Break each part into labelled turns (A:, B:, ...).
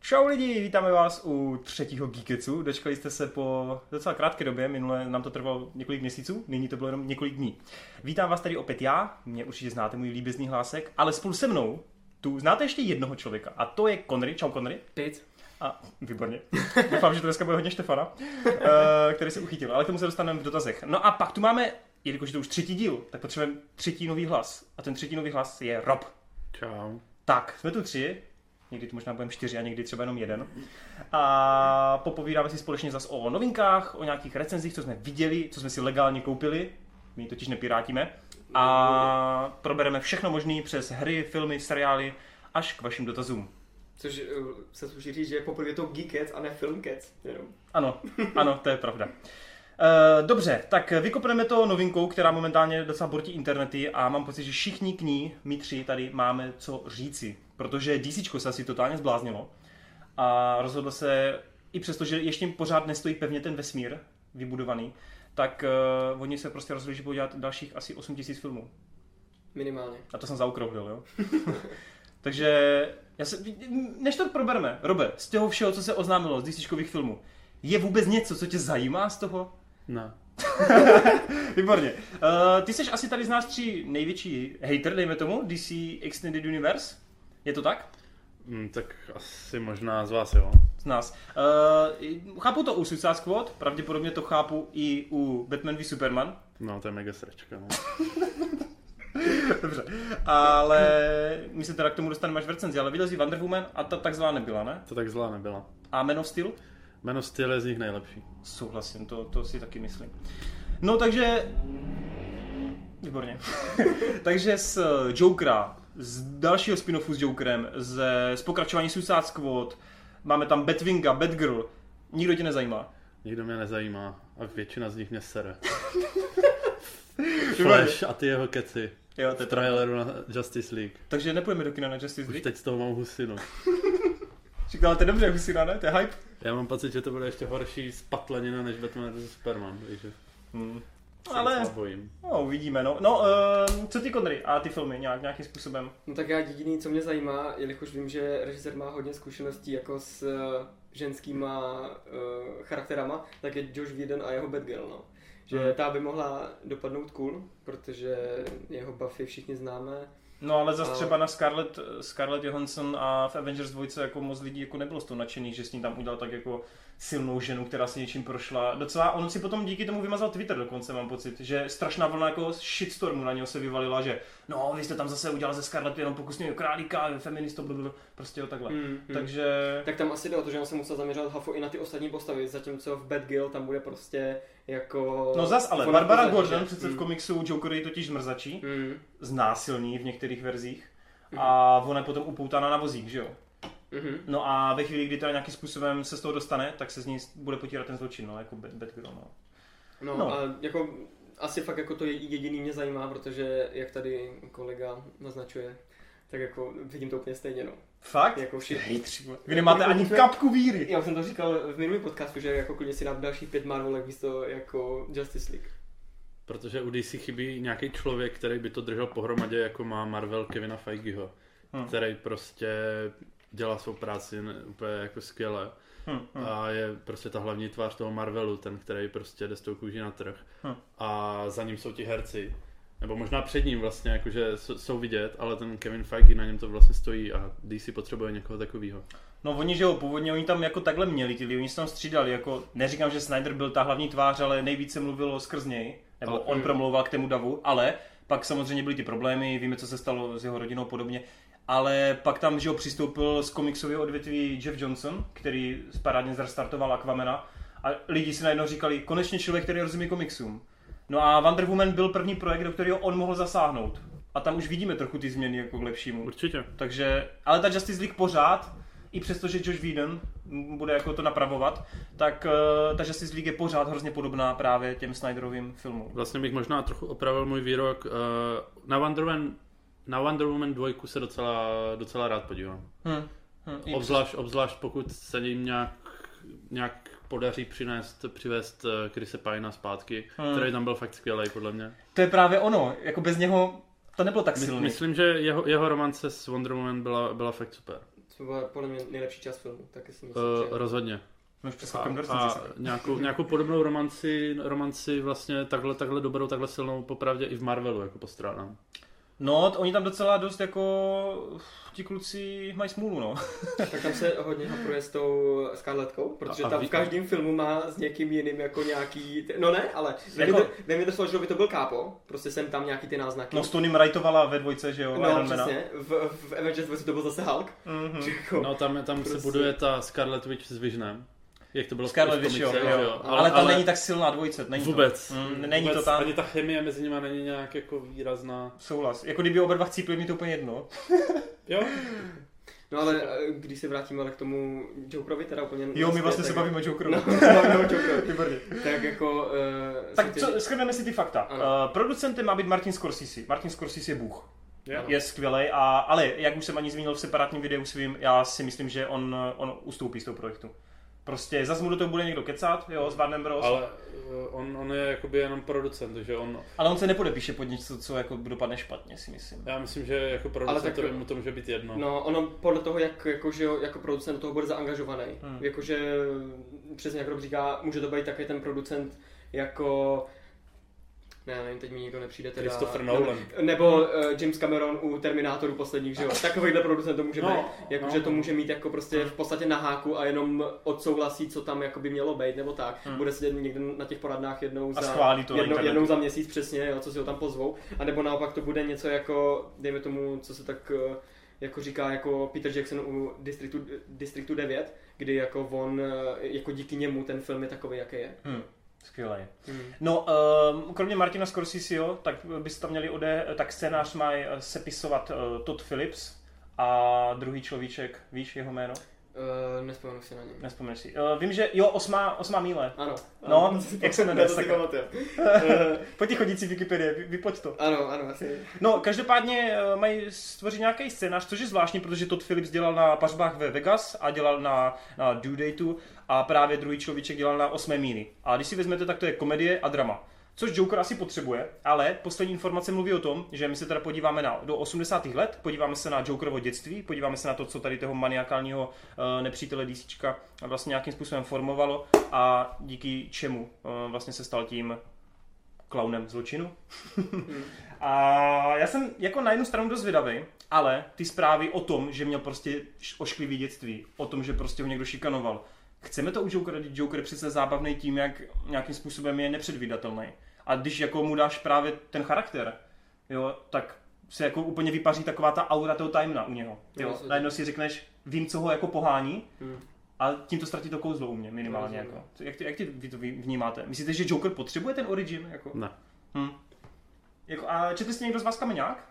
A: Čau lidi, vítáme vás u třetího Geeketsu. Dočkali jste se po docela krátké době, minule nám to trvalo několik měsíců, nyní to bylo jenom několik dní. Vítám vás tady opět já, mě určitě znáte, můj líbezný hlásek, ale spolu se mnou tu znáte ještě jednoho člověka a to je Connery. Čau Connery.
B: Pit.
A: A výborně. Doufám, že to dneska bude hodně Štefana, který se uchytil, ale k tomu se dostaneme v dotazech. No a pak tu máme, jelikož je to už třetí díl, tak potřebujeme třetí nový hlas. A ten třetí nový hlas je Rob.
C: Čau.
A: Tak, jsme tu tři. Někdy tu možná budeme 4 a někdy třeba jenom 1. A popovídáme si společně zas o novinkách, o nějakých recenzích, co jsme viděli, co jsme si legálně koupili. My totiž nepirátíme. A probereme všechno možné přes hry, filmy, seriály, až k vašim dotazům.
B: Což se sluší říct, že je poprvé to Geekets a ne Filmkets. Jenom.
A: Ano, to je pravda. Dobře, tak vykopneme to novinkou, která momentálně docela bortí internety a mám pocit, že všichni k ní, my tři tady máme co říci. Protože DCčko se asi totálně zbláznilo a rozhodlo se, i přesto, že ještě pořád nestojí pevně ten vesmír vybudovaný, tak oni se prostě rozhodli, že budou dělat dalších asi 8000 filmů.
B: Minimálně.
A: A to jsem zaokrouhlil, jo? Takže, než to probereme, Robe, z toho všeho, co se oznámilo z DCčkových filmů, je vůbec něco, co tě zajímá z toho?
C: Ne.
A: Výborně. Ty jsi asi tady z nás 3 největší hater, dejme tomu, DC Extended Universe. Je to tak?
C: Tak asi možná z vás, jo.
A: Z nás. Chápu to u Suicide Squad, pravděpodobně to chápu i u Batman v Superman.
C: No, to je mega sračka, no.
A: Dobře. Ale my se teda k tomu dostaneme až v recenzi, ale viděl jsi Wonder Woman a ta tak zlá nebyla, ne?
C: To tak zlá nebyla.
A: A Man of Steel?
C: Man of Steel je z nich nejlepší.
A: Souhlasím, to si taky myslím. No takže... Výborně. Takže z Jokera, z dalšího spin-offu s Jokerem, z pokračování Suicide Squad, máme tam Batwinga, Batgirl. Nikdo tě nezajímá.
C: Nikdo mě nezajímá a většina z nich mě sere. Flash a ty jeho keci.
A: Jo, to je
C: traileru na Justice League.
A: Takže nepůjdeme do kina na Justice League?
C: Už teď z toho mám husinu.
A: Říkal, to je dobře husina, ne? To je hype?
C: Já mám pocit, že to bude ještě horší spatlenina než Batman vs Superman, takže...
A: Ale
C: bojím.
A: No, uvidíme, no. Co ty, Connery, a ty filmy nějakým způsobem?
B: No tak já jediný, co mě zajímá, jelikož vím, že režisér má hodně zkušeností jako s ženskýma charakterama, tak je Josh Whedon a jeho Batgirl, no. Že ta by mohla dopadnout cool, protože jeho Buffy všichni známe.
A: No ale zase třeba na Scarlett Johansson a v Avengers 2 jako moc lidí jako nebylo z toho nadšených, že s ním tam udělal tak jako silnou ženu, která si něčím prošla. Docela on si potom díky tomu vymazal Twitter dokonce, mám pocit, že strašná vlna jako shitstormu na něho se vyvalila, že no, vy jste tam zase udělal ze Scarlett jenom pokusně králíka, feministo, blablabla, prostě jo takhle. Takže...
B: Tak tam asi jde o to, že on se musel zaměřovat hafo i na ty ostatní postavy, zatímco v Batgirl tam bude prostě jako...
A: No zas ale, Barbara Gordon přece v komiksu Joker je totiž zmrzačí, znásilní v některých verzích a ona je potom upoutána na vozík, že jo? No a ve chvíli, kdy to nějakým způsobem se z toho dostane, tak se z ní bude potírat ten zločin, no, jako Batgirl, no.
B: No a jako asi fakt jako to jediný mě zajímá, protože jak tady kolega naznačuje, tak jako vidím to úplně stejně, no.
A: Fakt?
B: Jako
A: vy nemáte ani kapku víry.
B: Já už jsem to říkal v minulém podcastu, že jako klidně si dám dalších 5 Marvelek místo jako Justice League.
C: Protože u DC chybí nějaký člověk, který by to držel pohromadě, jako má Marvel Kevina Feigeho, který prostě dělá svou práci úplně jako skvěle. A je prostě ta hlavní tvář toho Marvelu, ten, který prostě jde s tou kůží na trh. A za ním jsou ti herci. Nebo možná před ním vlastně, jakože jsou vidět, ale ten Kevin Feige na něm to vlastně stojí a DC potřebuje někoho takového.
A: No oni, že jo, původně oni tam jako takhle měli, oni se tam střídali, jako neříkám, že Snyder byl ta hlavní tvář, ale nejvíce mluvilo skrz něj, nebo ale on promlouval k tému davu, ale pak samozřejmě byly ty problémy, víme, co se stalo s jeho rodinou podobně. Ale pak tam, že ho přistoupil z komiksového odvětví Jeff Johnson, který parádně zarstartoval Aquamana a lidi si najednou říkali, konečně člověk, který rozumí komiksům. No a Wonder Woman byl první projekt, do kterého on mohl zasáhnout. A tam už vidíme trochu ty změny jako k lepšímu.
C: Určitě.
A: Takže, ale ta Justice League pořád, i přesto, že Josh Whedon bude jako to napravovat, tak ta Justice League je pořád hrozně podobná právě těm Snyderovým filmům.
C: Vlastně bych možná trochu opravil můj výrok. Na Wonder Woman 2 se docela rád podívám. Obzvlášť pokud se jim nějak podaří přivést Chrise Pinea zpátky, který tam byl fakt skvělej podle mě.
A: To je právě ono, jako bez něho to nebylo tak silný.
C: Myslím, že jeho romance s Wonder Woman byla fakt super.
B: To byla podle mě nejlepší část filmu, taky si myslím, že...
C: Rozhodně.
A: No už přeskakujeme do
C: A nějakou podobnou romanci vlastně takhle dobrou, takhle silnou popravdě i v Marvelu jako postrádám.
A: No, oni tam docela dost jako ti kluci mají smůlu, no.
B: Tak tam se hodně hapruje s tou Scarletkou, protože tam v každém filmu má s někým jiným jako nějaký, no ne, ale nevím, že by to byl kápo, prostě jsem tam nějaký ty náznaky.
A: No, s Tonym wrightovala ve dvojce, že jo,
B: no, přesně, v Avengers 2 to byl zase Hulk.
C: Jako, no, tam prostě... se buduje ta Scarlet Witch s Visionem. Jak to bylo
A: Scarlet Witch, jo. Ale tam není tak silná dvojce, není
C: vůbec.
A: To. Není vůbec, to tam.
C: Ani ta chemie mezi nimi není nějak jako výrazná.
A: Souhlas. Jako kdyby oba dva chcípli, mi to úplně jedno.
C: Jo.
B: No ale když se vrátíme ale k tomu Jokerovi, teda úplně...
A: Jo, my vlastně se bavíme o Jokerovi.
B: No, bavíme o Jokerovi.
A: Výborně.
B: Tak jako...
A: Tak shrneme si ty fakta. Producentem má být Martin Scorsese. Martin Scorsese je bůh. Je skvělej, ale jak už jsem ani zmínil v separátním videu svým, já si myslím, že on ustoupí z toho projektu. Prostě zase mu do toho bude někdo kecat, jo, s Warner Bros.
C: Ale on je jakoby jenom producent, takže on...
A: Ale on se nepodepíše pod něco, co jako dopadne špatně, si myslím.
C: Já myslím, že jako producentovi mu to může být jedno.
B: No, ono podle toho, jak jako producent do toho bude zaangažovaný. Jakože, přesně jak Rob říká, může to být také ten producent jako... nevím, teď mi nikdo nepřijde teda...
C: Christopher Nolan.
B: Nebo James Cameron u Terminátorů posledních, že jo. Takovýhle producent to může být. Jakože to může mít jako prostě v podstatě na háku a jenom odsouhlasí, co tam jako by mělo být, nebo tak. Bude sedět někde na těch poradnách jednou za měsíc přesně, jo, co si ho tam pozvou. A nebo naopak to bude něco jako, dejme tomu, co se tak jako říká jako Peter Jackson u Districtu 9, kdy jako on, jako díky němu ten film je takový, jaký je.
A: Skvělé. No, kromě Martina Scorseseho, tak byste tam měli tak scénář má sepisovat Todd Phillips a druhý človíček, víš jeho jméno?
B: Nespomenu si na něj.
A: Nespomenu si. Vím, že jo, osmá míle.
B: Ano.
A: No, jak se jmenuje? Pojď chodící Wikipedie, vypoď to.
B: Ano, asi.
A: No, každopádně mají stvořit nějaký scénář, což je zvláštní, protože Todd Phillips dělal na Pařbách ve Vegas a dělal na Due Dateu a právě druhý človíček dělal na 8. míli. A když si vezmete, tak to je komedie a drama. Což Joker asi potřebuje, ale poslední informace mluví o tom, že my se teda podíváme do 80. let, podíváme se na Jokerovo dětství, podíváme se na to, co tady toho maniakálního nepřítele DCčka vlastně nějakým způsobem formovalo a díky čemu vlastně se stal tím klaunem zločinu. A já jsem jako na jednu stranu dost zvědavý, ale ty zprávy o tom, že měl prostě ošklivý dětství, o tom, že prostě ho někdo šikanoval. Chceme to u Jokera, když Joker je přece zábavný tím, jak nějakým způsobem je nepředvídatelný. A když jako mu dáš právě ten charakter, jo, tak se jako úplně vypaří taková ta aura toho timena u něho. Jo. Najednou si řekneš, vím, co ho jako pohání, a tím to ztratí to kouzlo u mě minimálně. Jako. Jak ty vy to vnímáte? Myslíte, že Joker potřebuje ten origin? Jako?
C: Ne.
A: Jako, a četli jste někdo z vás Kameňák?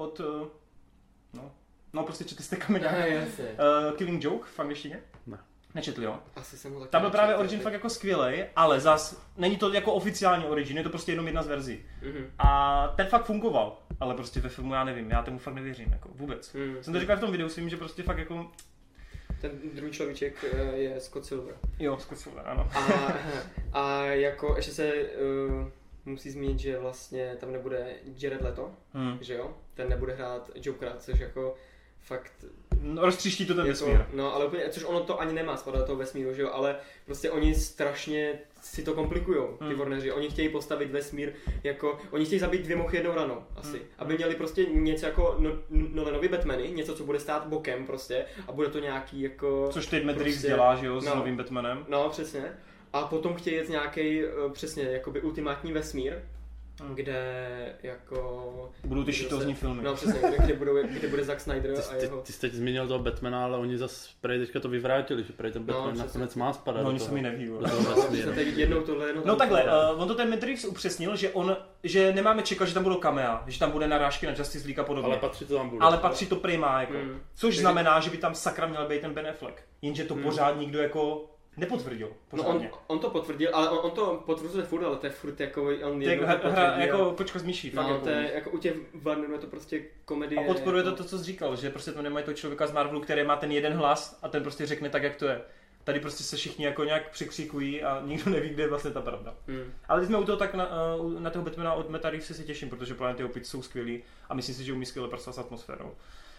A: No prostě četli jste Kameňák. Killing Joke v angličtině?
C: Ne.
A: Nečetli, jo?
B: Asi jsem ho taky
A: tam byl právě origin fakt jako skvělej, ale zas není to jako oficiální origin, je to prostě jenom jedna z verzí. A ten fakt fungoval, ale prostě ve filmu já nevím, já tomu fakt nevěřím, jako vůbec. Jsem to říkal v tom videu svým, že prostě fakt jako...
B: Ten druhý človíček je Scott Silver.
A: Jo, Scott Silver, ano.
B: A jako ještě se musí zmínit, že vlastně tam nebude Jared Leto, že jo? Ten nebude hrát Jokera, což jako fakt...
A: No, roztříští to ten vesmír.
B: No, ale úplně, což ono to ani nemá spadat do toho vesmíru, že jo, ale prostě oni strašně si to komplikujou, ty Warneri. Oni chtějí postavit vesmír jako, oni chtějí zabít 2 mouchy jednou ranou, asi. Aby měli prostě něco jako Nolanovi Batmany, něco, co bude stát bokem prostě a bude to nějaký jako...
A: Což teď Matt Reeves dělá, že jo, s novým Batmanem.
B: No, přesně. A potom chtějí jet nějaký přesně, jakoby ultimátní vesmír, kde jako...
A: Budou ty šitovní filmy.
B: No přesně, kde bude Zack Snyder a jeho...
C: Ty jsi teď zmínil toho Batmana, ale oni zase teďka to vyvrátili, že ten Batman nakonec má spadat
A: no, oni se mi neví.
B: No
A: takhle, on to ten Matt Reeves upřesnil, že nemáme čekat, že tam budou camea, že tam bude narážky na Justice League a podobně.
C: Ale patří to tam bude.
A: Ale patří to prima, jako. Což znamená, že by tam sakra měl být ten Ben Affleck. Jenže to pořád nikdo jako... nepotvrdil.
B: Pořádně. No on to potvrdil, ale on to potvrzuje furt, ale to je furt jako on
A: hra jako počka z myší.
B: No, jako to je jako u těch Warnerů je to prostě komedie.
A: A podporuje
B: jako...
A: to, co jsi říkal, že prostě to nemají toho člověka z Marvelu, který má ten jeden hlas a ten prostě řekne tak, jak to je. Tady prostě se všichni jako nějak překřikují a nikdo neví, kde je vlastně ta pravda. Ale když jsme u toho, tak na toho Batmana od Matta Reevese se těším, protože Planety Opit jsou skvělí a myslím si, že umí skvěle pracovat s atmosférou.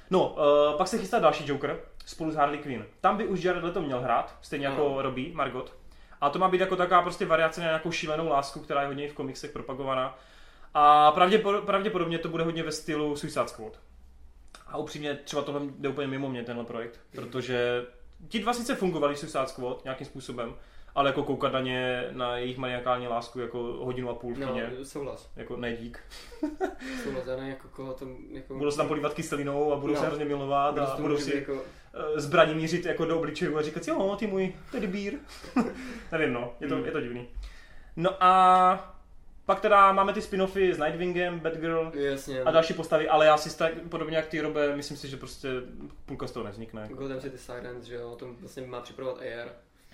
A: No, pak se chystá další Joker spolu s Harley Quinn. Tam by už Jared Leto měl hrát, stejně jako Robbie, Margot. A to má být jako taková prostě variace na nějakou šílenou lásku, která je hodně v komiksech propagovaná. A pravděpodobně to bude hodně ve stylu Suicide Squad. A upřímně třeba tohle jde úplně mimo mě, tenhle projekt, protože ti dva sice fungovali Suicide Squad nějakým způsobem, ale jako koukat na jejich maniakální lásku jako hodinu a půl v kině.
B: No, souhlas.
A: Jako ne dík.
B: Souhlas, já ne, jako koho to... Jako...
A: Budou se tam polívat kyselinou a budou se hrozně milovat a budou si jako... zbraní mířit jako do obličejů a říkat jo, ty můj teddybír. Nevím, no, je to divný. No a pak teda máme ty spin-offy s Nightwingem, Batgirl a další postavy, ale já si podobně jak ty, Robe, myslím si, že prostě půlka z toho nevznikne. Jako.
B: Gotham City Sirens, že jo, o tom vlastně má připravovat AR.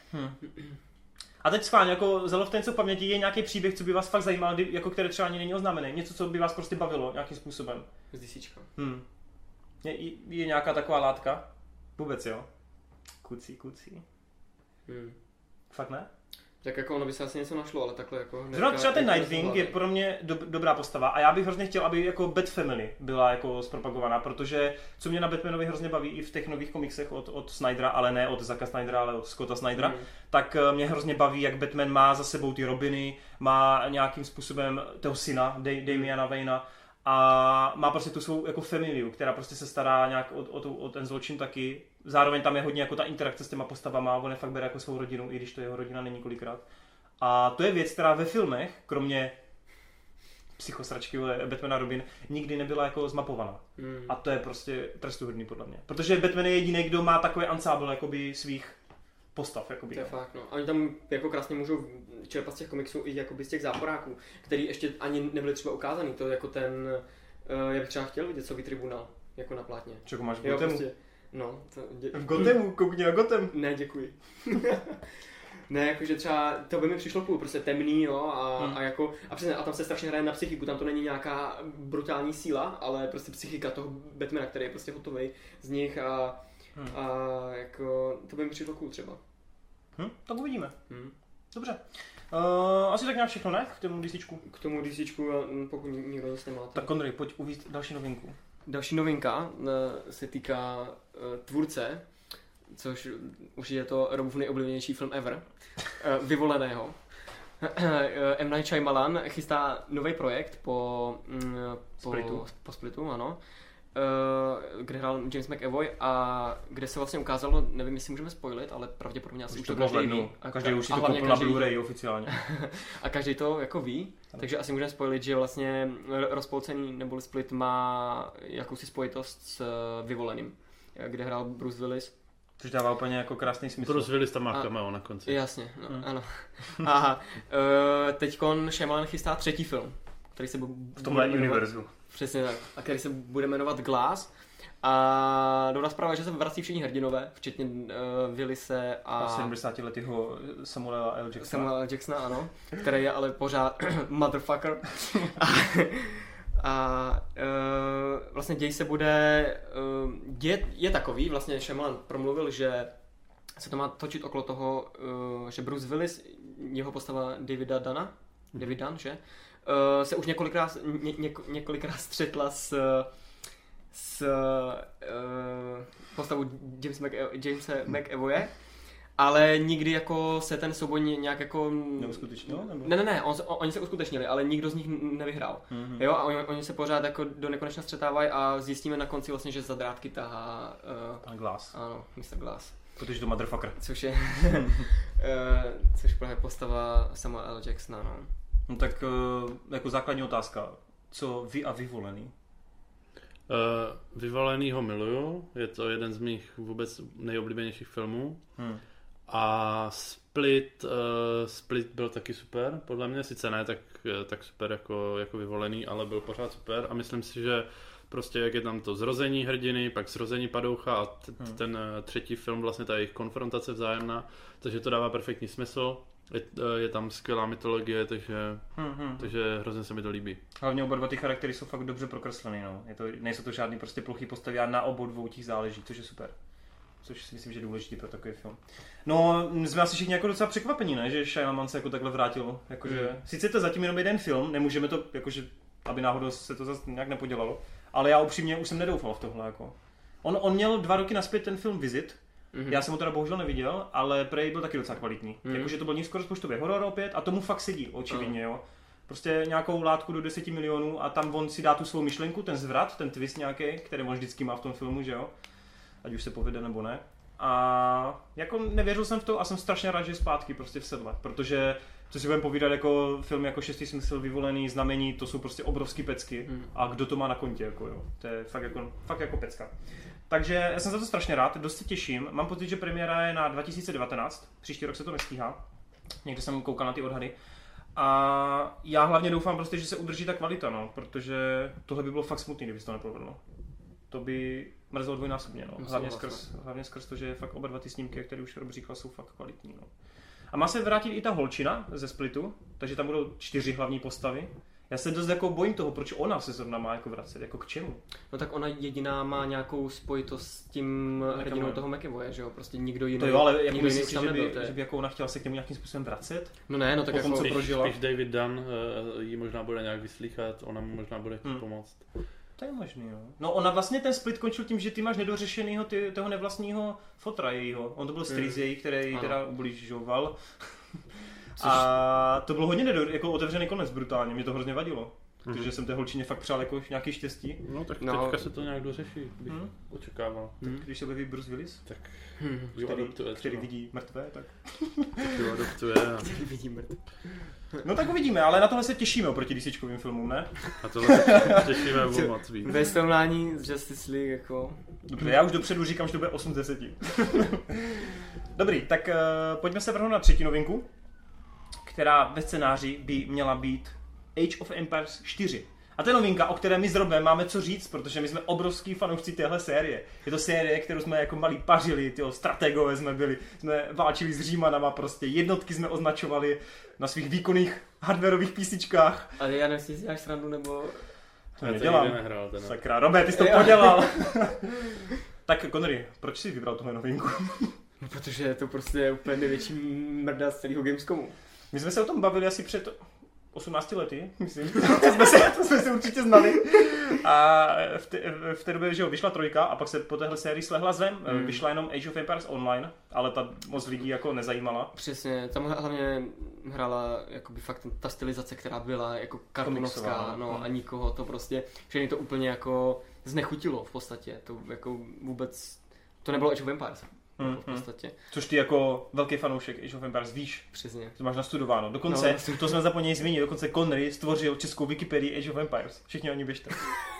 A: A teď schválně, jako zalovte něco v paměti, je nějaký příběh, co by vás fakt zajímal, jako které třeba ani není oznámený, něco, co by vás prostě bavilo nějakým způsobem.
B: Z DCčka.
A: Je nějaká taková látka? Vůbec jo. Kucí. Fakt ne?
B: Tak jako ono by se asi něco našlo, ale takhle jako...
A: Třeba ten Nightwing je pro mě dobrá postava a já bych hrozně chtěl, aby jako Bat Family byla jako zpropagovaná, protože co mě na Batmanovi hrozně baví i v těch nových komiksech od Snydera, ale ne od Zacka Snydera, ale od Scotta Snydera, tak mě hrozně baví, jak Batman má za sebou ty Robiny, má nějakým způsobem toho syna, Damiana Wayna, a má prostě tu svou jako familiu, která prostě se stará nějak o ten zločin taky. Zároveň tam je hodně jako ta interakce s těma postavama, on je fakt bere jako svou rodinu, i když to jeho rodina není kolikrát. A to je věc, která ve filmech, kromě psychosračky Batmana Robin, nikdy nebyla jako zmapovaná. A to je prostě trestuhodný podle mě. Protože Batman je jediný, kdo má takový ansábl jakoby svých postav. Jakoby,
B: to je fakt, no. A oni tam jako krásně můžou čerpat z těch komiksů i jakoby z těch záporáků, který ještě ani nebyly třeba ukázaný. To jako ten, já bych třeba chtěl vidět Sovětský tribunál, jako na plátně.
A: Čeho máš v Gothemu?
B: Prostě, no.
A: V Gothemu? Koukni na Gotham.
B: Ne, děkuji. Ne, jakože třeba to by mi přišlo cool, prostě temný, jo, a přesně, a tam se strašně hraje na psychiku, tam to není nějaká brutální síla, ale prostě psychika toho Batmana, který je prostě hotovej z nich a jako to by mi přišlo cool třeba.
A: Tak uvidíme. Dobře. Asi tak nějak všechno, ne? K tomu DCčku.
B: K tomu DCčku, pokud nikdo nic nemá.
A: Tak Konry, pojď uvíct další novinku.
B: Další novinka se týká tvůrce, což už je to Robův nejoblíbenější film ever, Vyvoleného. M. Night Shyamalan chystá nový projekt po Splitu, ano. Kde hrál James McAvoy a kde se vlastně ukázalo, nevím, jestli můžeme spoilit, ale pravděpodobně asi už to každý ví.
A: Každý už si to koupil na Blu-ray oficiálně.
B: A každý to jako ví, takže asi můžeme spoilit, že vlastně Rozpolcený nebo Split má jakousi spojitost s Vyvoleným, kde hrál Bruce Willis.
A: Což dává úplně jako krásný smysl.
C: Bruce Willis tam má cameo na konci.
B: Jasně, ano. A teďkon Shyamalan chystá třetí film, který se
A: v tomhle univerzu.
B: Přesně tak. A který se bude jmenovat Glass. A dobrá zpráva, že se vrací všichni hrdinové, včetně Willise a
A: 70 letého Samuela L. Jacksona.
B: Samuela L. Jacksona, ano. Který je ale pořád motherfucker. Vlastně děj se bude... je takový, vlastně Shyamalan promluvil, že se to má točit okolo toho, že Bruce Willis, jeho postava David Dunn, že? Se už několikrát střetla s postavou Jamesa McAvoye, ale nikdy jako se ten souboj nějak jako...
A: Neuskutečnil?
B: Ne, oni se uskutečnili, ale nikdo z nich nevyhrál. Jo, a oni se pořád jako do nekonečna střetávají a zjistíme na konci vlastně, že za drátky tahá...
A: Pan Glass.
B: Ano, Mr. Glass.
A: Protože to motherfucker.
B: Což je... což právě postava Samuela L. Jacksona, no.
A: No tak jako základní otázka, co vy a Vyvolený?
C: Vyvolený ho miluju, je to jeden z mých vůbec nejoblíbenějších filmů. A Split byl taky super, podle mě, sice ne tak super jako Vyvolený, ale byl pořád super a myslím si, že prostě jak je tam to zrození hrdiny, pak zrození padoucha a ten třetí film, vlastně ta jejich konfrontace vzájemná, takže to dává perfektní smysl. Je tam skvělá mytologie, takže hrozně se mi to líbí.
A: Hlavně oba dva ty charaktery jsou fakt dobře prokreslený, no. Nejsou to žádný prostě plochý postavy a na obou dvou těch záleží, což je super. Což si myslím, že je důležitý pro takový film. No, jsme asi všichni jako docela překvapení, ne? Že Shyamalan se jako takhle vrátil. Jakože, sice to zatím jenom jeden film, nemůžeme to, jakože, aby náhodou se to zase nějak nepodělalo, ale já upřímně už jsem nedoufal v tohle, jako. On měl 2 roky nazpět ten film Visit. Já jsem ho teda bohužel neviděl, ale prej byl taky docela kvalitní. Jakože to byl nízkorozpočtový horor opět a tomu fakt sedí, očividně, jo. Prostě nějakou látku do 10 milionů a tam on si dá tu svou myšlenku, ten zvrat, ten twist nějaký, který on vždycky má v tom filmu, že jo. Ať už se povede nebo ne. A jako nevěřil jsem v to a jsem strašně rád, že je zpátky prostě v sedle, protože co si budeme povídat, jako film jako Šestý smysl, Vyvolený, Znamení, to jsou prostě obrovský pecky a kdo to má na kontě, jako jo. To je fakt jako pecka. Takže já jsem za to strašně rád, dost se těším. Mám pocit, že premiéra je na 2019, příští rok se to nestíhá. Někde jsem koukal na ty odhady. A já hlavně doufám prostě, že se udrží ta kvalita, no, protože tohle by bylo fakt smutný, kdyby se to nepovedlo. To by mrzelo dvojnásobně, no. Hlavně skrz to, že fakt oba dva ty snímky, které už Rob říkal, jsou fakt kvalitní, no. A má se vrátit i ta holčina ze Splitu, takže tam budou 4 hlavní postavy. Já se dost jako bojím toho, proč ona se zrovna má jako vracet, jako k čemu?
B: No tak ona jediná má nějakou spojitost s tím hrdinou toho McAvoye, že jo? Prostě nikdo jiný.
A: To jo, ale jako myslíš si, že by jako ona chtěla se k němu nějakým způsobem vracet?
B: No ne, no tak
A: potom,
B: jako
A: co prožila.
C: Když David Dunn jí možná bude nějak vyslýchat, ona mu možná bude chtít pomoct.
A: To je možný, jo. No ona vlastně ten split končil tím, že ty máš nedořešenýho toho nevlastního fotra jejího. On to byl strýz její, který teda ubližoval. A to bylo hodně jako otevřený konec brutálně, mě to hrozně vadilo. Protože jsem té holčině fakt přál jako nějaký štěstí.
C: No tak teďka se to nějak dořeší, bych očekával.
A: Tak když se objeví Bruce Willis,
C: tak
A: který vidí mrtvé, tak
C: jo, adoptuje.
B: Který vidí mrtvé.
A: No tak uvidíme, ale na tohle se těšíme oproti DCčkovým filmům, ne?
C: A tohle se těšíme moc víc.
B: Ve srovnání s Justice League jako...
A: Dobře, já už dopředu říkám, že to bude 8 z 10. Dobrý, tak pojďme se vrhnout na třetí novinku, která ve scénáři by měla být Age of Empires 4. A to je novinka, o které my s Robem máme co říct, protože my jsme obrovský fanoušci téhle série. Je to série, kterou jsme jako malí pařili, strategové jsme byli, jsme válčili s Římanama, prostě jednotky jsme označovali na svých výkonných hardwareových písničkách.
B: Ale já nevím, jestli si děláš srandu, nebo...
A: To nedělám.
C: Nehrál,
A: sakra, Robert, ty jsi to podělal. Tak Connery, proč jsi vybral tuhle novinku?
B: No, protože je to prostě úplně největší mrda z celého Gamescomu.
A: My jsme se o tom bavili asi před 18 lety, myslím. To jsme se určitě znali. A v té době, že vyšla 3 a pak se po téhle sérii slehla zem. Vyšla jenom Age of Empires Online, ale ta moc lidí jako nezajímala.
B: Přesně, tam hlavně hrála jakoby fakt ta stylizace, která byla jako kartonovská, no a nikoho to prostě, všechny to úplně jako znechutilo v podstatě. To jako vůbec, to nebylo Age of Empires. V podstatě.
A: Což ty jako velký fanoušek Age of Empires víš.
B: Přesně.
A: To máš nastudováno. Dokonce, to jsme zapomněli zmínit, dokonce Connery stvořil českou Wikipedii Age of Empires. Všichni o ní běžte.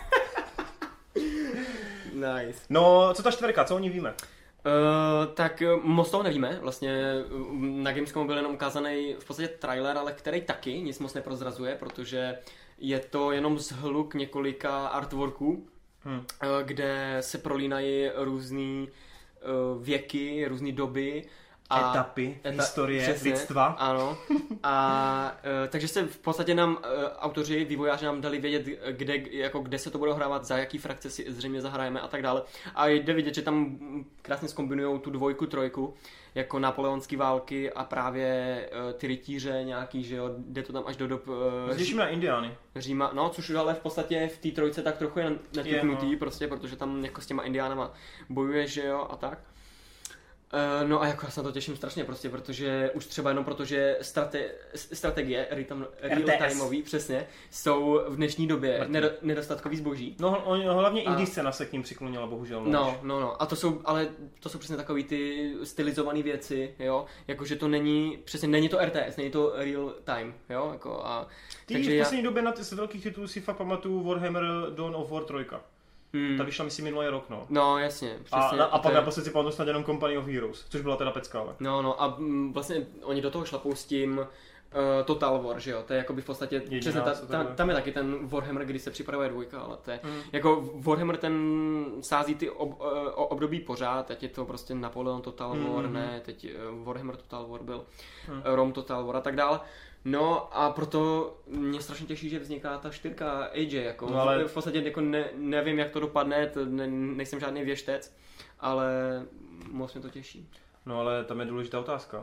B: Nice.
A: No, co ta 4, co o ní víme?
B: Tak moc toho nevíme, vlastně na Gamescomu byl jenom ukázaný v podstatě trailer, ale který taky nic moc neprozrazuje, protože je to jenom zhluk několika artworků, kde se prolínají různý věky, různé doby
A: a etapy, historie, lidstva.
B: Ano. A takže se v podstatě nám autoři, vývojáři nám dali vědět, kde se to bude hrávat, za jaký frakce si zřejmě zahrajeme a tak dále. A jde vidět, že tam krásně zkombinujou tu 2, 3, jako napoleonské války a právě ty rytíře nějaký, že jo, jde to tam až do dob...
A: Zděším na Indiány.
B: Říma, no, což už ale v podstatě v té 3 tak trochu je natěpnutý, prostě, protože tam jako s těma Indiánama bojuje, že jo, a tak. No a jako já se na to těším strašně prostě, protože už třeba jenom protože strategie real-timeový, přesně, jsou v dnešní době nedostatkový zboží.
A: No hlavně indie scéna se k ním přiklonila, bohužel.
B: No. A to jsou přesně takový ty stylizované věci, jo, jakože to není to RTS, není to real time, jo, jako a...
A: Takže v poslední době z velkých titulů si fakt pamatuju Warhammer Dawn of War 3. Ta vyšla myslím minulý rok, no.
B: No, jasně. Přesně,
A: a pak naposled si pamatuju snad jenom Company of Heroes, což byla teda pecka, ale.
B: No, a vlastně oni do toho šlapou s tím Total War, že jo, to je jakoby v podstatě, přesně, tam je taky ten Warhammer, kdy se připravuje 2, ale to je, jako Warhammer ten sází ty období pořád, teď je to prostě Napoleon Total War, ne, teď Warhammer Total War byl, Rome Total War a tak dále. No a proto mě strašně těší, že vzniká ta 4 AJ, jako no, ale... v podstatě jako nevím, jak to dopadne, nejsem žádný věštec, ale moc mě to těší.
A: No ale tam je důležitá otázka.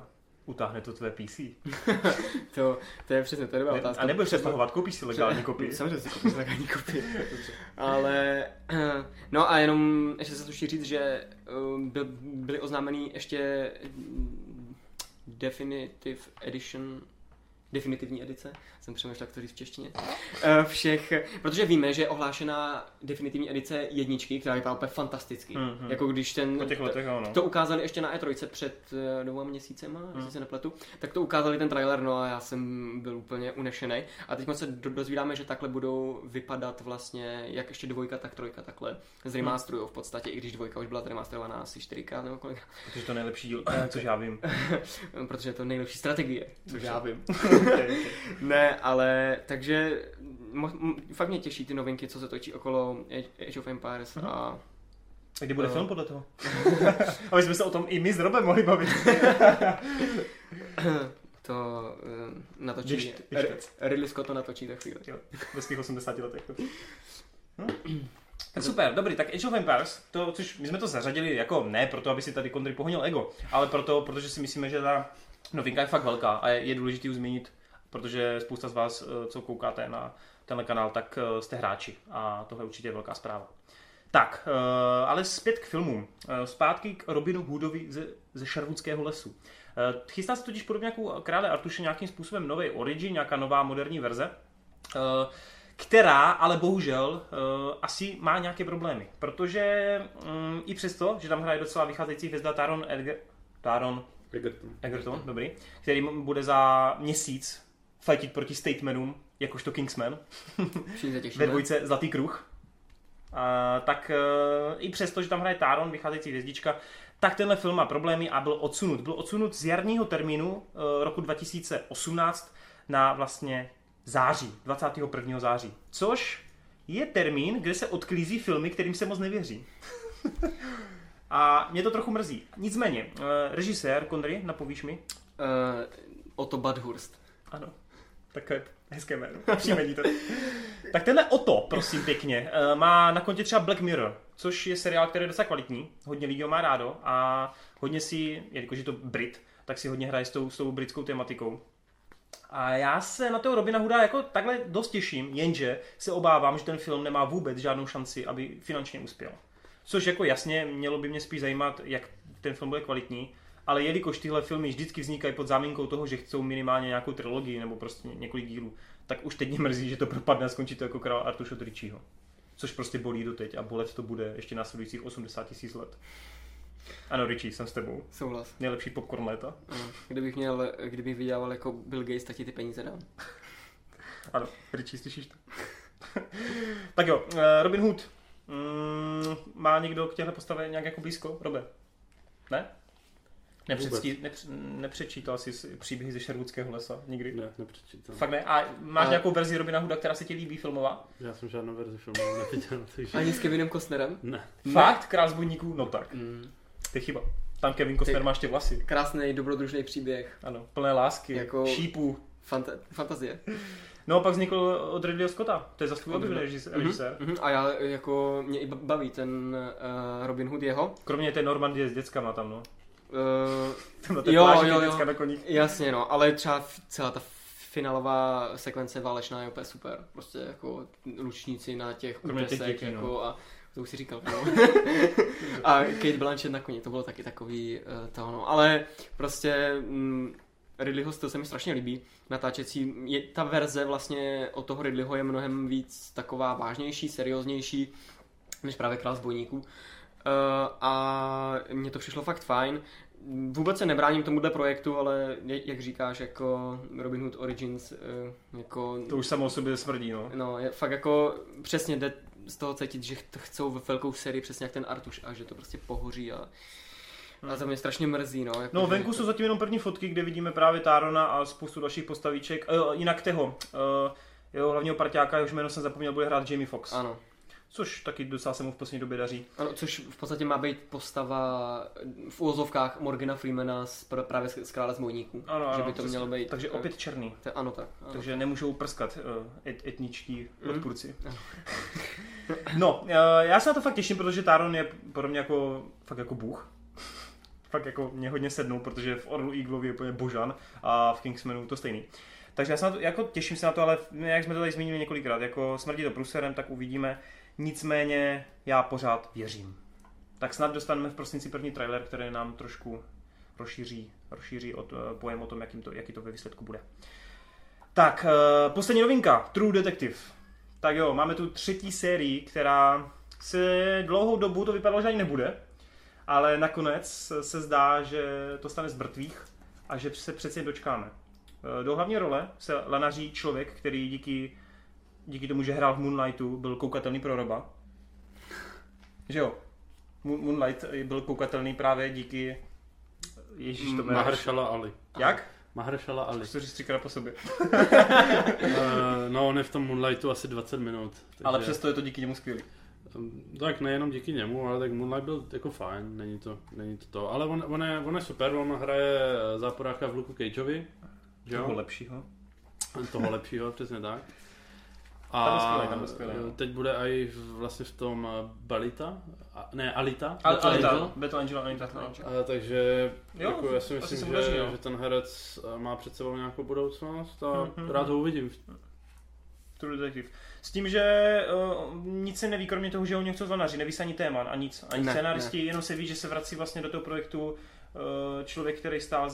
A: Utáhne to tvé PC.
B: to je přesně, to je dobrá otázka.
A: A nebudeš se stahovat, koupíš si legální kopii.
B: Samozřejmě si koupíš legální kopii. Ale, no a jenom ještě se sluší říct, že byly oznámený ještě definitivní edice, jsem přemýšlel, jak to říct v češtině, protože víme, že je ohlášená definitivní edice jedničky, která vypadá úplně fantasticky. Jako když to ukázali ještě na E3 před 2 měsícema, jestli se nepletu, tak to ukázali ten trailer, no a já jsem byl úplně unešenej. A teď se dozvídáme, že takhle budou vypadat vlastně, jak ještě 2, tak 3, takhle zremasterujou v podstatě, i když 2 už byla remasterovaná asi 4krát nebo kolik.
A: Protože to nejlepší díl, což já vím.
B: Protože je to nejlepší strategie, což já vím. Ne, ale takže fakt mě těší ty novinky, co se točí okolo Age of Empires a...
A: Kdy bude film podle toho? Aby jsme se o tom i my s Robem mohli bavit.
B: To natočí... Ridley Scott to natočí tak chvíli.
A: Ve svých 80 letech. Tak super, dobrý, tak Age of Empires, což my jsme to zařadili jako ne proto, aby si tady Kondry pohonil ego, ale protože si myslíme, že ta novinka je fakt velká a je důležitý ji zmínit, protože spousta z vás, co koukáte na tenhle kanál, tak jste hráči a tohle určitě je velká zpráva. Tak, ale zpět k filmům. Zpátky k Robinu Hoodovi ze Sherwoodského lesu. Chystá se totiž podobně jako Krále Artuše nějakým způsobem nový origin, nějaká nová moderní verze, která ale bohužel asi má nějaké problémy, protože i přesto, že tam hraje docela vycházející hvězda Taron Egerton, dobrý, který bude za měsíc fightit proti Statemanům, jakožto Kingsman, ve 2 Zlatý kruh. Tak i přesto, že tam hraje Taron, vycházející hvězdička, tak tenhle film má problémy a byl odsunut. Byl odsunut z jarního termínu roku 2018 na vlastně září, 21. září. Což je termín, kde se odklízí filmy, kterým se moc nevěří. A mě to trochu mrzí. Nicméně, režisér, Kondry, napovíš mi?
B: Otto Bathurst.
A: Ano, takové hezké jméno. Příjmení tady. Tak tenhle Otto, prosím pěkně, má na kontě třeba Black Mirror, což je seriál, který je docela kvalitní. Hodně lidí ho má rádo a hodně si, jelikož je to Brit, tak si hodně hraje s tou britskou tematikou. A já se na toho Robina Hooda jako takhle dost těším, jenže se obávám, že ten film nemá vůbec žádnou šanci, aby finančně uspěl. Což jako jasně, mělo by mě spíš zajímat, jak ten film bude kvalitní, ale jelikož tyhle filmy vždycky vznikají pod záminkou toho, že chcou minimálně nějakou trilogii nebo prostě několik dílů, tak už teď mě mrzí, že to propadne a skončí to jako Král Artuš od Ritchieho. Což prostě bolí doteď a bolet to bude ještě následujících 80 000 let. Ano, Richie, jsem s tebou.
B: Souhlas.
A: Nejlepší popcorn léta.
B: Kdybych vydělal jako Bill Gates, tak ti ty peníze dám.
A: Ano, Richie, slyšíš to? Tak jo, Robin Hood. Má někdo k těhle postavě nějak jako blízko? Robe? Ne? Nepřečítal jsi příběhy ze Sherwoodského lesa nikdy?
C: Ne, nepřečítal.
A: Fakt ne? A máš nějakou verzi Robina Hooda, která se ti líbí filmová?
C: Já jsem žádnou verzi filmovou neviděl. Takže...
B: Ani s Kevinem Costnerem?
C: Ne.
A: Fakt? Král zbojníků? No tak. To je chyba. Tam Kevin Costner má ještě vlasy.
B: Krásný dobrodružný příběh.
A: Ano, plné lásky,
B: jako
A: šípů.
B: Fantazie.
A: No a pak vznikl od Ridleyho Scotta. To je zase tvůj oblíbený režisér.
B: A já jako mě i baví ten Robin Hood jeho.
A: Kromě té Normandie s dětskama tam, no.
B: Jo.
A: Děcka na koních.
B: Jasně, no, ale třeba celá ta finálová sekvence válečná je úplně super. Prostě jako lučníci na těch útesech jako no. A to už si říkal, no. A Kate Blanchett na koni, to bylo taky takový toho, no. Ale prostě Ridleyho styl se mi strašně líbí. Natáčecí, ta verze vlastně od toho Ridleyho je mnohem víc taková vážnější, serióznější, než právě Král zbojníků. A mně to přišlo fakt fajn. Vůbec se nebráním tomuhle projektu, ale jak říkáš, jako Robin Hood Origins, jako...
A: To už samo o sobě smrdí, no.
B: No, je fakt jako přesně jde z toho cítit, že to chcou ve velkou sérii přesně jak ten Artuš a že to prostě pohoří a to mě strašně mrzí, no. Jako,
A: no, venku jsou zatím jenom první fotky, kde vidíme právě Tarona a spoustu dalších postavíček. Jinak jeho hlavního parťáka, jehož jméno jsem zapomněl, bude hrát Jamie Foxx.
B: Ano.
A: Což taky docela se mu v poslední době daří.
B: Ano, což v podstatě má být postava v úvozovkách Morgana Freemana právě z Krále zbojníků.
A: Ano,
B: že by to mělo být.
A: Takže opět černý.
B: Ano, tak.
A: Takže nemůžou prskat etničtí odpůrci. No, já se na to fakt těším, protože Taron je pro mě fakt jako bůh. fakt jako mě hodně sednul, protože v Orlu Eagleovi je úplně božan a v Kingsmanu to stejný. Takže já se na to, jako těším se na to, ale jak jsme to tady zmínili několikrát, jako smrdí to průserem, tak uvidíme. Nicméně já pořád věřím. Tak snad dostaneme v prosinci první trailer, který nám trošku rozšíří pojem o tom, jaký to ve výsledku bude. Tak, poslední novinka, True Detective. Tak jo, máme tu 3. sérii, která se dlouhou dobu to vypadalo, že ani nebude, ale nakonec se zdá, že to stane z mrtvých a že se přeci dočkáme. Do hlavní role se lanaří člověk, který díky tomu, že hrál v Moonlightu, byl koukatelný pro Roba. Že jo? Moonlight byl koukatelný právě díky... Ježíš, to
C: Mahershala Ali.
A: Jak?
C: Mahershala Ali.
A: Musím říct 3krát po sobě.
C: No, on je v tom Moonlightu asi 20 minut. Takže...
A: Ale přesto je to díky němu skvělý.
C: Tak nejenom díky němu, ale tak Moonlight byl jako fajn, není to. Ale on je super, on hraje záporáka v Luke Cageovi. Toho lepšího, přesně tak. A
A: tam je skvělý.
C: teď bude i vlastně v tom Alita.
A: Battle Angel Alita.
C: Takže
A: jo,
C: jako já si myslím, že ten herec má před sebou nějakou budoucnost a rád ho uvidím.
A: True Detective. S tím, že nic se neví, kromě toho, že ho něco zlanaří, neví se ani téma, ani scénáristi, jenom se ví, že se vrací vlastně do toho projektu člověk, který stál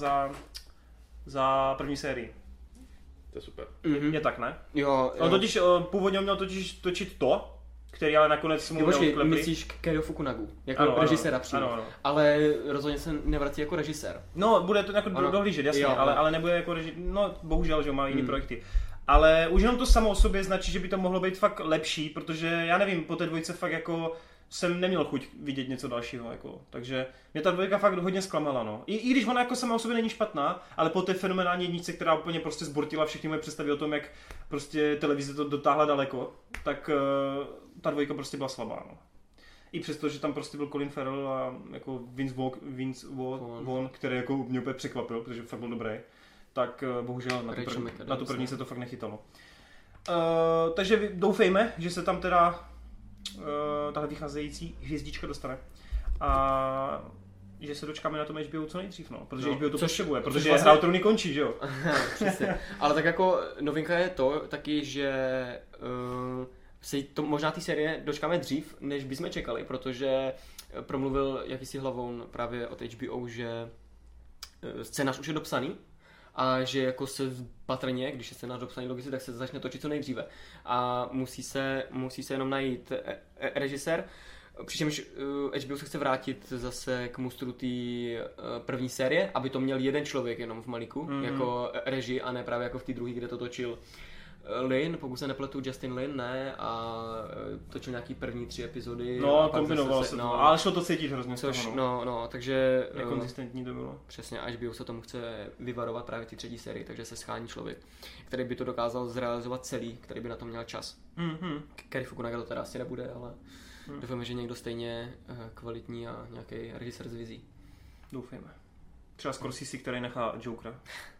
A: za první sérii.
C: To je super.
A: Je tak, ne?
B: Jo.
A: On totiž původně měl točit to, který ale nakonec mu
B: neodklepli. Myslíš Keijo Fukunagu, jako režiséra přímo.
A: Ano.
B: Ale rozhodně se nevrací jako režisér.
A: No, bude to jako dohlížet, jasně, ale nebude jako režisér. No, bohužel, že má jiný projekty. Ale už jenom to samo o sobě značí, že by to mohlo být fakt lepší, protože já nevím, po té dvojce fakt jako jsem neměl chuť vidět něco dalšího, jako. Takže mě ta dvojka fakt hodně zklamala, no. I když ona jako sama o sobě není špatná, ale po té fenomenální jedničce, která úplně prostě zbortila všechny moje představy o tom, jak prostě televize to dotáhla daleko, tak ta dvojka prostě byla slabá, no. I přesto, že tam prostě byl Colin Farrell a jako Vince Vaughn, který jako mě úplně překvapil, protože fakt byl dobrý. Tak bohužel na tu první se to fakt nechytalo. Takže doufejme, že se tam teda tahle vycházející hvězdička dostane. A že se dočkáme na tom HBO co nejdřív, no. Protože HBO to potřebuje, protože Hra o trůny končí, že jo?
B: Přesně. Ale tak jako novinka je to taky, že se to možná ty série dočkáme dřív, než bychom čekali, protože promluvil jakýsi Hlavon právě od HBO, že scénář už je dopsaný, a že jako se patrně, když je scénář dopsaný logicky, tak se začne točit co nejdříve. A musí se jenom najít režisér, přičemž HBO se chce vrátit zase k mustru té první série, aby to měl jeden člověk jenom v Maliku, jako režii, a ne právě jako v té druhé, kde to točil Lin, pokud se nepletu, Justin Lin, ne, a točil nějaký první 3 epizody.
A: No, kombinoval se to, ale šlo to cítit hrozně.
B: Takže...
A: Nekonzistentní to bylo.
B: Přesně, HBO se tomu chce vyvarovat právě ty 3. sérii, takže se schání člověk, který by to dokázal zrealizovat celý, který by na to měl čas. Cary Fukunaga to teda asi nebude, ale doufáme, že někdo stejně kvalitní a nějaký režisér s vizí.
A: Doufejme. Třeba Scorsese, který nechá Jokera.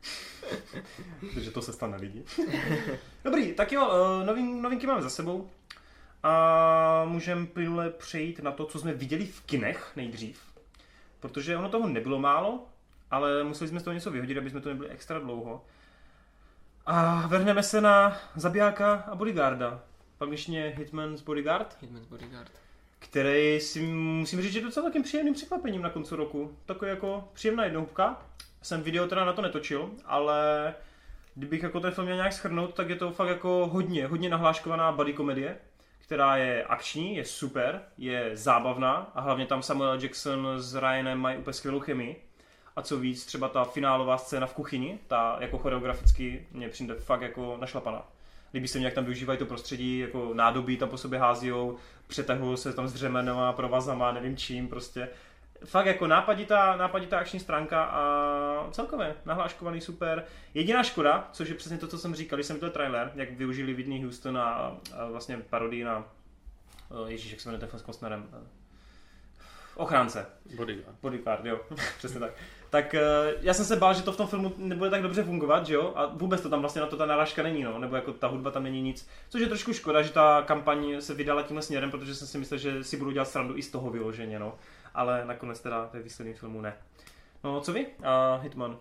A: Takže to se stane, lidi. Dobrý, tak jo, novinky máme za sebou. A můžeme plynule přejít na to, co jsme viděli v kinech nejdřív. Protože ono toho nebylo málo, ale museli jsme z toho něco vyhodit, aby jsme to nebyli extra dlouho. A vrhneme se na Zabijáka a Bodyguarda. Pak dnešně Hitman's Bodyguard. Který si musím říct, že je docela takým příjemným překvapením na konci roku. Takový jako příjemná jednohubka. Jsem video teda na to netočil, ale kdybych jako ten film měl nějak shrnout, tak je to fakt jako hodně nahláškovaná buddy komedie, která je akční, je super, je zábavná a hlavně tam Samuel Jackson s Ryanem mají úplně skvělou chemii. A co víc, třeba ta finálová scéna v kuchyni, ta jako choreograficky mě přijde fakt jako našlapaná. Líbí se mi, jak tam využívají to prostředí, jako nádobí tam po sobě házijou, přetahují se tam s dřemenama, provazama, nevím čím, prostě. Fakt jako nápaditá akční stránka a celkově nahláškovaný super. Jediná škoda, což je přesně to, co jsem říkal, když jsem viděl trailer, jak využili Whitney Houston a vlastně parodii na Ježíš, jak se jmenuje ten film s Costnerem? Ochránce. Bodyguard, jo, přesně tak. Tak já jsem se bál, že to v tom filmu nebude tak dobře fungovat, že jo? A vůbec to tam vlastně na to ta narážka není, no, nebo jako ta hudba tam není nic. Což je trošku škoda, že ta kampaň se vydala tímhle směrem, protože jsem si myslel, že si budou dělat srandu i z toho vyloženě, no. ale nakonec teda ve výsledném filmu ne. No, co vy? Hitman.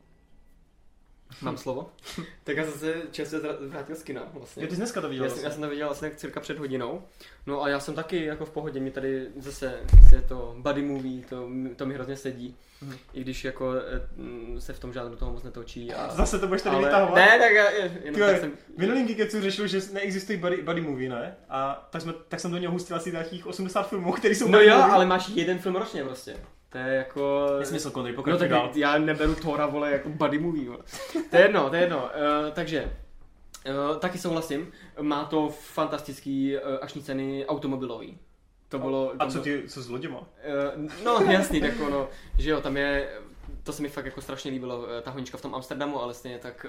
B: Mám slovo? Tak já zase čerstvě vrátil z kina vlastně.
A: Jo, ty jsi dneska to viděl
B: Já jsem to viděl vlastně cirka před hodinou. No a já jsem taky jako v pohodě, mi tady zase je to buddy movie, to mi hrozně sedí. I když jako se v tom žádnou do toho moc netočí.
A: Zase to budeš tady vytahovat?
B: Ne, tak já jenom tak jsem...
A: V minulým Geeketsu řešil, že neexistují buddy movie, ne? A tak jsem do něho hustil asi nějakých 80 filmů, které jsou
B: no jo, ale máš jeden film ročně prostě. To je jako...
A: Nesmysl, Kondry,
B: no
A: pokračuj
B: tak
A: dál.
B: já neberu Thora, vole, jako buddy movie, vole. To je jedno. Takže... taky souhlasím, má to fantastický akční scény automobilový. To bylo...
A: Co s loděma?
B: No jasný, tak ono, že jo, tam je, to se mi fakt jako strašně líbilo, ta honička v tom Amsterdamu, ale stejně tak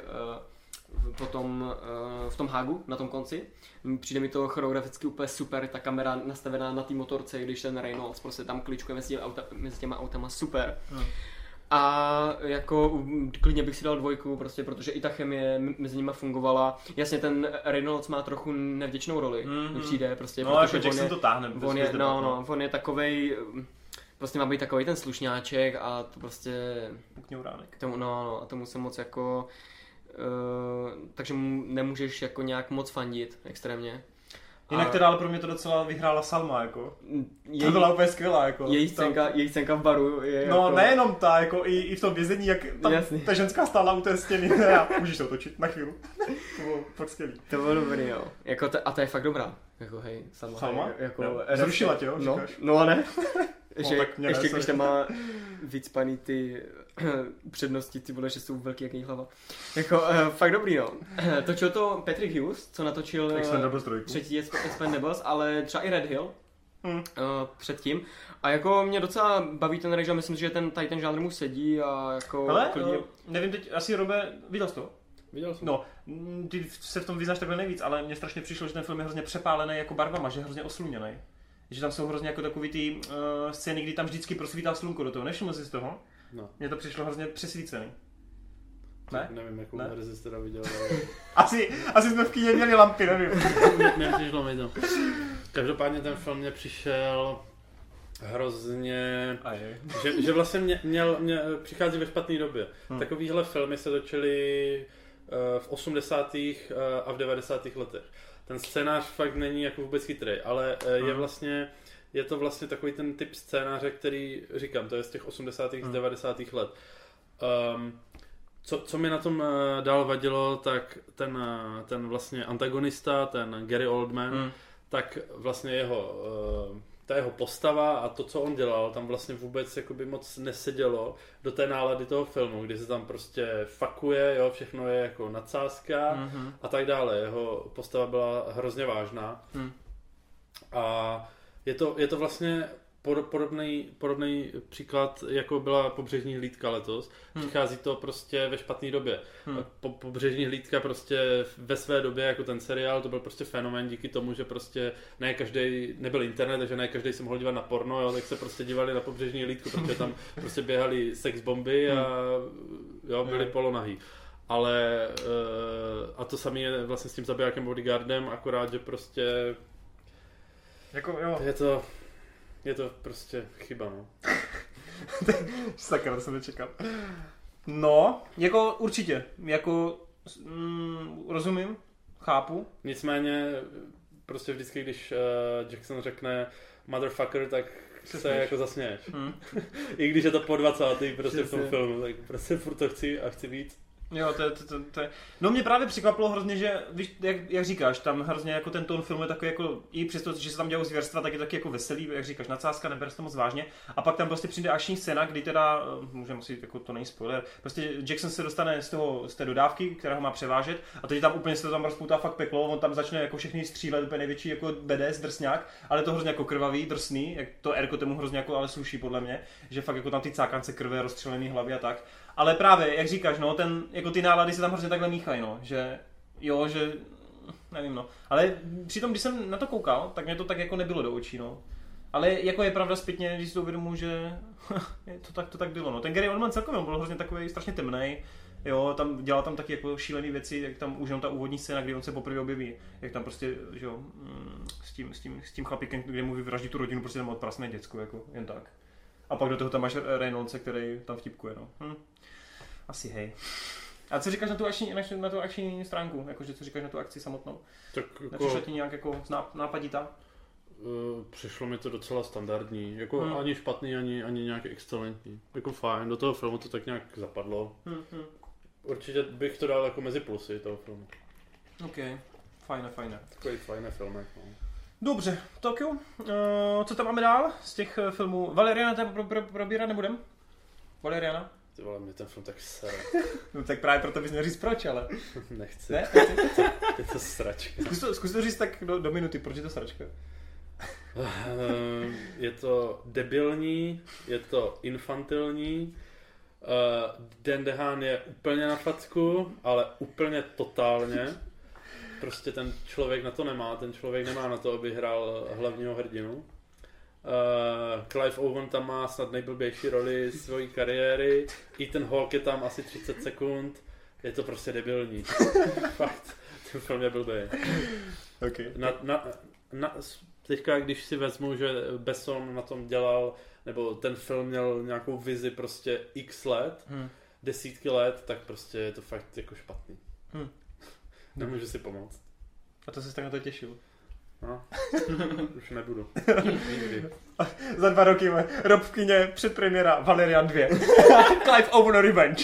B: potom v tom Hagu, na tom konci. Přijde mi to choreograficky úplně super, ta kamera nastavená na té motorce, když ten Reynolds prostě tam kličkuje mezi těma autama, super. A jako klidně bych si dal 2, prostě, protože i ta chemie mezi nimi fungovala. Jasně, ten Reynolds má trochu nevděčnou roli, přijde prostě.
A: No, jako Jackson to táhne.
B: On je takovej, prostě má být takovej ten slušňáček a to prostě...
A: Pukňouránek.
B: A tomu se moc jako... takže mu nemůžeš jako nějak moc fandit extrémně.
A: Jinak teda ale pro mě to docela vyhrála Salma, jako. To byla úplně skvělá, jako.
B: Její scénka v baru je
A: no
B: jako...
A: nejenom ta, jako i v tom vězení, jak tam ta ženská stála u té stěny. Můžeš to otočit na chvíli. To bylo fakt skvělý.
B: To bylo dobrý, jo. Jako a ta je fakt dobrá. Jako hej,
A: Salma?
B: Jako
A: no. Zrušila tě, jo, říkáš?
B: No a ne.
A: No,
B: že ještě když tam má vycpaný ty přednosti, ty vole, že jsou velký jak její hlava. Jako fakt dobrý, no. Točil to Patrick Hughes, co natočil třetí Expendables, ale třeba i Red Hill předtím. A jako mě docela baví ten režim, myslím si, že ten žánr mu sedí a jako...
A: Ale nevím teď, asi Robe, viděl jsi to?
C: Viděl jsem.
A: No, ty se v tom vyznáš takhle nejvíc, ale mně strašně přišlo, že ten film je hrozně přepálený jako barvama, že je hrozně osluněný. Že tam jsou hrozně jako takový ty scény, kdy tam vždycky prosvítá slunko do toho. Nevšiml jsi z toho?
C: No.
A: Mně to přišlo hrozně přesvícený. Ne?
C: Nevím, jakou verzi jste teda viděl.
A: Asi jsme v kyně měli lampy, nevím.
C: Nepřišlo mi to. Každopádně ten film mě přišel hrozně... že vlastně mě přichází ve špatné době. Takovýhle filmy se točily v 80. a v 90. letech. Ten scénář fakt není jako vůbec chytrý, ale je to vlastně takový ten typ scénáře, který říkám, to je z těch 80. z 90. let. Co mi na tom dál vadilo, tak ten vlastně antagonista, ten Gary Oldman, tak vlastně ta jeho postava a to, co on dělal, tam vlastně vůbec jakoby moc nesedělo do té nálady toho filmu, kdy se tam prostě fakuje, jo, všechno je jako nadsázka a tak dále. Jeho postava byla hrozně vážná. A je to vlastně podobný příklad, jako byla Pobřežní hlídka letos. Přichází to prostě ve špatné době. Pobřežní hlídka prostě ve své době, jako ten seriál, to byl prostě fenomén díky tomu, že prostě nebyl internet, takže ne každý se mohl dívat na porno, jo, tak se prostě dívali na Pobřežní hlídku, protože tam prostě běhaly sex bomby a jo, byli polonahý. Ale a to samé je vlastně s tím zabijákem Bodyguardem, akorát, že prostě
A: jako, jo.
C: Je to prostě chyba, no.
A: Sakra, to jsem nečekal. No, jako určitě, jako rozumím, chápu.
C: Nicméně prostě vždycky, když Jackson řekne motherfucker, tak se jako zasměješ. I když je to po 20. prostě v tom filmu, tak prostě furt to chci a chci víc.
A: Jo, to je... No mě právě překvapilo hrozně, že víš, jak říkáš, tam hrozně jako ten tón filmu je takový jako, i přesto, že se tam dělají zvěrstva, tak je taky jako veselý, jak říkáš, nadsázka, neber to moc vážně. A pak tam prostě přijde akční scéna, kdy teda, můžeme si, jako to není spoiler, prostě Jackson se dostane z té dodávky, která ho má převážet, a teď tam úplně se to tam rozpoutá fakt peklo, on tam začne jako všechny střílet, úplně největší jako BDS, drsňák, ale to hrozně jako krvavý, drsný, jak to Erko tomu hrozně jako ale sluší podle mě, že fakt jako tam ty cákance krve, rozstřelený hlavy a tak. Ale právě, jak říkáš, no, jako ty nálady se tam hrozně takhle míchají, no, že jo, že nevím, no. Ale přitom, když jsem na to koukal, tak mě to tak jako nebylo do očí, no. Ale jako je pravda zpětně, když si to uvědomuji, že to tak bylo, no. Ten Gary Oldman celkově byl hrozně takový strašně temnej, jo, dělal tam taky jako šílené věci, jak tam už jenom ta úvodní scéna, kdy on se poprvé objeví, jak tam prostě, že jo, s tím chlapíkem, kde mu vyvraždí tu rodinu, prostě tam odprasné děcko, jako jen tak. A pak do toho tam máš Reynoldse, který tam vtipkuje, no. Asi hej. A co říkáš na tu akční stránku? Jakože co říkáš na tu akci samotnou?
C: Tak jako...
A: Nepřišlo ti nějak jako nápaditá?
C: Přišlo mi to docela standardní. Jako ani špatný, ani nějak excelentní. Jako fajn, do toho filmu to tak nějak zapadlo. Určitě bych to dal jako mezi plusy toho filmu.
A: OK, fajné.
C: Takový fajný filmek, no.
A: Dobře, tak jo. Co tam máme dál z těch filmů? Valeriana tam probírat nebudem? Valeriana?
C: Ty vole, mě ten film tak sere.
A: No tak právě proto bys měl říct proč, ale...
C: Nechci.
A: Ne?
C: Je to sračka.
A: Zkus to říct tak do minuty, proč je to sračka?
C: Je to debilní, je to infantilní. Dan DeHaan je úplně na facku, ale úplně totálně. Prostě ten člověk na to nemá, ten člověk nemá na to, aby hrál hlavního hrdinu. Clive Owen tam má snad nejblbější roli svojí kariéry, Ethan Hawke je tam asi 30 sekund, je to prostě debilní. Fakt, ten film je blbý.
A: Okay.
C: Teďka, když si vezmu, že Besson na tom dělal, nebo ten film měl nějakou vizi prostě x let, desítky let, tak prostě je to fakt jako špatný. Nemůžu si pomoct.
A: A to jsi tak na to těšil?
C: No, už nebudu.
A: Za 2 roky Rob v kině, předpremiéra Valerian 2. Clive Owen Revenge.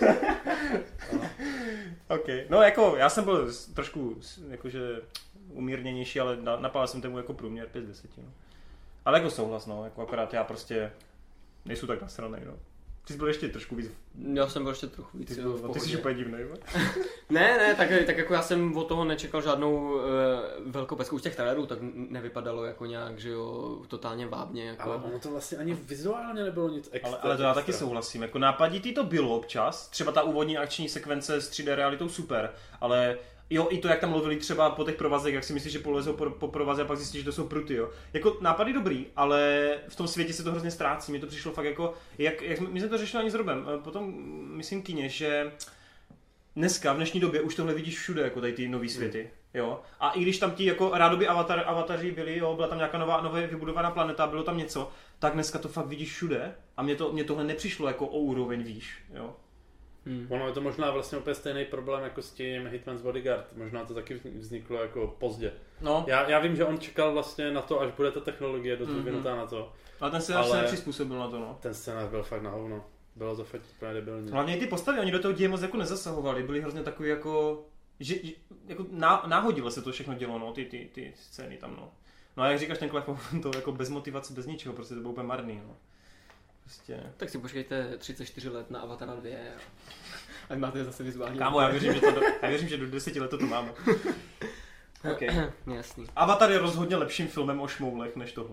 A: OK. No jako, já jsem byl trošku jakože umírněnější, ale napál jsem tomu jako průměr 5 z 10. No. Ale jako souhlas, no, jako akorát já prostě nejsou tak nasranej, no. Ty jsi byl ještě trošku víc.
B: Já jsem byl ještě trochu víc.
A: Ty jsi úplně divnej,
B: Ne, tak jako já jsem od toho nečekal žádnou velkou pesku. Už těch trailerů tak nevypadalo jako nějak, že jo, totálně vábně. Jako...
C: Ale ono to vlastně ani vizuálně nebylo nic extra.
A: Ale to já taky souhlasím. Jako nápaditý to bylo občas. Třeba ta úvodní akční sekvence s 3D realitou super, ale jo, i to, jak tam mluvili třeba po těch provazech, jak si myslíš, že polezou po provaze a pak zjistíš, že to jsou pruty, jo. Jako nápady dobrý, ale v tom světě se to hrozně ztrácí. Mně to přišlo fakt jako, my jsme to řešili ani s Robem, potom myslím kyně, že dneska, v dnešní době už tohle vidíš všude, jako tady ty nový světy, jo. A i když tam ti jako rádoby avataři byli, jo, byla tam nějaká nově vybudovaná planeta, bylo tam něco, tak dneska to fakt vidíš všude a mně tohle nepřišlo jako o úroveň výš, jo.
C: Ono je to možná vlastně úplně stejný problém jako s tím Hitman's Bodyguard. Možná to taky vzniklo jako pozdě. No. Já vím, že on čekal vlastně na to, až bude ta technologie dost vyvinutá na to.
A: A ten scénář se nepřizpůsobil na to, no.
C: Ten scénář byl fakt na hovno. Bylo to fakt úplně debilní.
A: Hlavně i ty postavy, oni do toho děje moc jako nezasahovali. Byli hrozně takový jako... Že jako náhodile se to všechno dělo, no, ty scény tam, no. No a jak říkáš, ten Clive to jako bez motivace, bez ničeho, prostě to bylo úplně marný, no. Prostě...
B: Tak si počkejte 34 let na Avatara 2 a máte zase vizuální.
A: Kámo, já věřím, že do 10 let to máme. Okay.
B: Jasný.
A: Avatar je rozhodně lepším filmem o šmoulech než tohle.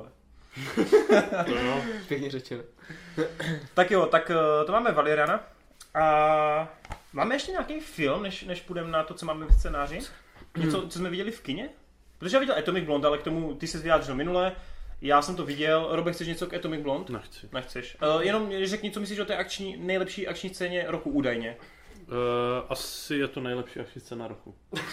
B: No, pěkně řečeno.
A: Tak jo, tak to máme Valeriana. A máme ještě nějaký film, než půjdeme na to, co máme v scénáři? Něco, co jsme viděli v kině? Protože já viděl Atomic Blonde, ale k tomu ty jsi vyjádřil minule. Já jsem to viděl. Robe, chceš něco k Atomic Blonde? Nechceš. Jenom řekni, co myslíš o té nejlepší akční scéně roku údajně.
C: Asi je to nejlepší akční scéna roku.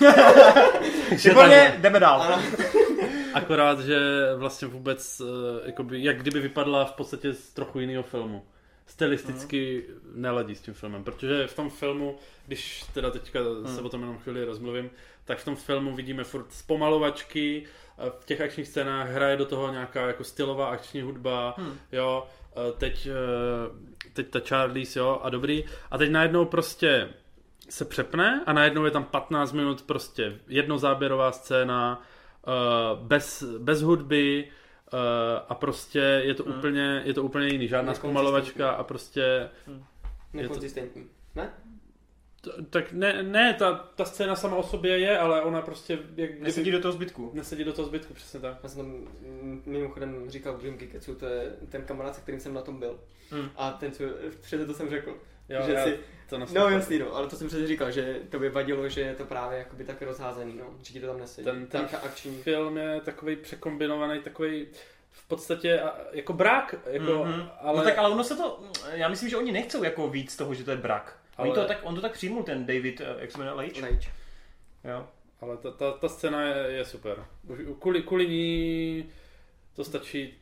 A: Výborně, jdeme dál.
C: Akorát, že vlastně vůbec, jakoby, jak kdyby vypadla v podstatě z trochu jiného filmu. Stylisticky neladí s tím filmem, protože v tom filmu, když teda teďka se o tom jenom chvíli rozmluvím, tak v tom filmu vidíme furt zpomalovačky, v těch akčních scénách hraje do toho nějaká jako stylová akční hudba, jo, teď ta Charlize, jo, a dobrý. A teď najednou prostě se přepne a najednou je tam 15 minut prostě jednozáběrová scéna, bez hudby, a prostě je to úplně jiný, žádná zpomalovačka a prostě...
B: Nekonzistentní, ne?
C: Tak ne, ta scéna sama o sobě je, ale ona prostě...
A: Nesedí do toho zbytku.
C: Nesedí do toho zbytku, přesně tak.
B: Já jsem tam mimochodem říkal Grim Kiketsu, to je ten kamarád, se kterým jsem na tom byl. A ten, co přede to jsem řekl.
C: Jo,
B: že si...
C: to
B: no jasný, no, ale to jsem přece říkal, že to by vadilo, že je to právě jakoby tak rozházený, no, že ti to tam nesedí.
C: Ten film je takovej překombinovaný, takovej... V podstatě jako brak, jako, ale...
A: No tak ale ono se to, já myslím, že oni nechcou jako víc toho, že to je brak. Ale... On to tak přijmul, ten David, jak se jmenuje, Leitch. Jo.
C: Ale ta scéna je super. Kvůli ní to stačí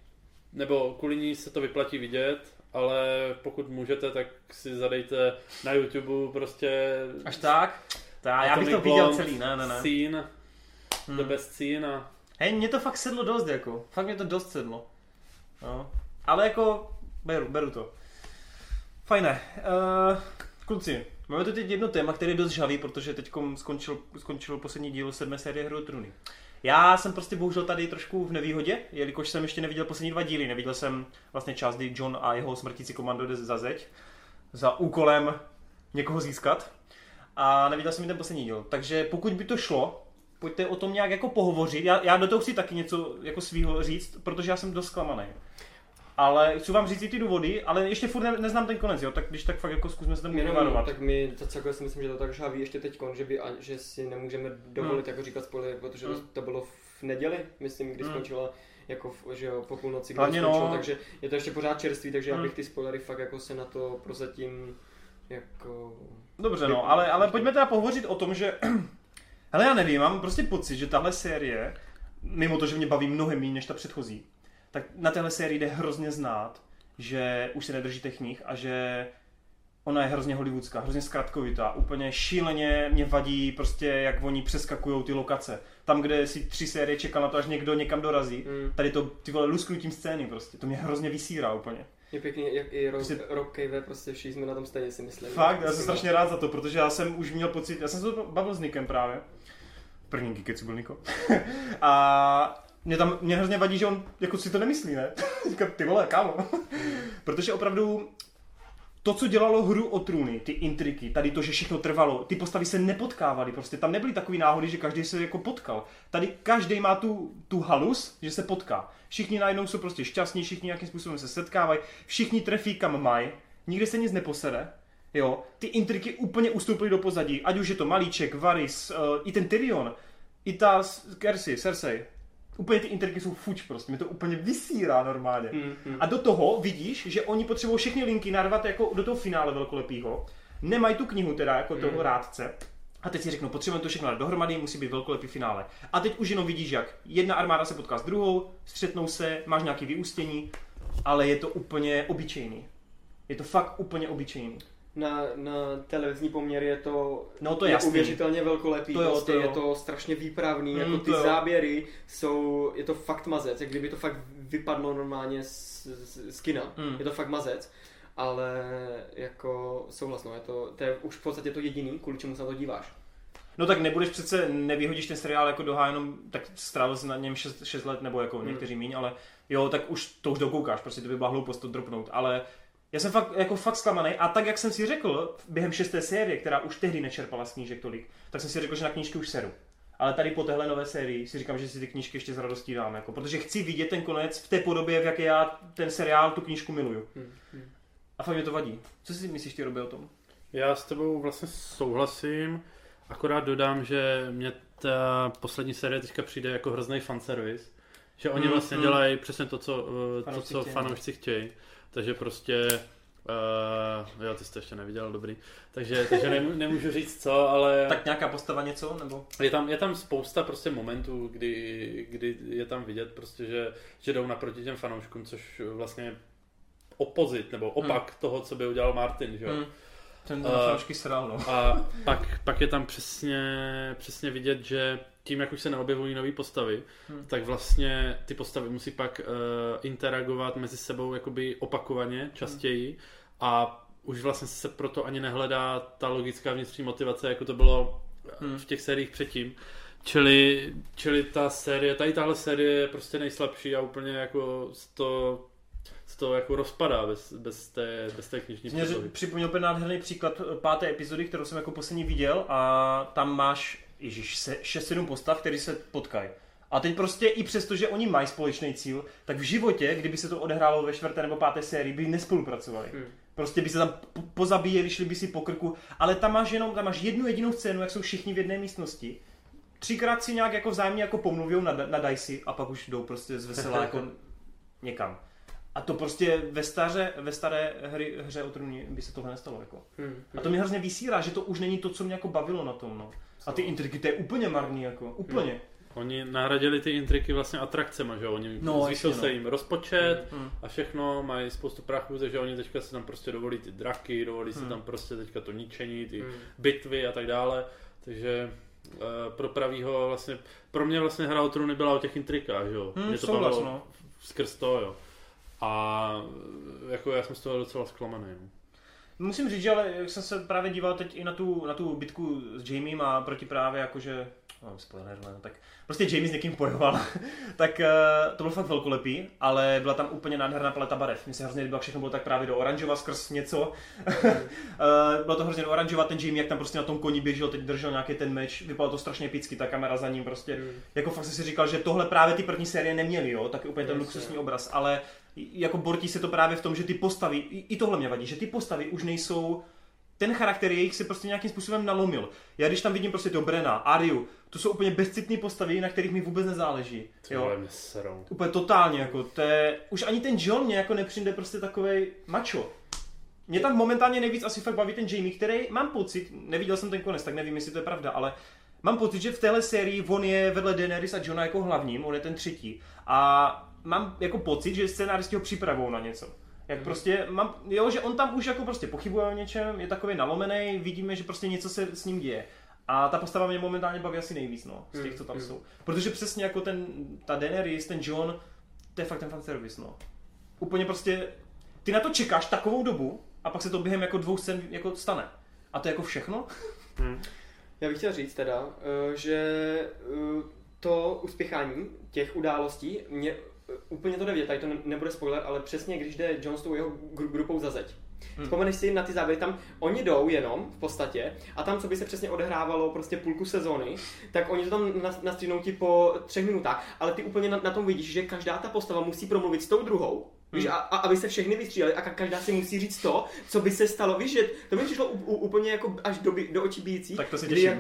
C: nebo kvůli ní se to vyplatí vidět, ale pokud můžete, tak si zadejte na YouTube prostě...
A: Až tak? Já bych to viděl celý, ne.
C: Scene, the best scene a...
A: Hej, mě to fakt sedlo dost, jako. Fakt mě to dost sedlo. No. Ale jako, beru to. Fajné. Kluci, máme tu teď jedno téma, který je dost žhavý, protože teď skončil poslední díl 7. série Hry o trůny. Já jsem prostě bohužel tady trošku v nevýhodě, jelikož jsem ještě neviděl poslední 2 díly. Neviděl jsem vlastně část, kdy John a jeho smrtící komando jde za zeď za úkolem někoho získat. A neviděl jsem i ten poslední díl. Takže pokud by to šlo, pojďte o tom nějak jako pohovořit. Já do toho chci taky něco jako svýho říct, protože já jsem dost zklamaný. Ale chci vám říct i ty důvody, ale ještě furt neznám ten konec, jo? Tak když tak fakt jako zkusme se tam vyvarovat.
B: Tak my to celkově si myslím, že to tak žáví ještě teďkon, že si nemůžeme dovolit jako říkat spoiler, protože to bylo v neděli, myslím, kdy skončila jako že jo, po půlnoci, kdy skončilo, takže je to ještě pořád čerstvý, takže já bych ty spoilery fakt jako se na to prozatím jako...
A: Dobře, no, ale pojďme teda pohovořit o tom, že... Hele, já nevím, mám prostě pocit, že tahle série, mimo to, že mě baví mnohem méně než ta předchozí, tak na téhle sérii jde hrozně znát, že už se nedržíte knih a že ona je hrozně hollywoodská, hrozně zkratkovitá, úplně šíleně mě vadí prostě, jak oni přeskakujou ty lokace. Tam, kde si 3 série čekal na to, až někdo někam dorazí, tady to, ty vole, lusknutím scény prostě, to mě hrozně vysírá úplně.
B: Je pěkný, jak i Rob Cave, prostě všichni jsme na tom stejně, si myslím.
A: Fakt, já jsem strašně rád za to, protože já jsem už měl pocit, já jsem se to bavil s Nikem právě, první Geeketsu byl Niko, a mě hrozně vadí, že on jako si to nemyslí, ne? Říkám, ty vole, kámo. Protože opravdu to, co dělalo Hru o trůny, ty intriky, tady to, že všechno trvalo, ty postavy se nepotkávaly, prostě tam nebyly takový náhody, že každý se jako potkal. Tady každý má tu halus, že se potká. Všichni najednou jsou prostě šťastní, všichni nějakým způsobem se setkávají, všichni trefí kam mají, nikde se nic neposede. Jo, ty intriky úplně ustoupily do pozadí, ať už je to Malíček, Varys, i ten Tyrion, i ta Cersei. Úplně ty intriky jsou fuč prostě, mě to úplně vysírá normálně. A do toho vidíš, že oni potřebují všechny linky narvat jako do toho finále velkolepýho. Nemají tu knihu teda jako toho rádce. A teď si řeknou, potřebujeme to všechno dát dohromady, musí být velkolepý finále. A teď už jenom vidíš, jak jedna armáda se potká s druhou, střetnou se, máš nějaké vyústění, ale je to úplně obyčejný. Je to fakt úplně obyčejný.
B: Na televizní poměr je to,
A: neuvěřitelně
B: velkolepý, prostě je to strašně výpravný, jako ty záběry jsou, je to fakt mazec, jak kdyby to fakt vypadlo normálně z kina, je to fakt mazec, ale jako souhlasno, to je už v podstatě to jediný, kvůli čemu se na to díváš.
A: No tak nebudeš přece, nevyhodíš ten seriál jako do jenom, tak strávil jsi na něm 6 let, nebo jako někteří míň, ale jo, tak už to dokoukáš, prostě to by byla hloupost to dropnout, ale já jsem fakt zklamaný a tak, jak jsem si řekl během 6. série, která už tehdy nečerpala snížek tolik, tak jsem si řekl, že na knížky už seru. Ale tady po téhle nové sérii si říkám, že si ty knížky ještě s radostí dám, jako, protože chci vidět ten konec v té podobě, v jaké já ten seriál, tu knížku miluju. A fakt mě to vadí. Co si myslíš ty, Robi, o tom?
C: Já s tebou vlastně souhlasím, akorát dodám, že mě ta poslední série teďka přijde jako hrozný fanservice, že oni vlastně dělají přesně to, co fanoušci chtějí. Takže prostě, jo, ty jsi to ještě neviděl, dobrý. Takže nemůžu říct co, ale...
A: Tak nějaká postava něco, nebo?
C: Je tam spousta prostě momentů, kdy je tam vidět prostě, že jdou naproti těm fanouškům, což vlastně opozit, nebo opak toho, co by udělal Martin, že jo.
A: Ten fanoušky srál, no.
C: A pak je tam přesně vidět, že tím, jak už se neobjevují nové postavy, tak vlastně ty postavy musí pak interagovat mezi sebou jakoby opakovaně, častěji a už vlastně se proto ani nehledá ta logická vnitřní motivace, jako to bylo v těch sériích předtím. Čili ta série, tahle série je prostě nejslabší a úplně jako to jako rozpadá bez té knižní přílohy.
A: Mě připomněl úplně nádherný příklad 5. epizody, kterou jsem jako poslední viděl a tam máš 6-7 postav, které se potkají. A teď prostě i přesto, že oni mají společný cíl, tak v životě, kdyby se to odehrálo ve 4. nebo 5. sérii, by nespolupracovali. Prostě by se tam pozabíjeli, šli by si po krku, ale tam máš jednu jedinou scénu, jak jsou všichni v jedné místnosti. 3krát si nějak jako vzájemně jako pomluví na dajsi a pak už jdou prostě zvesela jako někam. A to prostě ve staré hře o trůny by se tohle nestalo. Jako. A to mě hrozně vysírá, že to už není to, co mě jako bavilo na tom. No. A ty intriky, to je úplně marný. Jako. Úplně.
C: Oni nahradili ty intriky vlastně atrakcema, že oni zvýšil se jim rozpočet a všechno, mají spoustu prachu, takže oni teďka si tam prostě dovolí ty draky, dovolí si tam prostě teďka to ničení, ty bitvy a tak dále, takže pro pravýho vlastně, pro mě vlastně Hra o trůny byla o těch intrikách, jo. Mě to bavilo skrz to, jo. A jako já jsem z toho docela zklamaný, jo.
A: Musím říct, že ale jak jsem se právě díval teď i na tu bitku s Jamiem a proti právě jakože, spoiler, tak prostě Jamie s někým bojoval, tak to bylo fakt velkolepý, ale byla tam úplně nádherná paleta barev. Mně se hrozně líbilo, všechno bylo tak právě do oranžova skrz něco. Bylo to hrozně do oranžova, ten Jamie, jak tam prostě na tom koni běžel, teď držel nějaký ten meč, vypadalo to strašně epicky, ta kamera za ním prostě. Jako fakt jsem si říkal, že tohle právě ty první série neměly, jo, tak úplně ten luxusní obraz, ale jako bortí se to právě v tom, že ty postavy, i tohle mě vadí, že ty postavy už nejsou, ten charakter jejich se prostě nějakým způsobem nalomil. Já když tam vidím prostě toho Brena, Aryu, to jsou úplně bezcitné postavy, na kterých mi vůbec nezáleží. Jo? Úplně totálně, jako už ani ten Jon mě jako nepřijde prostě takovej macho. Mě tam momentálně nejvíc asi fakt baví ten Jamie, který mám pocit, neviděl jsem ten konec, tak nevím, jestli to je pravda, ale mám pocit, že v téhle sérii on je vedle Daenerys a Jona jako hlavním, on je ten třetí. A mám jako pocit, že scénáristi ho připravují na něco. Jak prostě že on tam už jako prostě pochybuje o něčem, je takový nalomený, vidíme, že prostě něco se s ním děje. A ta postava mě momentálně baví asi nejvíc, z těch, co tam jsou. Protože přesně jako ta Daenerys, ten Jon, to je fakt ten fanservice, Úplně prostě, ty na to čekáš takovou dobu a pak se to během jako 2 scén jako stane. A to je jako všechno.
B: Já bych chtěl říct teda, že to uspěchání těch událostí mě úplně to nevědět, tady to nebude spoiler, ale přesně když jde Jon s tou jeho grupou za zeď. Vzpomeneš si na ty záběry, tam oni jdou jenom v podstatě a tam, co by se přesně odehrávalo prostě půlku sezóny, tak oni to tam nastříhnou ti po 3 minutách, ale ty úplně na tom vidíš, že každá ta postava musí promluvit s tou druhou, víš, a aby se všechny vystřídali a každá si musí říct to, co by se stalo, víš, že to mi přišlo úplně jako až do očí bíjící,
A: tak to se těším.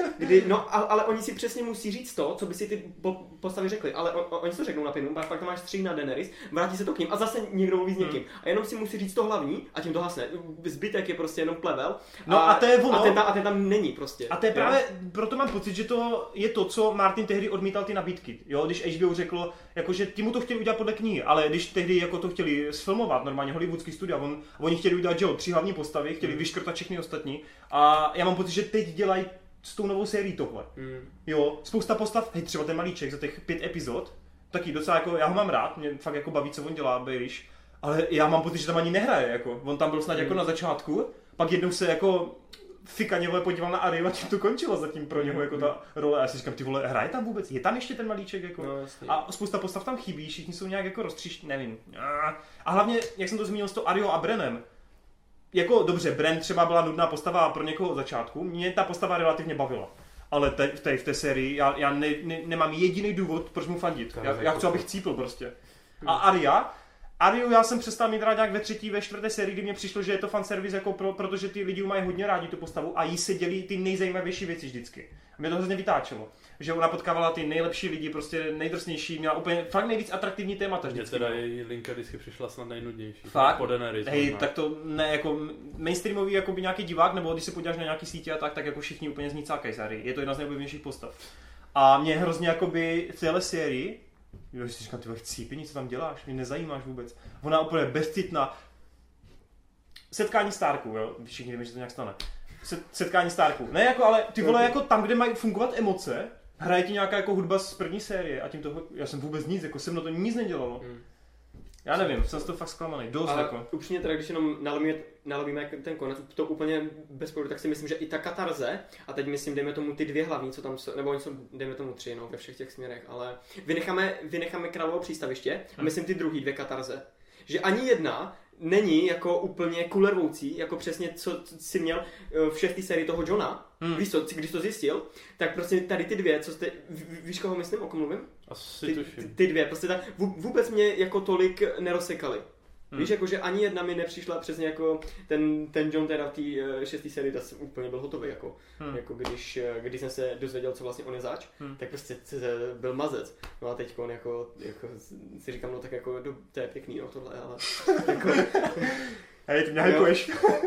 B: Ale oni si přesně musí říct to, co by si ty postavy řekli, ale oni si to řeknou na pinu, pak tam máš 3 na Daenerys, vrátí se to k ním a zase někdo mluví s někým a jenom si musí říct to hlavní a tím to hasne. Zbytek je prostě jenom plevel.
A: A to je ono.
B: A ten tam není prostě.
A: A to je právě, proto mám pocit, že to je to, co Martin tehdy odmítal ty nabídky. Jo, když HBO řeklo, jakože ti mu to chtěli udělat podle knihy, ale když tehdy jako to chtěli sfilmovat, normálně hollywoodský studia, oni chtěli udělat 3 hlavní postavy, chtěli vyškrtat všechny ostatní a já mám pocit, že teď dělají s tou novou sérií tohle. Jo, spousta postav, třeba ten malíček za těch 5 epizod, taky docela jako, já ho mám rád, mě fakt jako baví, co on dělá, Baelish, ale já mám pocit, že tam ani nehraje, jako, on tam byl snad jako na začátku, pak jednou se jako fikaně podíval na Aryu a tím to končilo zatím pro něho jako ta role. A já si říkám, ty vole, hraje tam vůbec? Je tam ještě ten malíček? Jako?
B: No,
A: a spousta postav tam chybí, všichni jsou nějak jako roztříštění, nevím. A hlavně, jak jsem to zmínil s tou Aryu a Brenem, jako dobře, Bren třeba byla nudná postava pro někoho od začátku, mě ta postava relativně bavila. Ale v té sérii já nemám jediný důvod, proč mu fandit. Já chci, abych cípl prostě. A Aryu já jsem přestal mít rád nějak ve 3., ve 4. sérii, kdy mě přišlo, že je to fanservice, jako protože ty lidi mají hodně rádi tu postavu a jí se dělí ty nejzajímavější věci vždycky. A mě to hrozně vytáčelo. Že ona potkávala ty nejlepší lidi, prostě nejdrsnější, měla úplně fakt nejvíc atraktivní témata vždycky.
C: Mně teda její linka vždycky přišla snad nejnudnější.
A: Fakt?
C: Po Daenerys.
A: Hej, tak to ne jako mainstreamový jako by nějaký divák, nebo když se podíváš na nějaký sítě a tak jako všichni úplně znícákají z Arry. Je to jedna z nejoblíbenějších postav. A mě hrozně jakoby v téhle sérii, jo, si říkám, ty chcípění, co tam děláš, mě nezajímáš vůbec. Ona úplně bezcitná. Setkání Starků, jo, všichni víme, že to nějak stane. Setkání Starků. Ne jako, ale ty vole jako tam, kde mají fungovat emoce, hraje ti nějaká jako hudba z první série a tím toho, já jsem vůbec nic, jako se mnou to nic nedělalo. Já nevím, jsem z toho fakt zklamaný, dost
B: ale
A: jako.
B: Upřímně teda, když jenom nalovíme ten konec, to úplně bez sporu, tak si myslím, že i ta katarze, a teď myslím, dejme tomu ty 2 hlavní, co tam jsou, nebo oni jsou, dejme tomu 3, no, ve všech těch směrech, ale vynecháme Královo přístaviště a myslím ty druhý 2 katarze. Že ani jedna není jako úplně kulervoucí, jako přesně co si měl v 6. sérii toho Jona. Víš co, když to zjistil, tak prostě tady ty 2, co jste, víš koho myslím, o kom mluvím?
C: Asi
B: ty 2, prostě tak vůbec mě jako tolik nerozsekaly. Víš, jakože ani jedna mi nepřišla přesně jako ten Jon teda v té 6. sérii, jsem úplně byl hotový, jako když jsem se dozvěděl, co vlastně on je zač, tak prostě byl mazec. No a teď jako si říkám, no tak jako to je pěkný, no tohle, ale jako,
A: Hej, ty mě hypuješ.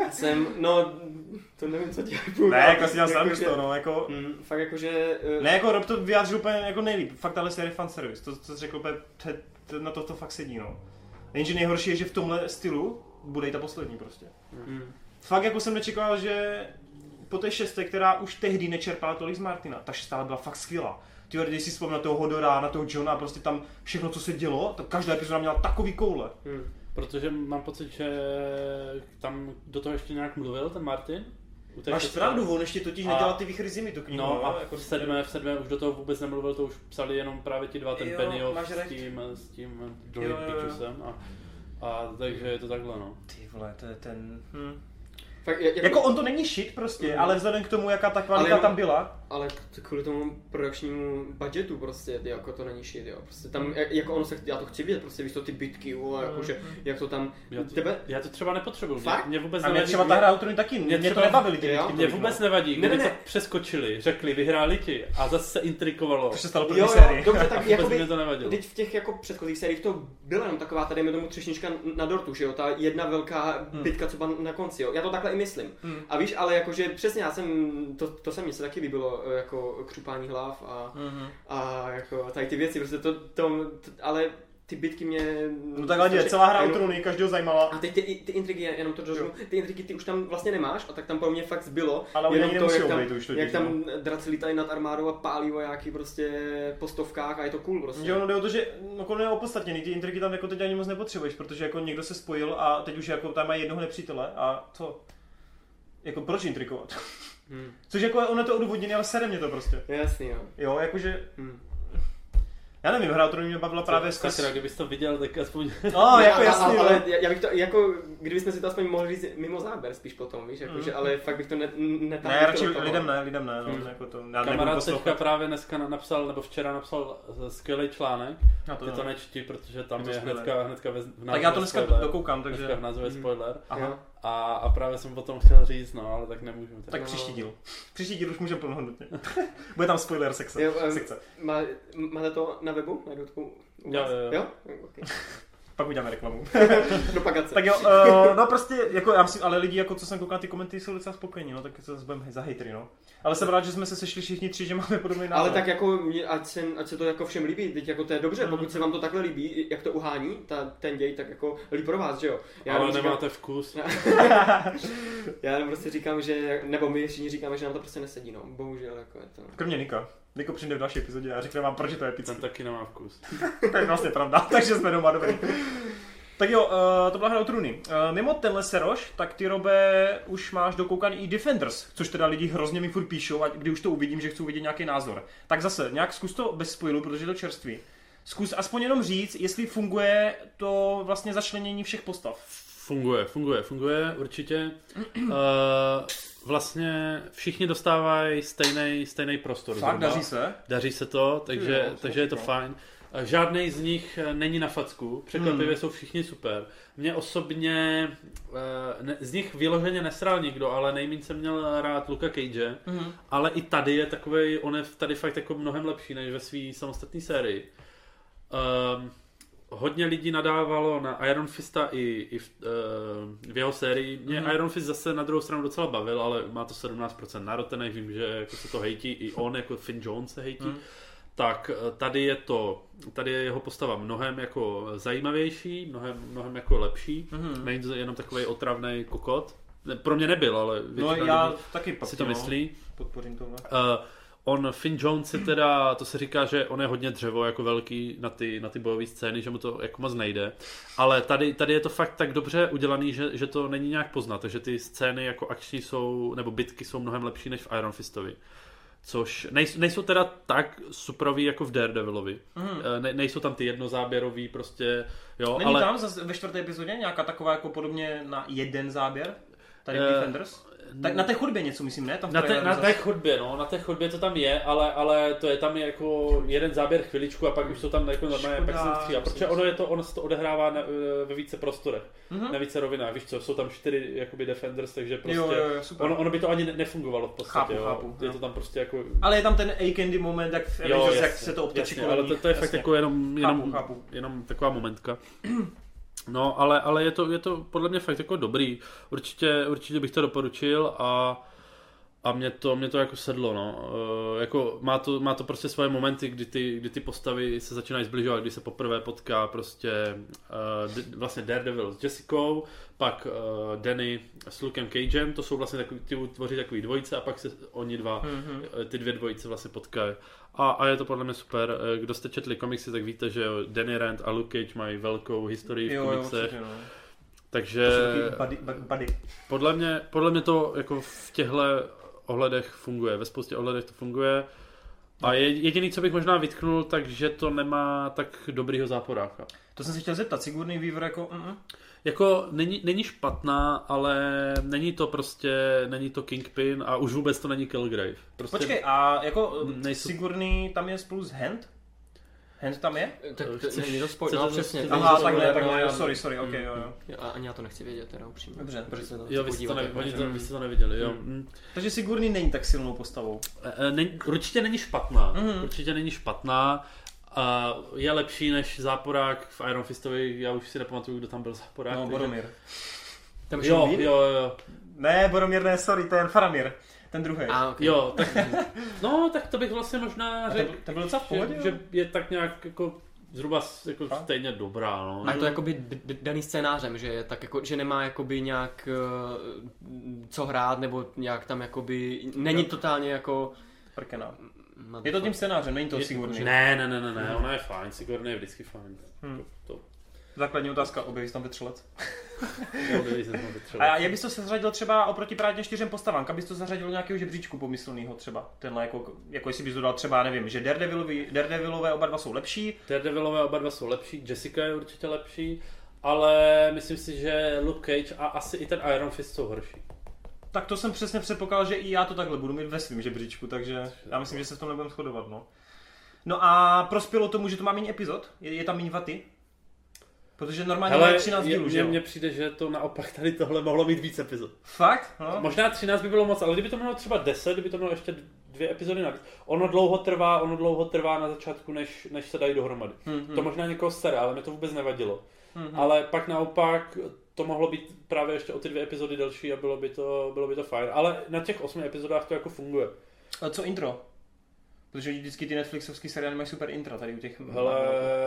B: To nevím, co ti hypuju.
A: Ne, jako si dělám srandu z toho, no, jako...
B: Fakt jako, že...
A: Ne, jako Rob to vyjádřil úplně jako nejlíp. Fakt tahle série fanservice, to jsi řekl úplně, na to fakt sedí, no. Jenže nejhorší je, že v tomhle stylu bude i ta poslední prostě. Fakt jako jsem nečekal, že po té 6, která už tehdy nečerpala tolik z Martina, ta 6 byla fakt skvělá. Ty když si vzpomínal na toho Hodora, na toho Johna, prostě tam všechno, co se dělo, tak každá epizoda měla takový koule.
C: Protože mám pocit, že tam do toho ještě nějak mluvil ten Martin.
A: Máš pravdu, on ještě totiž nedělal ty výchry zimy, tu knihu.
C: No a jako v sedmé už do toho vůbec nemluvil, to už psali jenom právě ti dva, ten Benioff s tím Joey Pictusem a takže je to takhle, no.
A: Ty vole, to je ten...
B: Fakt,
A: jako on to není shit prostě, ale vzhledem k tomu, jaká ta kvalita tam byla.
B: Ale kvůli tomu produkčnímu budgetu prostě, jako to není shit, jo. Prostě tam, jako ono se, já to chci vidět, prostě víš to ty bitky, jakože, jak to tam...
C: Já to třeba nepotřebuju.
B: Fakt?
C: Mě vůbec
A: nevadí. A
C: mě
A: třeba ta hra autorů taky, mě to nebavili ty bitky.
C: Mě vůbec nevadí, kdyby to přeskočili, řekli, vyhráli ti a zase se intrikovalo.
A: To se stalo první sérii.
B: Dobře, tak jakoby,
C: mě to nevadilo.
B: teď v těch jako předchozích sériích to byla jenom taková, tady tomu třešnička na dortu, že jo, ta jedna velká bitka třeba na konci, jo. Já to takhle i myslím. A víš, ale jakože přesně já jsem, to se mně se taky líbilo, jako křupání hlav a jako tady ty věci, prostě ale ty bitky mě...
A: No takhle celá hra o trůny, každého zajímala.
B: A teď ty intrigy, jenom to dožnu, ty intrigy ty už tam vlastně nemáš a tak tam pro mě fakt zbylo.
A: Ale oni
B: jenom
A: to,
B: jak tam draci lítají nad armádou a pálí vojáky prostě po stovkách a je to cool prostě.
A: Jo, no jde o to, že no, je opodstatněný, ty intrigy tam jako teď ani moc nepotřebuješ, protože jako někdo se spojil a teď už jako tam mají jednoho nepřítele a co? Jako proč intrikovat? Což jako ono to odůvodněné, ale sere mě to prostě.
B: Jasný, jo.
A: Jo, jakože... Já nevím, hra o trůny mě bavila právě
C: skrz... Sakra, kdybys to viděl, tak aspoň...
A: No, jako jasný,
B: ale já bych to, jako, kdybychom si to aspoň mohli říct mimo záběr spíš potom, víš, jakože, ale fakt bych to netáhl.
A: Ne, radši lidem ne, no, jako to...
C: Kamarád teďka právě dneska napsal, nebo včera napsal skvělý článek, ty to nečti, protože tam je hnedka v názvě.
A: Tak já to dneska dokoukám, takže...
C: Dneska v názvě spoiler. A právě jsem o tom chtěl říct, no, ale tak nemůžu.
A: Tak příští díl. Příští díl už můžeme plnohodnotně. Bude tam spoiler sekce.
B: Máte to na webu? Na Dotku?
C: Jo?
B: Okay.
A: Pak uděláme reklamu.
B: Propagace.
A: Tak jo, no prostě, jako já myslím, ale lidi, jako co jsem koukal na ty komenty, jsou docela spokojení, no, tak se zase budeme za hejtry, no. Ale jsem rád, že jsme se sešli všichni tři, že máme podobný názor.
B: Ale tak jako, ať se to jako všem líbí, teď jako to je dobře, pokud se vám to takhle líbí, jak to uhání, ten děj, tak jako líp pro vás, že jo.
C: Ale nemáte vkus.
A: Já
B: jenom prostě říkám, že, nebo my všichni říkáme, že nám to prostě nesedí, no, bohužel, jako je to.
A: Kromě Nika. Niko přijde v další epizodě a řekne vám, proč je to epický.
C: Ten taky nemá vkus.
A: To je vlastně pravda, takže jsme doma dobrý. Tak jo, to byla hra o trůny. Mimo tenhle seroš, tak ty, Robe, už máš dokoukaný i Defenders, což teda lidi hrozně mi furt píšou, a kdy už to uvidím, že chci uvidět nějaký názor. Tak zase, nějak zkus to bez spoilu, protože je to čerství. Zkus aspoň jenom říct, jestli funguje to vlastně začlenění všech postav.
C: Funguje určitě. Vlastně všichni dostávají stejný prostor.
A: Fakt, daří se?
C: Daří se to, takže je to fajn. Žádnej z nich není na facku, překvapivě jsou všichni super. Mě osobně z nich vyloženě nesral nikdo, ale nejméně jsem měl rád Luka Cage, ale i tady je takovej, on je tady fakt jako mnohem lepší než ve své samostatné sérii. Hodně lidí nadávalo na Iron Fista i v jeho sérii. Mě Iron Fist zase na druhou stranu docela bavil, ale má to 17% na Rotten, vím, že jako se to hejtí, i on, jako Finn Jones se hejtí. Tak tady je jeho postava mnohem jako zajímavější, mnohem jako lepší. Není to jenom takovej otravnej kokot. Pro mě nebyl, ale
A: já taky
C: si to myslí.
A: Podpořím tohle.
C: On, Finn Jones je teda, to se říká, že on je hodně dřevo jako velký na ty bojové scény, že mu to jako moc nejde. Ale tady je to fakt tak dobře udělaný, že to není nějak poznat, takže ty scény jako akční jsou, nebo bitky jsou mnohem lepší než v Iron Fistovi. Což nejsou teda tak superový jako v Daredevilovi. Nejsou tam ty jednozáběrový prostě, jo.
A: Není tam ve 4. epizodě nějaká taková jako podobně na jeden záběr? Tady Defenders? Tak na té chodbě něco, myslím, ne? Tam
C: na té chodbě, no, na té chodbě to tam je, ale to je tam jako jeden záběr chviličku a pak už to tam jako normálně pak se stříhá, protože ono se to odehrává ve více prostorech, na více rovinách, víš co, jsou tam 4 jakoby Defenders, takže prostě ono by to ani nefungovalo v podstatě, chápu, je to tam prostě jako...
A: Ale je tam ten A-Candy moment, jak v Avengers, jak se to obtočí kolem.
C: Ale to je fakt jako jenom taková momentka. No, ale je to podle mě fakt jako dobrý. Určitě bych to doporučil a mě to jako sedlo, no. Jako má to prostě svoje momenty, kdy ty postavy se začínají zbližovat, kdy se poprvé potká prostě vlastně Daredevil s Jessicou, pak Danny s Lukem Cagem, to jsou vlastně tvoří takový dvojice a pak se oni dva, ty dvě dvojice vlastně potkají. A je to podle mě super. Kdo jste četli komiksy, tak víte, že Danny Rand a Luke Cage mají velkou historii v komiksech.
A: Jo, určitě, no.
C: Takže
A: buddy.
C: Podle mě to jako v těchto ohledech funguje, ve spoustě ohledech to funguje. A jediný, co bych možná vytknul, takže to nemá tak dobrýho záporáka.
A: To jsem se chtěl zeptat, Sigourney Weaver jako...
C: Jako není špatná, ale není to Kingpin a už vůbec to není Kilgrave. Prostě
A: Počkej, a jako Sigourney tam je spolu s Hand? Hand tam je?
B: Tak není to spojit, no přesně.
A: Aha, takhle, sorry, ok, jo.
B: Ani já to nechci vědět teda upřímně.
A: Dobře.
C: Jo, vy jste to neviděli, jo.
A: Takže Sigourney není tak silnou postavou.
C: Určitě není špatná. Určitě není špatná. Je lepší než záporák v Iron Fistovi, já už si nepamatuju, kdo tam byl záporák.
A: No, Boromir.
B: Tam
C: jo.
A: Ne, Boromir ne, sorry, to je Faramir. Ten druhý.
B: Okay.
C: Jo, tak, no, tak to bych vlastně možná řekl,
A: ten byl docela v pohodě,
C: že je tak nějak jako zhruba jako stejně dobrá, no.
B: A je to jakoby daný scénářem, že je tak jako, že nemá jakoby nějak co hrát, nebo nějak tam jakoby, není totálně jako...
A: Prkena. Je to tím scénářem, není to Sigourney.
C: Ne, ona je fajn, Sigourney je vždycky fajn.
A: Základní otázka, objeví se tam Vetřelec.
C: A
A: jak bys to seřadil třeba oproti právě 4 postavám? Kam bys to zařadil do nějakého žebříčku pomyslného třeba? Tenhle jako jestli bys dodal třeba, nevím, že Daredevilové oba dva jsou lepší.
C: Daredevilové oba dva jsou lepší, Jessica je určitě lepší, ale myslím si, že Luke Cage a asi i ten Iron Fist jsou horší.
A: Tak to jsem přesně předpokládal, že i já to takhle budu mít ve svým žebříčku, takže já myslím, že se v tom nebudeme shodovat, no. No a prospělo tomu, že to má méně epizod? Je tam méně vaty? Protože normálně má 13 dílů, že jo?
C: Mně přijde, že to naopak tady tohle mohlo mít víc epizod.
A: Fakt? No.
C: Možná 13 by bylo moc, ale kdyby to mělo třeba 10, kdyby to mělo ještě 2 epizody navíc. Ono dlouho trvá na začátku, než se dají dohromady. To možná někoho sere, ale mě to vůbec nevadilo. Ale pak naopak to mohlo být právě ještě o ty 2 epizody delší a bylo by to fajn. Ale na těch 8 epizodách to jako funguje.
A: A co intro? Protože vždycky ty Netflixovský seriály mají super intro tady u těch...
C: Hele,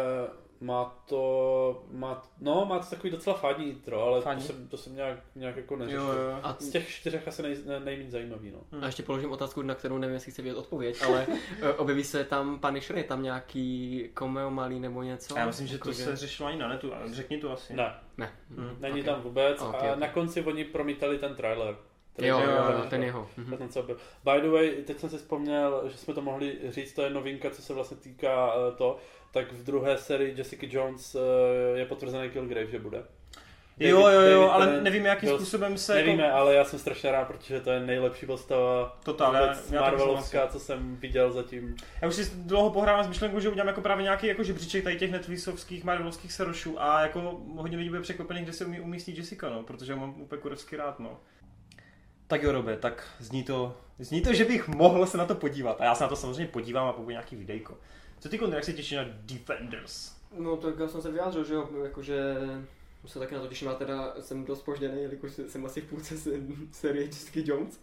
C: má to takový docela fádní intro, ale to jsem nějak jako neřešil.
A: Jo.
C: A z těch 4 asi nejméně zajímavý, no.
B: A ještě položím otázku, na kterou nevím, jestli chci vědět odpověď, ale objeví se tam Punisher, je tam nějaký cameo malý nebo něco?
A: Já myslím, že to se řešilo ani na netu, ale řekni to asi.
C: Ne. Není tam vůbec a na konci oni promítali ten trailer.
B: Jo, ten jeho.
C: By the way, teď jsem si vzpomněl, že jsme to mohli říct, to je novinka, co se vlastně týká tak v druhé sérii Jessica Jones je potvrzený Kilgrave, že bude.
A: Jo, ale nevíme, jakým způsobem se...
C: Nevíme, ale já jsem strašně rád, protože to je nejlepší postava Marvelovská, co jsem viděl zatím.
A: Já už si dlouho pohrávám s myšlenkou, že udělám jako právě nějaký jako žebříček tady těch Netflixovských Marvelovských serošů a jako hodně lidí bude překvapených, kde se umístí Jessica, no, protože ho mám úplně kurevsky rád, no. Tak jo, Robe, tak zní to, že bych mohl se na to podívat. A já se na to samozřejmě podívám a pokud nějaký videjko. Co ty, jak se těší na Defenders?
B: No tak já jsem se vyjádřil, že jo, jakože se taky na to těším, a teda jsem dost zpožděný, jelikož jsem asi v půlce série Jessica Jones.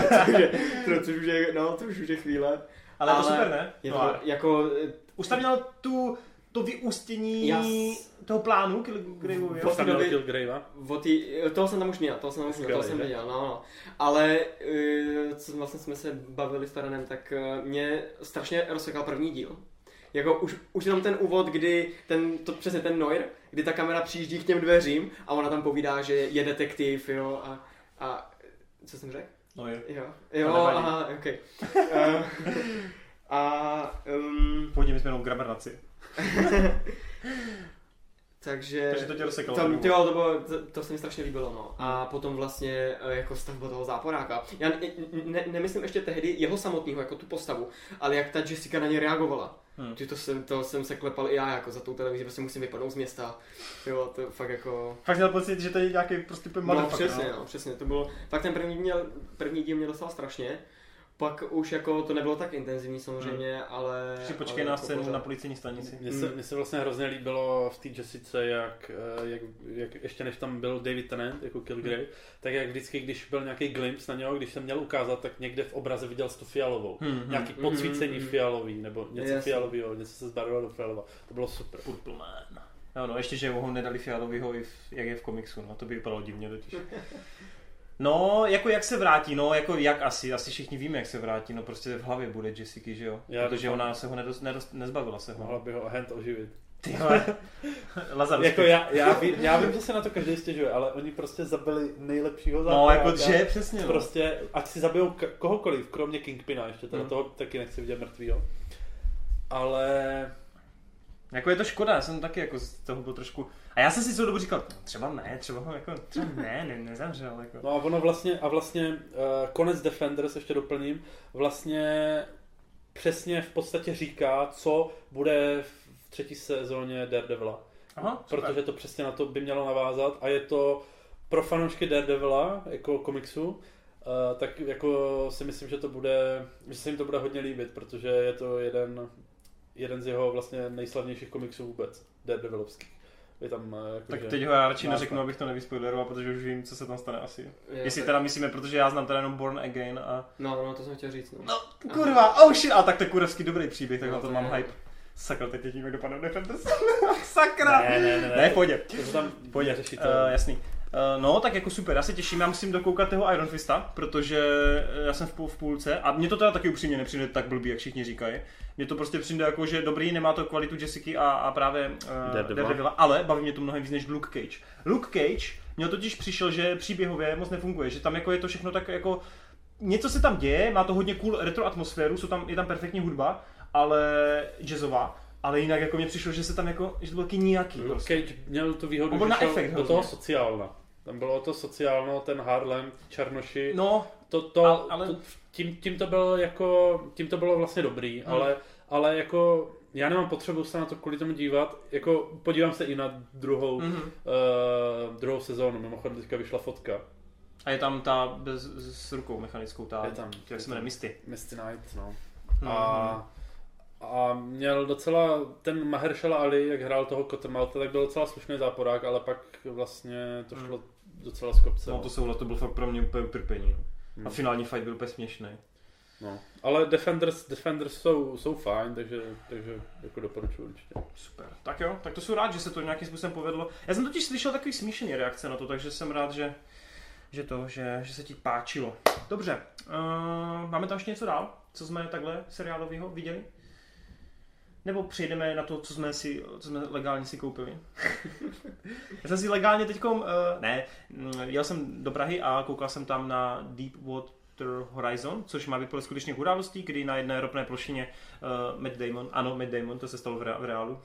B: což už je chvíle.
A: Ale je to super, ne?
B: Je to jako...
A: Už tam měl to vyústění toho plánu Kilgraveově.
B: Toho jsem tam už měl, toho jsem viděl, no. Ale co vlastně jsme se bavili s Taranem, tak mě strašně rozsekal první díl. Jako už jenom ten úvod, kdy přesně ten Noir, kdy ta kamera přijíždí k těm dveřím a ona tam povídá, že je detektiv, jo, a co jsem řekl?
A: Noir.
B: Jo, aha, okej.
A: Půjdeme jsme jenom gramernaci.
B: Takže
A: to tě rozsekalo.
B: To se mi strašně líbilo, no. A potom vlastně jako stavba toho záporáka. Já nemyslím ještě tehdy jeho samotného, jako tu postavu, ale jak ta Jessica na ně reagovala. To jsem se klepal i já, jako za tou televizí, prostě musím vypadnout z města. Jo, to fakt jako...
A: Fakt měl pocit, že to je nějaký prostě motherfucker.
B: No, přesně, to bylo... Fakt ten první díl mě dostal strašně. Pak už jako to nebylo tak intenzivní samozřejmě, ale...
A: Si počkej na scénu na policejní stanici.
C: Mně se vlastně hrozně líbilo v té Jessice, jak ještě než tam byl David Tennant jako Kilgrave, tak jak vždycky, když byl nějaký glimpse na něho, když jsem měl ukázat, tak někde v obraze viděl tu fialovou. Nějaký podsvícení fialový, nebo něco fialového, něco se zbarvilo do fialova. To bylo super.
A: Purple Man. No, ještě, že ho nedali fialovýho, jak je v komiksu, no to by vypadalo divně totiž. No, jako jak se vrátí, no, jako jak asi všichni víme, jak se vrátí, no prostě v hlavě bude Jessica, že jo? Protože ona se ho nezbavila se ho.
C: Mohla by ho agent oživit.
A: Tyhle, Lazarus.
C: Jako já vím, že se na to každý stěžuje, ale oni prostě zabili nejlepšího
A: západáka. No, jako že, přesně.
C: Prostě, ať si zabijou kohokoliv, kromě Kingpina, ještě teda toho taky nechci vidět mrtvýho. Ale...
A: Jako je to škoda, já jsem taky jako z toho byl trošku... A já jsem si celou dobu říkal, třeba ho jako, nezamřel. Jako.
C: No a ono vlastně konec Defenders, ještě doplním, vlastně přesně v podstatě říká, co bude v 3. sezóně Daredevila.
A: Aha,
C: protože to přesně na to by mělo navázat a je to pro fanoušky Daredevila, jako komiksu, tak jako si myslím, že se jim to bude hodně líbit, protože je to jeden z jeho vlastně nejslavnějších komiksů vůbec, Daredevilovských. Tam,
A: tak teď ho já radši neřeknu, abych to nevyspoileroval, protože už vím, co se tam stane asi. Jestli teda myslíme, protože já znám teda jenom Born Again a...
B: No, to jsem chtěl říct, no.
A: No, kurva, oh shit, a tak to je kurevský dobrý příběh, tak na to mám hype. Sakra, teď tím, jak dopadne Defenders. Sakra! Ne, pojď. Pojď, jasný. No, tak jako super, já se těším, já musím dokoukat toho Iron Fista, protože já jsem v půlce a mně to teda taky upřímně nepřijde tak blbý, jak všichni říkají. Mně to prostě přijde jako, že dobrý, nemá to kvalitu Jessiky a právě Daredevila, ale baví mě to mnohem víc než Luke Cage. Luke Cage měl totiž přišel, že příběhově moc nefunguje, že tam jako je to všechno tak jako... Něco se tam děje, má to hodně cool retro atmosféru, je tam perfektní hudba, ale jazzová. Ale jinak jako mě přišlo, že se tam jako, že to byl taky nijaký.
C: Luke Cage měl tu výhodu, že šel do toho sociálna. Tam bylo to sociálno, ten Harlem, Černoši.
A: No,
C: tím to bylo vlastně dobrý, ale jako já nemám potřebu se na to kvůli tomu dívat. Jako podívám se i na druhou sezónu, mimochodem teďka vyšla fotka.
A: A je tam ta s rukou mechanickou, jak se jmenuje,
C: Misty Knight, no. A měl docela, ten Mahershala Ali, jak hrál toho Cottonmoutha, tak byl docela slušný záporák, ale pak vlastně to šlo docela z kopce.
A: No to byl fakt pro mě úplně utrpení. A finální fight byl úplně směšný.
C: No, ale Defenders jsou fajn, takže jako doporučuji určitě.
A: Super. Tak jo, tak to jsem rád, že se to nějakým způsobem povedlo. Já jsem totiž slyšel takový smíšený reakce na to, takže jsem rád, že se ti páčilo. Dobře, máme tam ještě něco dál? Co jsme takhle seriálového viděli? Nebo přejdeme na to, co jsme legálně si koupili? Já jsem si legálně teďkom, jel jsem do Prahy a koukal jsem tam na Deepwater Horizon, což má být podle skutečných událostí, kdy na jedné ropné plošině Matt Damon, to se stalo v reálu.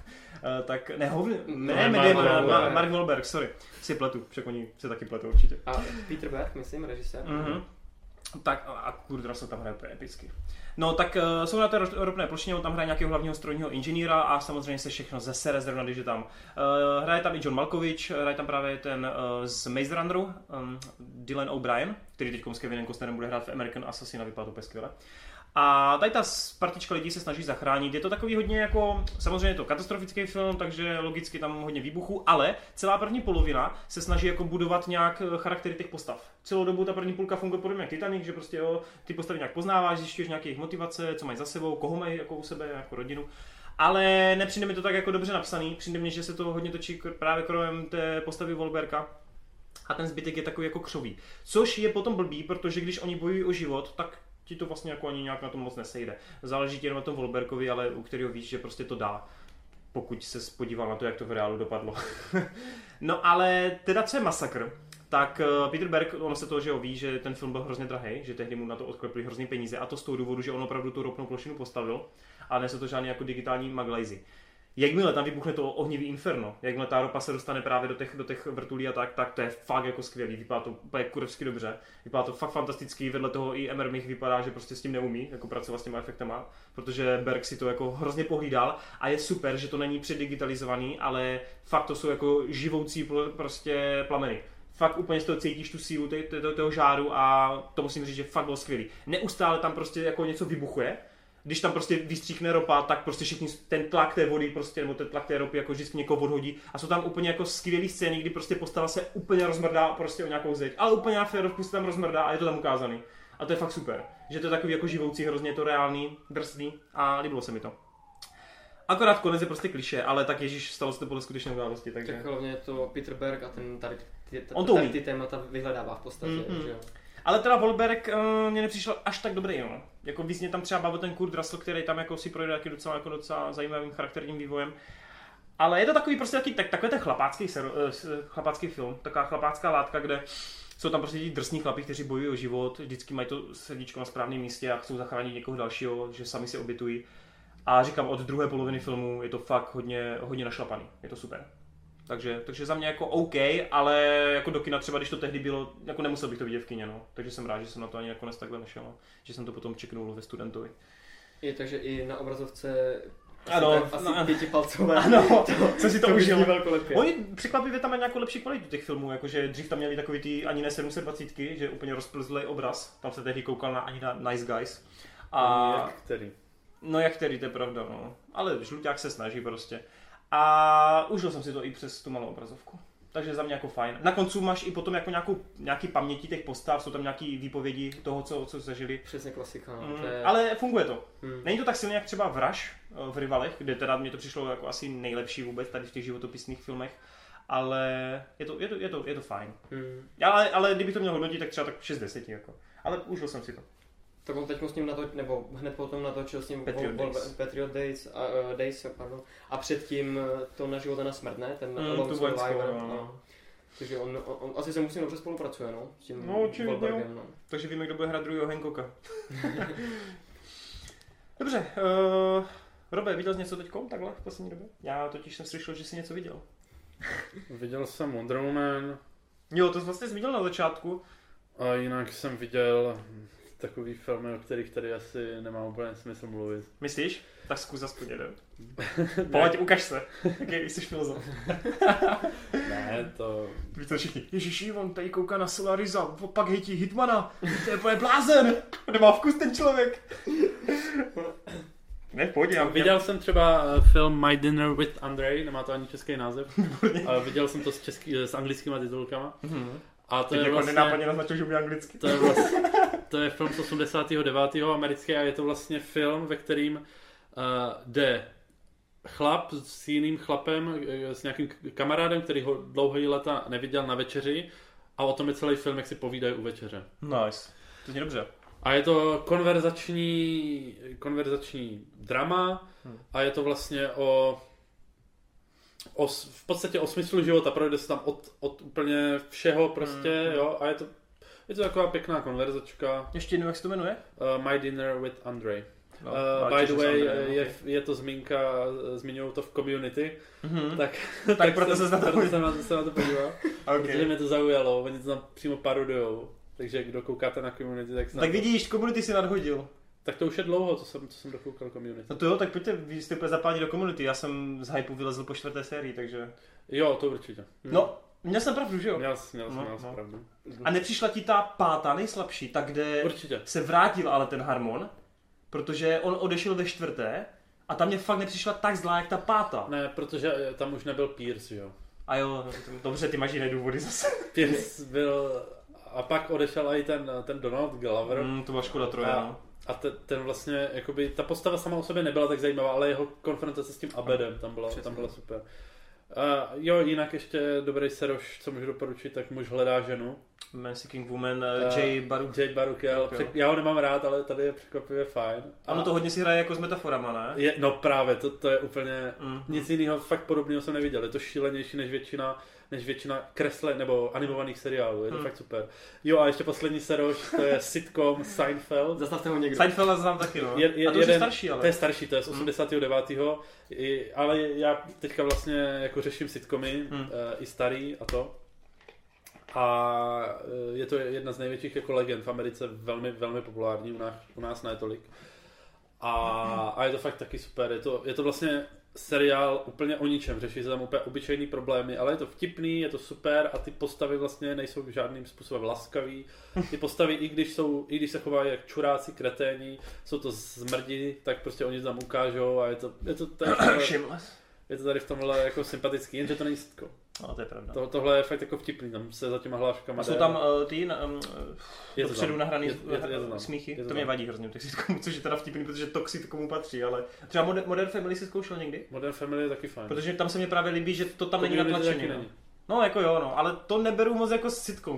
A: Matt Damon, Mark Wahlberg, sorry, si pletu, však oni se taky pletou určitě.
B: A Peter Berg, myslím, režisér.
A: Tak a kurva se tam hraje úplně epicky. No tak jsou na té ropné plošině, on tam hraje nějakého hlavního strojního inženýra a samozřejmě se všechno zesere zrovna, když je tam. Hraje tam i John Malkovich, hraje tam právě ten z Maze Runneru, Dylan O'Brien, který teď s Kevinem Costnerem bude hrát v American Assassin a vypadá to úplně skvěle. A tady ta partička lidí se snaží zachránit. Je to takový hodně jako, samozřejmě je to katastrofický film, takže logicky tam hodně výbuchů, ale celá první polovina se snaží jako budovat nějak charaktery těch postav. Celou dobu ta první půlka funguje podobně jak Titanic, že prostě ty postavy nějak poznáváš, zjišťuješ nějaké jejich motivace, co mají za sebou, koho mají jako u sebe, jako rodinu. Ale nepřijde mi to tak jako dobře napsaný, přijde mi, že se to hodně točí právě kolem té postavy Wahlberga. A ten zbytek je takový jako křový. Což je potom blbý, protože když oni bojují o život, tak ti to vlastně jako ani nějak na tom moc nesejde. Záleží ti jenom na tom Wahlbergovi, ale u kterého víš, že prostě to dá. Pokud se podíval na to, jak to v reálu dopadlo. No ale teda co je masakr, tak Peter Berg, ono se toho, že ví, že ten film byl hrozně drahý, že tehdy mu na to odklepili hrozný peníze a to z toho důvodu, že on opravdu tu ropnou plošinu postavil a nejsou to žádný jako digitální maglajzy. Jakmile tam vybuchne to ohnivý inferno, jakmile ta ropa se dostane právě do těch vrtulí a tak to je fakt jako skvělý, vypadá to úplně kurevsky dobře, vypadá to fakt fantastický, vedle toho i Emmer Mich vypadá, že prostě s tím neumí jako pracovat s těma efektama, protože Berg si to jako hrozně pohlídal a je super, že to není předdigitalizovaný, ale fakt to jsou jako živoucí prostě plameny. fakt úplně z toho cítíš tu sílu toho žáru a to musím říct, že fakt bylo skvělý. Neustále tam prostě jako něco vybuchuje. Když tam prostě vystříkne ropa, tak prostě všichni ten tlak té vody prostě, nebo ten tlak té ropy jako vždycky někoho odhodí. A jsou tam úplně jako skvělý scény, kdy prostě postava se úplně rozmrdá prostě o nějakou zeď. Ale úplně na férovku se tam rozmrdá a je to tam ukázaný. A to je fakt super. Že to je takový jako živoucí, hrozně je to reálný, drsný a líbilo se mi to. Akorát konec je prostě klišé, ale tak ježíš, stalo se to podle skutečné události, takže...
B: Tak hlavně je to Peter Berg a ten tady ty témata vyhledává v podstatě, že jo.
A: Ale teda Wahlberg mě nepřišel až tak dobrý, no. Jako víc mě tam třeba bavil ten Kurt Russell, který tam jako si projde taky docela zajímavým charakterním vývojem. Ale je to takový prostě takový ten chlapácký film, taková chlapácká látka, kde jsou tam prostě ti drsní chlapi, kteří bojují o život, vždycky mají to srdíčko na správném místě a chcou zachránit někoho dalšího, že sami se obětují. A říkám, od druhé poloviny filmu je to fakt hodně našlapaný, je to super. Takže za mě jako OK, ale jako do kina třeba, když to tehdy bylo, jako nemusel bych to vidět v kině, no. Takže jsem rád, že jsem na to ani nakonec takhle nešel, no. Že jsem to potom čeknul ve Studentovi.
B: Je takže i na obrazovce asi
A: no,
B: pětipalcové.
A: Ano, co si to užil.
B: Velkolepě.
A: Oni překvapivě tam mají nějakou lepší kvalitu těch filmů, jakože dřív tam měli takový ty ani ne 720, že úplně rozplzlej obraz, tam se tehdy koukal ani na Nice Guys. Jak který, to je pravda, no. Ale žluťák se snaží prostě. A užil jsem si to i přes tu malou obrazovku. Takže za mě jako fajn. Na koncu máš i potom jako nějaký paměti těch postav, jsou tam nějaký výpovědi toho, co zažili.
B: Přesně klasika.
A: Ale funguje to. Není to tak silně jak třeba v Rivalech, kde teda mě to přišlo jako asi nejlepší vůbec tady v těch životopisných filmech. Ale je to fajn. Ale kdybych to měl hodnotit, tak třeba tak 6/10 jako. Ale užil jsem si to.
B: Tak on teď s ním nebo hned potom natočil s ním Patriot Days, a předtím to Na život a na smrt, ne? Ten Lone Survivor. Takže on asi se musí dobře spolupracuje, no? S tím Wahlbergem, no.
A: Takže víme, kdo bude hrát druhého Hancocka. Dobře, Robe, viděl jsi něco teďkom takhle v poslední době? Já totiž jsem slyšel, že jsi něco viděl.
C: Viděl jsem Wonder Woman.
A: Jo, to jsi vlastně viděl na začátku.
C: A jinak jsem viděl takový filmy, o kterých tady asi nemá úplně smysl mluvit.
A: Myslíš? Tak zkus aspoň jeden. Pojď, ukaž se. Jaký jsi filozof.
C: Ne, to...
A: Víte všichni, ježiši, on tady kouká na Solariza, pak hejtí Hitmana. To je úplně blázen. Nemá vkus ten člověk. Ne, pojď.
C: Viděl jsem třeba film My Dinner with Andrej, nemá to ani český název. Viděl jsem to s anglickýma titulkama. A to je vlastně...
A: nenápadně naznačil, že umí anglicky.
C: To je film z 89. americký a je to vlastně film, ve kterým jde chlap s jiným chlapem, s nějakým kamarádem, který ho dlouhý leta neviděl na večeři a o tom je celý film, jak si povídají u večeře.
A: Nice. To je dobře.
C: A je to konverzační drama a je to vlastně v podstatě o smyslu života, projde se tam od úplně všeho prostě, jo, a je to taková pěkná konverzačka.
A: Ještě jednou, jak se to jmenuje?
C: My Dinner with Andrej. By the way, je to zmínka, zmiňují to v Community, tak
A: proto jsem
C: se na to podíval, protože mě to zaujalo, oni to tam přímo parodujou, takže kdo koukáte na Community, tak
A: vidíš, Community si nadhodil.
C: Tak to už je dlouho, co jsem dokoukal Community.
A: No to jo, tak pojďte, vy jste úplně zapálení do Community, já jsem z hypeu vylezl po 4. sérii, takže...
C: Jo, to určitě.
A: No, měl jsem pravdu, že jo?
C: Měl jsem pravdu.
A: A nepřišla ti ta 5. nejslabší, tak kde
C: určitě
A: se vrátil ale ten Harmon, protože on odešel ve 4. a tam mě fakt nepřišla tak zlá jak ta 5.
C: Ne, protože tam už nebyl Pierce, jo.
A: A jo, dobře, ty máš jiné důvody zase.
C: Pierce byl... A pak odešel i ten Donald Glover.
A: To byla škoda troje, no.
C: A ten vlastně, jakoby, ta postava sama o sobě nebyla tak zajímavá, ale jeho konfrontace s tím Abedem tam byla super. Jo, jinak ještě dobrý seroš, co můžu doporučit, tak Muž hledá ženu.
A: Man Seeking Woman, Jay
C: Baruchel. Já ho nemám rád, ale tady je překvapivě fajn.
A: Ano, to hodně si hraje jako s metaforama, ne?
C: No právě, to je úplně nic jiného fakt podobného jsem neviděl. Je to šílenější než většina kresle nebo animovaných seriálů. Je to fakt super. Jo a ještě poslední seroš, to je sitcom Seinfeld.
B: Zastavte ho někdo.
A: Seinfeld znám taky, no. A to je starší, ale.
C: To je starší, to je z 89. Ale já teďka vlastně jako řeším sitcomy, i starý a to. A je to jedna z největších jako legend v Americe, velmi, velmi populární, u nás ne tolik. A je to fakt taky super. Je to vlastně seriál úplně o ničem, řeší se tam úplně obyčejný problémy, ale je to vtipný, je to super a ty postavy vlastně nejsou žádným způsobem laskavý. Ty postavy, i když se chovají jak čuráci, kreténi, jsou to zmrdi, tak prostě oni tam ukážou a je to tady v tomhle jako sympatický, jenže to není sitcom.
A: No, to je pravda.
C: Tohle je fakt jako vtipný, tam se za těma hláškama
A: jsou tam ty dopředu nahraný smíchy, to mě vadí hrozně, což je teda vtipný, protože to k sitcomu patří, ale třeba Modern Family si zkoušel někdy?
C: Modern Family je taky fajn.
A: Protože tam se mi právě líbí, že to tam není natlačený. No jako jo, no, ale to neberu moc jako sitcom.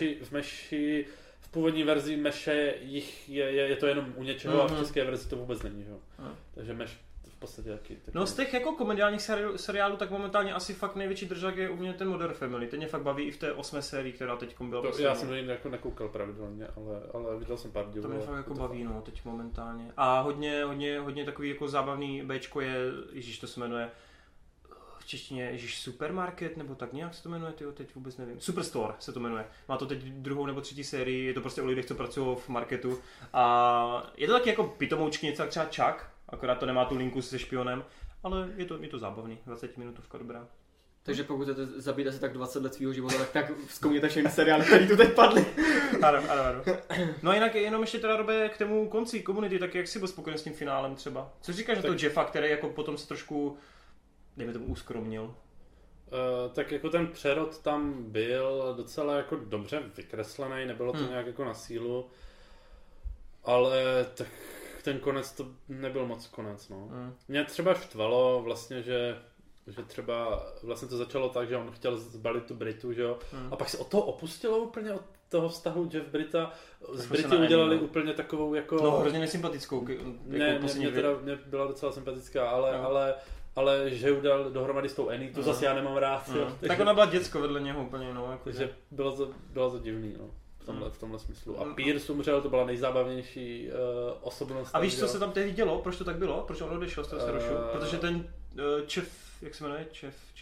C: V původní verzi Meše je to jenom u něčeho a v české verzi to vůbec není, jo. Takže Meš v podstatě taky.
A: No z těch jako komediálních seriálů tak momentálně asi fakt největší držák je u mě ten Modern Family. Ten mě fakt baví i v té 8. sérii, která teď byla poslední.
C: Já jsem to jako nekoukal pravidelně, ale viděl jsem pár dílů.
A: To mě fakt jako baví, no, teď momentálně. A hodně takový jako zábavný Bčko je, ježíš, to se jmenuje v češtině, Supermarket, nebo tak nějak se to jmenuje, tyjo, teď vůbec nevím. Superstore se to jmenuje. Má to teď 2. nebo 3. sérii, je to prostě o lidech, co pracují v marketu. A je to taky jako pitomoučky, něco jak třeba Chuck, akorát to nemá tu linku se špionem, ale je to zábavný, 20 minutovka dobrá.
B: Takže pokud chcete zabít asi tak 20 let svýho života, tak zkoumněte všechny seriály, které tu teď padly.
A: Ano. No a jinak jenom ještě teda Robe k tomu konci Community, tak jak jsi byl spokojen s tím finálem třeba? Co říkáš na toho Jeffa, který jako potom se trošku, dejme tomu, uskromnil?
C: Tak jako ten přerod tam byl docela jako dobře vykreslený, nebylo to nějak jako na sílu, ale tak ten konec to nebyl moc konec, no. Mě třeba štvalo vlastně, že třeba vlastně to začalo tak, že on chtěl zbalit tu Britu, že jo, a pak se od toho opustilo úplně, od toho vztahu Jeff Brita, z Brity udělali úplně takovou jako...
A: No hrozně nesympatickou.
C: Mě byla docela sympatická, ale že ji dal dohromady s tou Annie, tu zase já nemám rád. Jo,
A: tak ona byla děcko vedle něho úplně, no. Jako
C: takže bylo to divný, no. V tomhle smyslu. A Pierce umřel, to byla nejzábavnější osobnost.
A: A víš, co se tam tehdy dělo? Proč to tak bylo? Proč on odešel z toho Serošu? Protože ten jak se jmenuje?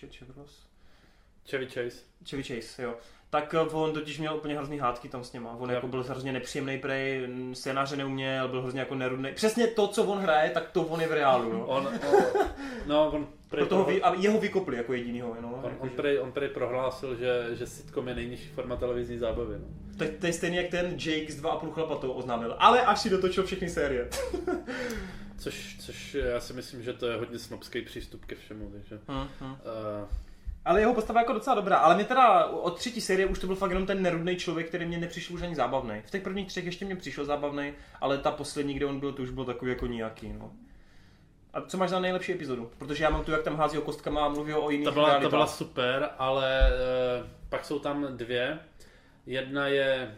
A: Chevy Chase, jo. Tak on totiž měl úplně hrozný hádky tam s něma. On jako byl hrozně nepříjemný prej, scénáře neuměl, byl hrozně jako nerudný. Přesně to, co on hraje, tak to on je v reálu, no. A jeho vykopli jako jedinýho, no.
C: On prej prohlásil, že sitcom je nejnižší forma televizní zábavy, no.
A: To je stejný jak ten Jake z 2,5 chlapa to oznámil, ale až si dotočil všechny série.
C: Což já si myslím, že to je hodně snobský přístup ke všemu, takže...
A: Ale jeho postava jako docela dobrá, ale mě teda od 3. série už to byl fakt jenom ten nerudný člověk, který mě nepřišel už ani zábavný. V těch prvních 3 ještě mě přišel zábavný, ale ta poslední, kde on byl, to už byl takový jako nějaký, no. A co máš za nejlepší epizodu? Protože já mám tu, jak tam hází o kostkama a mluví o jiných realitách.
C: To byla super, ale pak jsou tam 2. Jedna je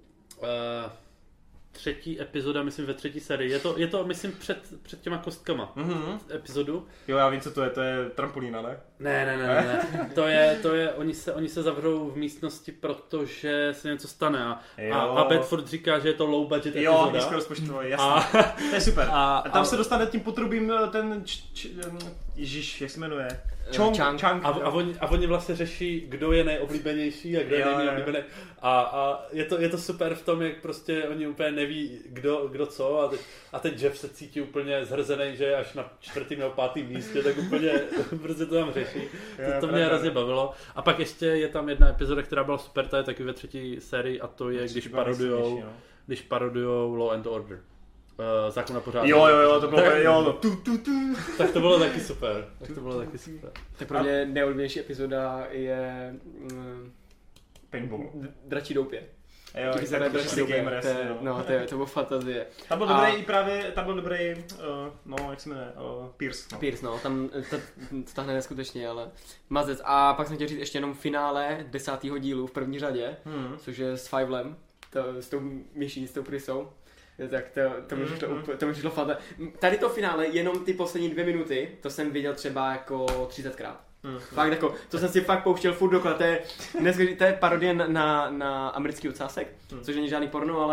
C: 3. epizoda, myslím ve 3. sérii. Je to myslím před těma kostkama epizodu.
A: Jo, já vím, co to je trampolína, ne?
C: Ne. To je, oni se zavřou v místnosti, protože se něco stane a Bedford říká, že je to low budget epizoda.
A: Jo, nízkorozpočtový, jasně. To je super. A tam se dostane tím potrubím ten Ježíš, jak se jmenuje? Chang.
C: A oni vlastně řeší, kdo je nejoblíbenější a kdo je nejoblíbený. A je to super v tom, jak prostě oni úplně neví, kdo co. A teď Jeff se cítí úplně zhrzený, že je až na 4. nebo 5. místě, tak úplně prostě to tam řeší. To mě hrozně bavilo. A pak ještě je tam jedna epizoda, která byla super, ta je taky ve 3. sérii a to je, když parodujou Law and Order. Zákon na pořádek.
A: Jo, to bylo
C: Tak to bylo taky super.
B: Tak pro mě nejoblíbenější epizoda je
A: Paintball.
B: Dračí doupě.
A: Jo,
B: to bylo fantazie.
A: Tam byl dobrý právě, jak se jmenuje, Pierce.
B: Pierce, no, tam stáhne neskutečně, ale mazec. A pak jsem chtěl říct ještě jenom finále 10. dílu v první řadě, což je s Fivelem, s tou myší, s tou Prisou. Tak to mi přišlo fata. Tady to finále, jenom ty poslední 2 minuty, to jsem viděl třeba jako 30krát. Fakt jako, to jsem si fakt pouštěl furt dokola, to je parodie na americký ocásek, což není žádný porno,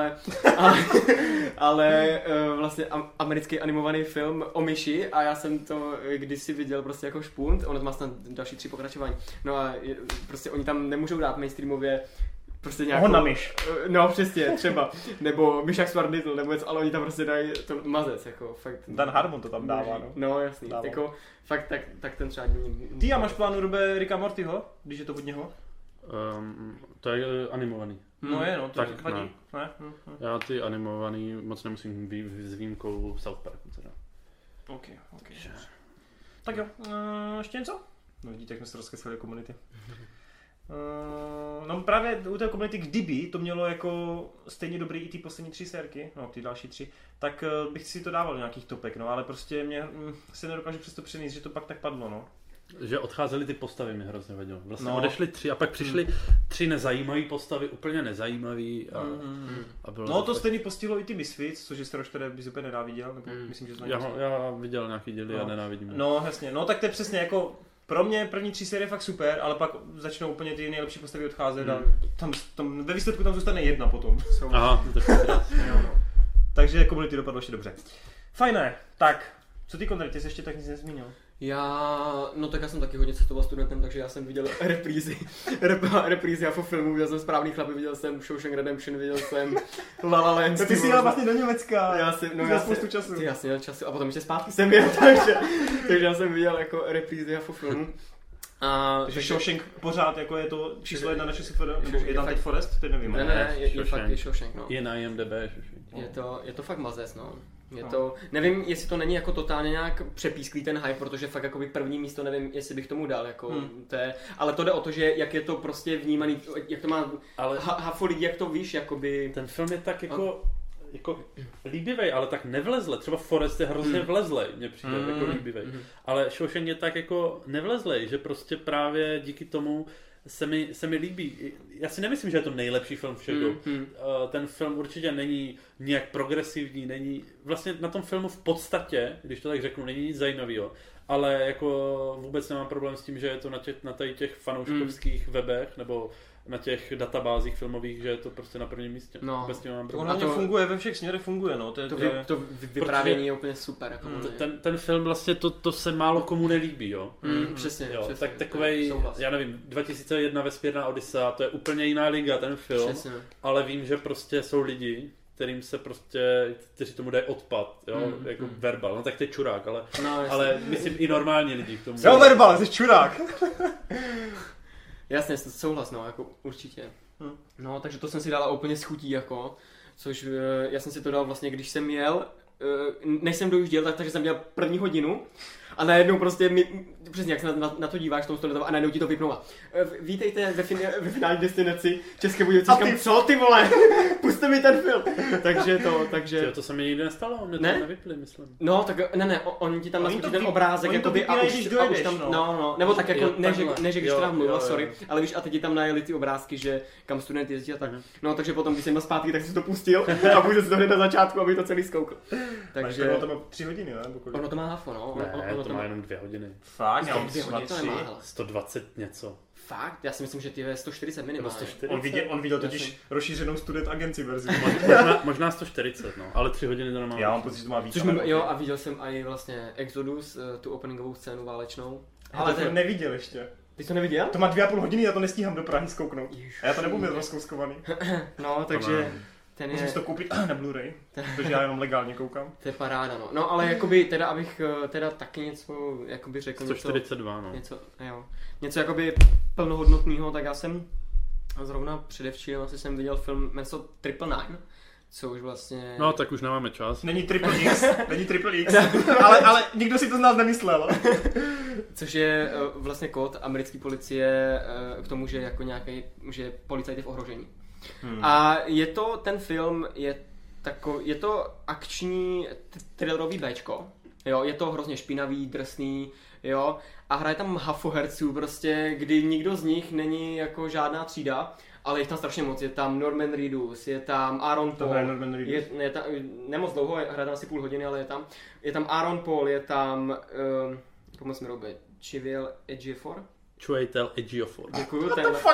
B: ale vlastně americký animovaný film o myši a já jsem to kdysi viděl prostě jako špunt, ono má snad další 3 pokračování. No a prostě oni tam nemůžou dát mainstreamově prostě nějakou...
A: Ho na myš.
B: No přesně, třeba. Nebo myšák Svarnitl, nebo něco, ale oni tam prostě dají to mazec, jako fakt.
A: Dan Harmon to tam dává, no.
B: No jasný,
A: dává.
B: jako fakt tak ten třeba...
A: Ty a máš plánu Rube Ricka Mortyho, když je to od něho?
C: To je animovaný.
A: No je, no, to
C: Tak
A: vadí.
C: ne.
A: Ne?
C: Já ty animovaný moc nemusím s výjimkou South Parku teda.
A: OK. Tak jo, ještě něco? No vidíte, jak jsme se rozkreslili komunity. No právě u té komunity, kdyby to mělo jako stejně dobrý i ty poslední 3 sérky, no ty další 3, tak bych si to dával do nějakých topek, no ale prostě mě se nedokážu přesto přenést, že to pak tak padlo, no.
C: Že odcházely ty postavy mi hrozně vadilo. Vlastně
A: No.
C: odešly 3 a pak přišly 3 nezajímavé postavy, úplně nezajímavý a bylo
A: No to
C: fakt...
A: stejně postihlo i ty Misfits, což je starož, které bys úplně nenáviděl, nebo myslím, že to
C: Já viděl nějaký díly a nenávidím.
A: No jasně, no tak to je přesně jako pro mě první 3 série je fakt super, ale pak začnou úplně ty nejlepší postavy odcházet a tam ve výsledku tam zůstane 1 potom.
C: Aha, to je
A: Takže komunity dopadlo ještě dobře. Fajné, tak, co ty Konrad, ty jsi ještě tak nic nezmínil?
B: No tak já jsem taky hodně cestoval studentem, takže já jsem viděl reprízy jako filmů, viděl jsem Správný chlapy, viděl jsem Shawshank Redemption, viděl jsem La La Land.
A: Ty jsi jel vlastně do Německa.
B: Já měl
A: spoustu času.
B: Já jsem měl času a potom ještě zpátky jsem jel, takže já jsem viděl jako reprízy jako filmů.
A: Takže Shawshank pořád jako je to číslo 1 na ČSFD, nebo je tam teď Forest, teď nevím.
B: Ne, je fakt Shawshank, no.
C: Je na IMDb Shawshank.
B: Je to fakt mazec, no. Je to, nevím, jestli to není jako totálně nějak přepísklý ten hype, protože fakt jakoby první místo nevím, jestli bych tomu dal, jako ale to jde o to, že jak je to prostě vnímaný, jak to má hafo lidí, jak to víš, jakoby...
C: Ten film je tak jako líbivej, ale tak nevlezle. Třeba Forest je hrozně vlezlej, mně přijde jako líbivej. Ale Shawshank je tak jako nevlezlej, že prostě právě díky tomu se mi líbí. Já si nemyslím, že je to nejlepší film všech dob. Ten film určitě není nějak progresivní, není... Vlastně na tom filmu v podstatě, když to tak řeknu, není nic zajímavého. Ale jako vůbec nemám problém s tím, že je to na těch fanouškovských webech, nebo na těch databázích filmových, že je to prostě na prvním místě.
B: No.
C: Vůbec nemám problém.
A: Ono funguje ve všech směrech, funguje, no.
B: To vyprávění je úplně super. Jako
C: ten film vlastně, to se málo komu nelíbí, jo.
B: Přesně.
C: Tak takovej, já nevím, 2001 Vesmírná Odyssea, to je úplně jiná liga, ten film. Přesně. Ale vím, že prostě jsou lidi, kteří tomu dají odpad, jo, jako verbal, no tak to je čurák, ale myslím i normální lidi k tomu.
A: Jo, verbal, jsi čurák.
B: Jasně, souhlas, no, jako určitě. No, takže to jsem si dala úplně s chutí, jako, což já jsem si to dal vlastně, když jsem jel, než jsem dojížděl, takže jsem měl první hodinu a najednou prostě přesně jak se na to díváš, tomu studentovi, a najednou ti to vypnou. Vítejte ve finální destinaci České Budějovice. Říkám, co ty vole, puste mi ten film. Takže
C: to se mi nikdy nestalo, mě to nevypli, myslím.
B: No, tak ne, oni ti tam naskočí ten obrázek, jakoby, a už tam, no, nebo tak jako, ne, že když teda mluvila, sorry, ale víš, a teď ti tam najeli ty obrázky, že kam student jezdí a tak. No, takže potom, když jsem byl zpátky, tak jsem to pustil a půjdu si to hned na začátku, aby to celý zkoukl.
A: Takže to má 3 hodiny, ne?
B: Ono to má hafo, no.
C: Ne, to má jenom 2 hodiny.
A: Fakt?
B: Já 2 hodiny to nemá.
C: 120 něco.
B: Fakt? Já si myslím, že ty je 140 minimálně.
C: 140?
A: On viděl totiž rozšířenou student agenci verzi.
C: Možná 140, no, ale 3 hodiny to nemá.
A: Já mám pocit, že to má víc.
B: Jo, a viděl jsem i vlastně Exodus, tu openingovou scénu válečnou.
A: Ale to neviděl ještě.
B: Ty jsi to neviděl?
A: To má 2,5 hodiny, já to nestíhám do Prahy zkouknout. A já to nebudu mít rozkouskovaný.
B: No, takže...
A: Musím si to koupit na Blu-ray, protože já jenom legálně koukám.
B: To je paráda, no. No, ale jakoby, teda abych teda taky něco, jakoby řekl
C: 142, no.
B: Něco jakoby plnohodnotného, tak já jsem zrovna předevčírem asi jsem viděl film Meso 999, co už vlastně...
C: No, tak už nemáme čas.
A: Není Triple X, ale nikdo si to z nás nemyslel.
B: Což je vlastně kód americké policie k tomu, že jako že policajt je v ohrožení. A ten film je to akční thrillerový béčko, jo, je to hrozně špinavý, drsný, jo, a hraje tam hafo herců prostě, kdy nikdo z nich není jako žádná třída, ale je tam strašně moc, je tam Norman Reedus, je tam Aaron Paul, je tam, nemoc dlouho, hraje tam asi půl hodiny, ale je tam Aaron Paul, je tam, pomoc mi robit, Chiwetel Ejiofor?
C: Chiwetel Ejiofor.
B: Děkuju,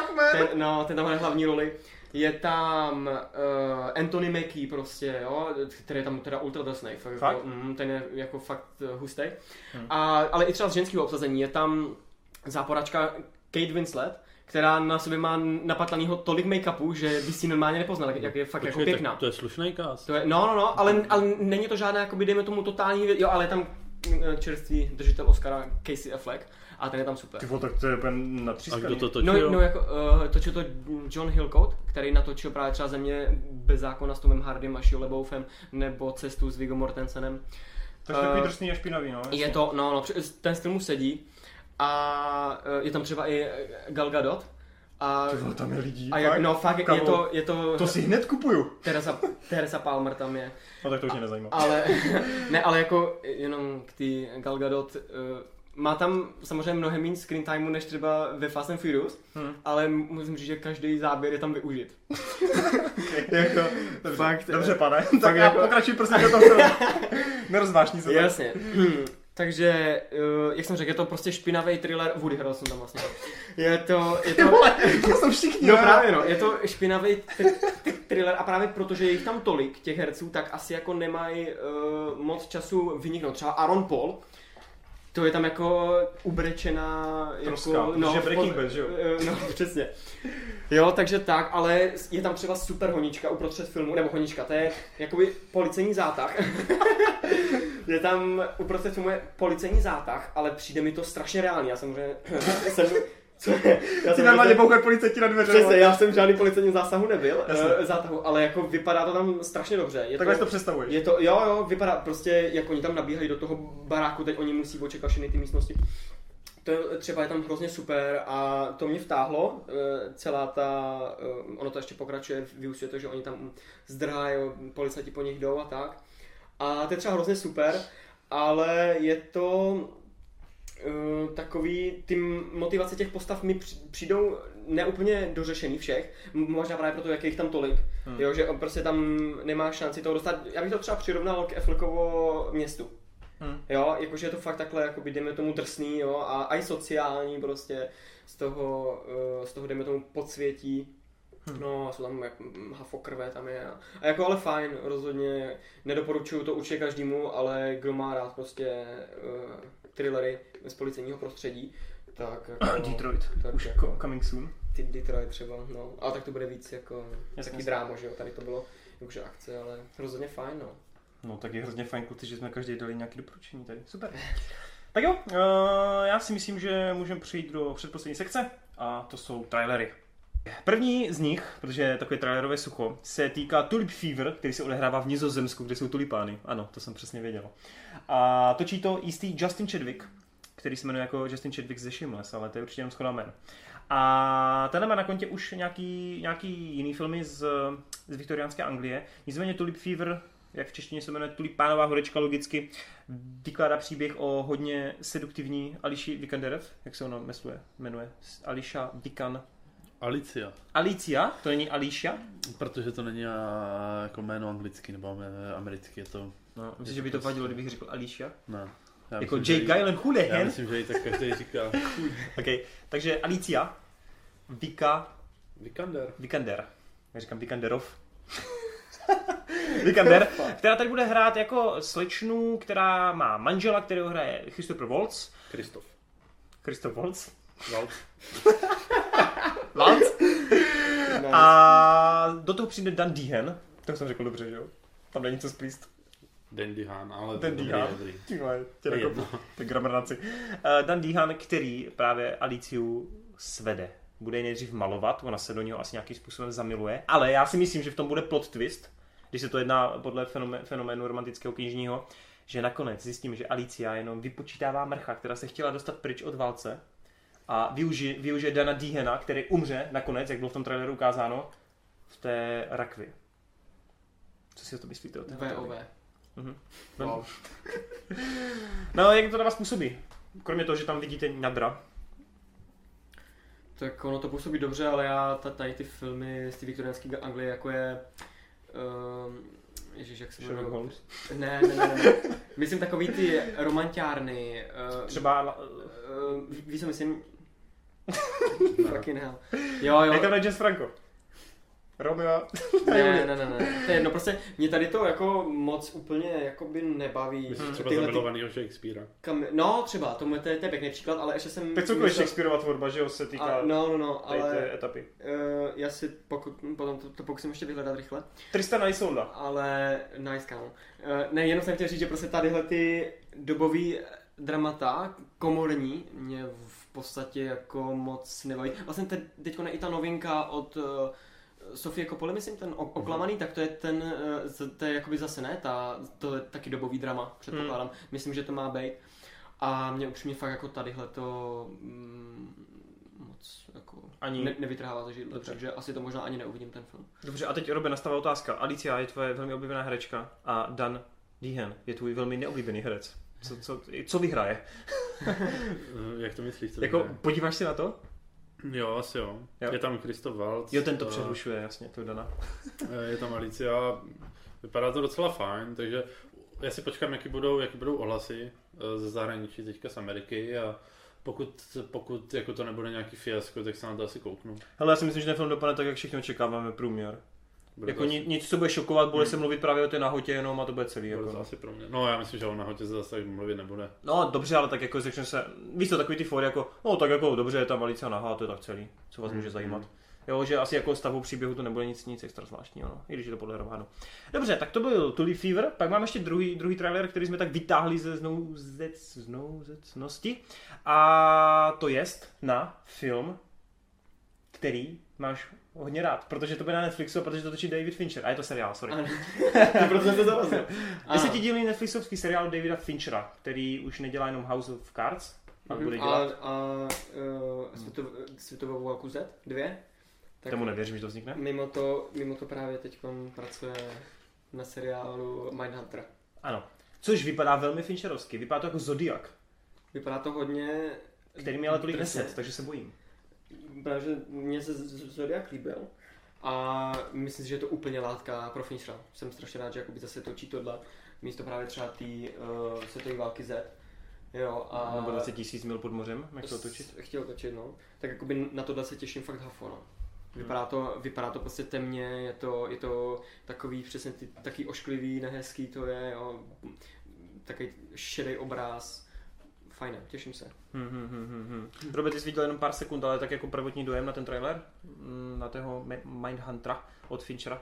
B: ten tam hraje hlavní roli. Je tam Anthony Mackie prostě, jo, který je tam teda ultra drsnej, fakt? Ten je jako fakt hustej. Ale i třeba z ženského obsazení je tam záporačka Kate Winslet, která na sobě má napatlanýho tolik make-upu, že by si normálně nepoznal, jak je fakt jako pěkná.
C: To je slušný cast.
B: To je, no, ale není to žádná, jakoby dejme tomu totální, jo, ale je tam čerstvý držitel Oscara Casey Affleck a ten je tam super.
A: Ty vole, tak to je úplně natřískaný.
C: A kdo to točil?
B: No jako, točil to John Hillcoat, který natočil právě třeba Země bez zákona s Tomem Hardym a Shia LaBeoufem, nebo Cestu s Viggo Mortensenem.
A: To je takový drsný a špinavý, no.
B: Je to, no, ten styl mu sedí a je tam třeba i Gal Gadot. A,
A: ty vole, tam je lidí.
B: A no fakt, je to...
A: To si hned kupuju.
B: Teresa Palmer tam je.
A: No tak to už mě nezajímá.
B: Ale jako jenom k té Gal Gadot, má tam samozřejmě mnohem méně screen timeu než třeba ve Fast and Furious, ale musím říct, že každý záběr je tam využit. Jako, fakt,
A: dobře, pane. Tak já pokračuji prostě do toho filmu. Nerozvášní se.
B: Jasně. Takže, jak jsem řekl, je to prostě špinavý thriller, Woody Harrelson tam vlastně. Je to
A: jsou všichni.
B: No právě no, je to špinavý thriller a právě protože je jich tam tolik, těch herců, tak asi jako nemají moc času vyniknout. Třeba Aaron Paul, to je tam jako ubrečená
A: jako, no, že Breaking Bad, že jo?
B: No, přesně. Jo, takže tak, ale je tam třeba super honička uprostřed filmu, nebo honička, to je jakoby policejní zátah. Je tam uprostřed filmu je policejní zátah, ale přijde mi to strašně reálně, já samozřejmě
A: Ty normálně bouchají policajti na dveře.
B: Přesně, já jsem žádný policejní zásahu nebyl, zátahu, ale jako vypadá to tam strašně dobře.
A: Takhle si to představuješ.
B: Je to, jo, vypadá prostě, jak oni tam nabíhají do toho baráku, teď oni musí očekat všechny ty místnosti. To třeba je tam hrozně super a to mě vtáhlo, celá ta, ono to ještě pokračuje, vyústuje to, že oni tam zdrhají, policajti po nich jdou a tak. A to je třeba hrozně super, ale je to takový, ty motivace těch postav mi přijdou neúplně dořešený všech, možná právě proto, jak je jich tam tolik, jo, že prostě tam nemá šanci toho dostat, já bych to třeba přirovnal k Affleckovo Městu. Jo, jakože je to fakt takhle, jakoby dejme tomu drsný, jo, a i sociální prostě z toho dejme tomu podsvětí. No, jsou tam hafokrve tam je. A jako ale fajn, rozhodně nedoporučuju to určitě každému, ale kdo má rád prostě thrillery z policejního prostředí, tak jako,
A: Detroit, tak už jako, coming soon.
B: Ty Detroit třeba, no. Ale tak to bude víc jako taky drámo, že jo, tady to bylo jakože akce, ale rozhodně fajn, no.
A: No tak je hrozně fajn, kluci, že jsme každý dali nějaké doporučení tady, super. Tak jo, já si myslím, že můžeme přejít do předposlední sekce a to jsou trailery. První z nich, protože je takové trailerové sucho, se týká Tulip Fever, který se odehrává v Nizozemsku, kde jsou tulipány. Ano, to jsem přesně věděl. A točí to jistý Justin Chadwick, který se jmenuje jako Justin Chadwick ze Shameless, ale to je určitě jenom shoda jmen. A tenhle má na kontě už nějaký jiný filmy z viktoriánské Anglie. Nicméně Tulip Fever, jak v češtině se jmenuje Tulipánová horečka logicky, vykládá příběh o hodně seduktivní Ališi Vikander, jak se ona jmenuje? Alicia Vikan. Alicia? To není Alicia?
C: Protože to není jako jméno anglicky nebo americky, je to...
A: No, myslím, že by to vadilo, kdybych řekl Alicia?
C: Ne.
A: Jako Jake Gyllenhaal.
C: Já myslím, že ji tak každý říká.
A: Okay. Takže Alicia Vikander. Já říkám Vikanderov. Vikander, která tady bude hrát jako slečnu, která má manžela, kterého hraje Christopher Waltz. Christoph Waltz? Waltz? A do toho přijde Dan Dehan. To jsem řekl dobře, že jo? Tam není co splíst.
C: Dan Dehan, ale
A: Dan Dehan. Tě nakopu. Tak gramarnáci. Dan Dehan, který právě Aliciu svede. Bude ji nejdřív malovat, ona se do něho asi nějakým způsobem zamiluje, ale já si myslím, že v tom bude plot twist, když se to jedná podle fenoménu romantického knižního, že nakonec zjistíme, že Alicia jenom vypočítává mrcha, která se chtěla dostat pryč od válce a využije Dana Dehana, který umře nakonec, jak bylo v tom traileru ukázáno, v té rakvi. Co si o to myslíte?
B: VOV.
A: Wow. No, jak to na vás působí? Kromě toho, že tam vidíte Nadra.
B: Tak ono to působí dobře, ale já tady ty filmy z té viktoriánské Anglie, jako je... Ježiš, jak se
A: Sherlock Holmes?
B: Ne. Myslím takový ty romantiárny.
A: Třeba...
B: Víš, co myslím? Fucking hell. Jo.
A: Jak tam James Franco? Romeo.
B: Ne, no prostě mě tady to jako moc úplně jakoby nebaví.
C: Myslím třeba zamilovanýho Shakespearea.
B: No třeba, to je pěkný příklad, ale ještě jsem...
A: Tak celkově Shakespeareova tvorba, že jo, se týká
B: ale
A: té etapy.
B: Já si potom to pokusím ještě vyhledat rychle.
A: Tristan a Isolda.
B: Ale nice, kámo. Ne, jenom jsem chtěl říct, že prostě tadyhle ty dobový dramata, komorní, mě v podstatě jako moc nebaví. Vlastně teďko i ta novinka od Sofie Coppoli, myslím, ten Oklamaný, tak to je jakoby zase ne, to je taky dobový drama, předpokládám. Myslím, že to má být. A mě upřímně fakt jako tadyhle to moc jako ani nevytrhává ze židle, takže asi to možná ani neuvidím ten film.
A: Dobře, a teď Robe, nastává otázka. Alicia je tvoje velmi oblíbená herečka a Dan Dehan je tvůj velmi neoblíbený herec. Co vyhraje?
C: Jak to myslíš?
A: Jako, podíváš si na to?
C: Jo, asi jo. Je tam Christoph Waltz.
A: Jo, ten to přehlušuje, jasně, to Dana.
C: Je tam Alicia, vypadá to docela fajn, takže já si počkám, jaký budou ohlasy ze zahraničí, teďka z Ameriky a pokud jako to nebude nějaký fiasko, tak se na to asi kouknu.
A: Hele, já si myslím, že ten film dopadne tak, jak všichni očekáváme průměr. Jako nic, co bude šokovat, bude se mluvit právě o té nahotě jenom a to bude celý.
C: Bude to asi pro mě. No já myslím, že o nahotě zase tak mluvit nebude.
A: No dobře, ale tak jako řekne se, víš to, takový ty fóry jako, no tak jako dobře, je tam Alicia nahá, to je tak celý, co vás může zajímat. Jo, že asi jako stavu příběhu to nebude nic extra zvláštního, no, i když je to podle románu. Dobře, tak to byl Tully Fever, pak máme ještě druhý trailer, který jsme tak vytáhli ze znouzecnosti a to jest na film, který máš hodně rád, protože to bude na Netflixu, protože to točí David Fincher. A je to seriál, sorry.
B: Proto jsem to zarazil.
A: 10dílný Netflixovský seriál Davida Finchera, který už nedělá jenom House of Cards, ale bude dělat...
B: A světovou válku Z 2?
A: Tak tomu nevěřím, že to vznikne?
B: Mimo to právě teď pracuje na seriálu Mindhunter.
A: Ano. Což vypadá velmi Fincherovsky, vypadá to jako Zodiac.
B: Vypadá to hodně...
A: Který mi ale tolik neset, takže se bojím.
B: Protože mě se Zodiac líbil a myslím si, že je to úplně látka pro Finchera. Jsem strašně rád, že jakoby zase točí tohle místo právě třeba té světové války Z. Jo, a
A: nebo 20 000 mil pod mořem, jak to točit?
B: Chtěl točit, no. Tak jakoby na tohle se těším fakt hafo, no. Vypadá to prostě temně, je to takový přesně taky ošklivý, nehezký to je, jo. Takový šedý obráz. Fajné, těším se.
A: Robert, ty jsi viděl jenom pár sekund, ale tak jako prvotní dojem na ten trailer? Na toho Mindhuntera od Finchera?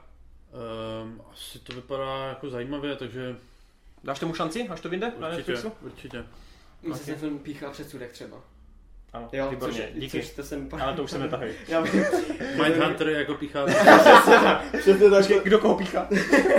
C: Asi to vypadá jako zajímavě, takže...
A: Dáš tomu šanci, až to vyjde na Netflixu?
C: Určitě.
B: Myslím, že film píchá předsudek třeba.
A: Ano, jo, výborně, díky. Ale to už se netahají.
C: Mindhunter jako píchá.
B: Přesně tak.
A: Kdo koho píchá?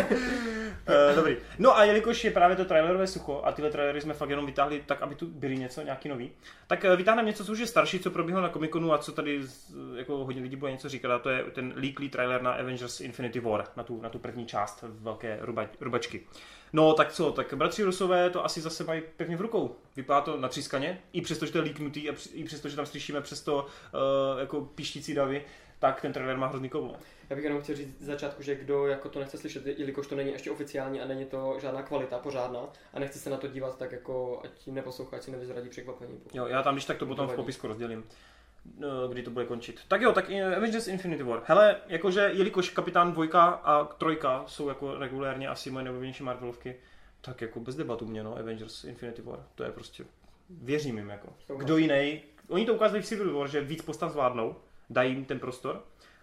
A: Dobrý. No a jelikož je právě to trailerové sucho a tyhle trailery jsme fakt jenom vytáhli tak, aby tu byly nějaký nový, tak vytáhneme něco, co už je starší, co proběhlo na Comic-Conu a co tady jako hodně lidí bude něco říkat, a to je ten leaklý trailer na Avengers Infinity War, na tu první část velké rubačky. No tak co, tak bratři Rusové to asi zase mají pevně v rukou. Vypadá to natřískaně, i přesto, že to je leaknutý a i přesto, že tam slyšíme přesto jako píštící davy, tak ten trailer má hrozný koule.
B: Já bych jenom chtěl říct z začátku, že kdo jako to nechce slyšet, jelikož to není ještě oficiální a není to žádná kvalita pořádná a nechce se na to dívat, tak jako ať neposlouchá, ať si nevyzradí překvapení.
A: Jo, já tam když tak to potom v popisku rozdělím, kdy to bude končit. Tak jo, tak Avengers Infinity War. Hele, jakože jelikož Kapitán 2 a 3 jsou jako regulérně asi moje nejoblíbenější Marvelovky, tak jako bez debatu mě, no, Avengers Infinity War. To je prostě, věřím jim jako. Kdo jiný? Oni to ukázali v Civil War, že víc postav zvládnou, dají jim ten prostor.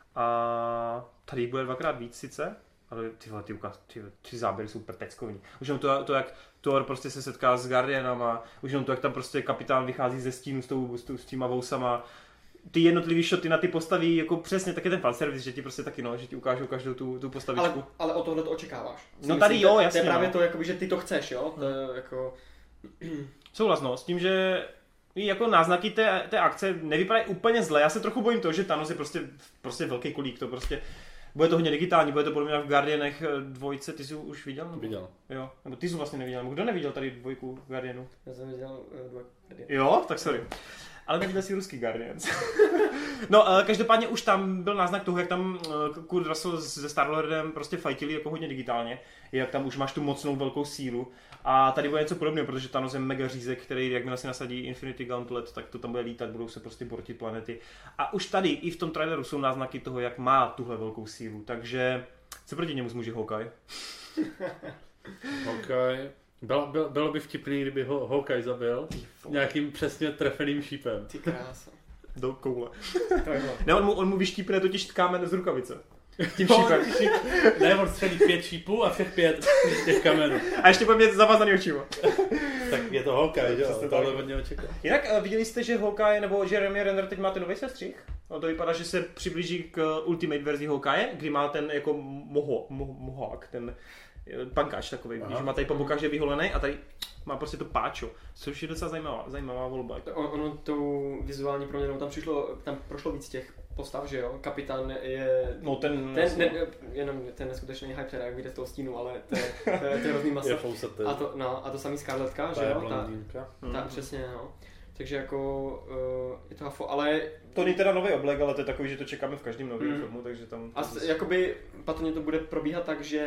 A: A tady bude dvakrát víc sice, ale ty záběry jsou prteckovní. Už jenom to, jak Thor prostě se setká s Guardianama, už jenom to, jak tam prostě kapitán vychází ze stínu s těma vousama. Ty jednotlivý shoty na ty postavy, jako přesně taky ten fanservice, že ti prostě taky že ti ukážou každou tu postavičku.
B: Ale o tohle to očekáváš.
A: No tady jo, jasně.
B: To je právě to, jakoby, že ty to chceš, jo? To je jako...
A: Souhlas, no, s tím, že jako náznaky té akce nevypadají úplně zle. Já se trochu bojím toho, že Thanos je prostě velký kulík, to prostě bude to hodně digitální, bude to podle mě v Guardianech 2, ty jsi už viděl? Nebo?
C: Viděl.
A: Jo, nebo ty jsi vlastně neviděl, nebo kdo neviděl tady 2 Guardianů?
B: Já jsem viděl 2.
A: Jo, tak sorry. Ale neviděl si ruský Guardians. No, každopádně už tam byl náznak toho, jak tam Kurt Russell se Star-Lordem prostě fightili jako hodně digitálně, jak tam už máš tu mocnou velkou sílu. A tady bude něco podobného, protože Thanos je mega řízek, který jakmile si nasadí Infinity Gauntlet, tak to tam bude lítat, budou se prostě bortit planety. A už tady i v tom traileru jsou náznaky toho, jak má tuhle velkou sílu, takže co proti němu zmůže Hawkeye?
C: Hawkeye. Bylo by vtipný, kdyby ho Hawkeye zabil nějakým přesně trefeným šípem.
B: Ty krása.
A: Do koule. Ne, on mu vyštípne totiž kámen z rukavice. Tím šípem.
C: Ne, on střelí 5 šípů a všech 5 těch kamenů.
A: A ještě bude mít zavazaný očima.
C: Tak je to Hawkeye, že jo? Tohle od něho čeká.
A: Jinak viděli jste, že Hawkeye nebo Jeremy Renner teď má ten nový sestřih? No to vypadá, že se přiblíží k Ultimate verzi Hawkeye, kdy má ten jako mohák, ten pankáč takový, že má tady po bokách, že je vyholený a tady má prostě to páčo, což je docela zajímavá volba.
B: Ono tou vizuální proměnou tam prošlo víc těch postav, že jo? Kapitán je...
A: No
B: jenom ten neskutečný hype, teda jak vyjde z toho stínu, ale to je hrozný masa. A to samý Scarletka, že jo? Ta přesně, no. Takže jako je to hafo, ale...
A: To není teda nový oblek, ale to je takový, že to čekáme v každém novém filmu, takže tam...
B: A jakoby patrně to bude probíhat tak, že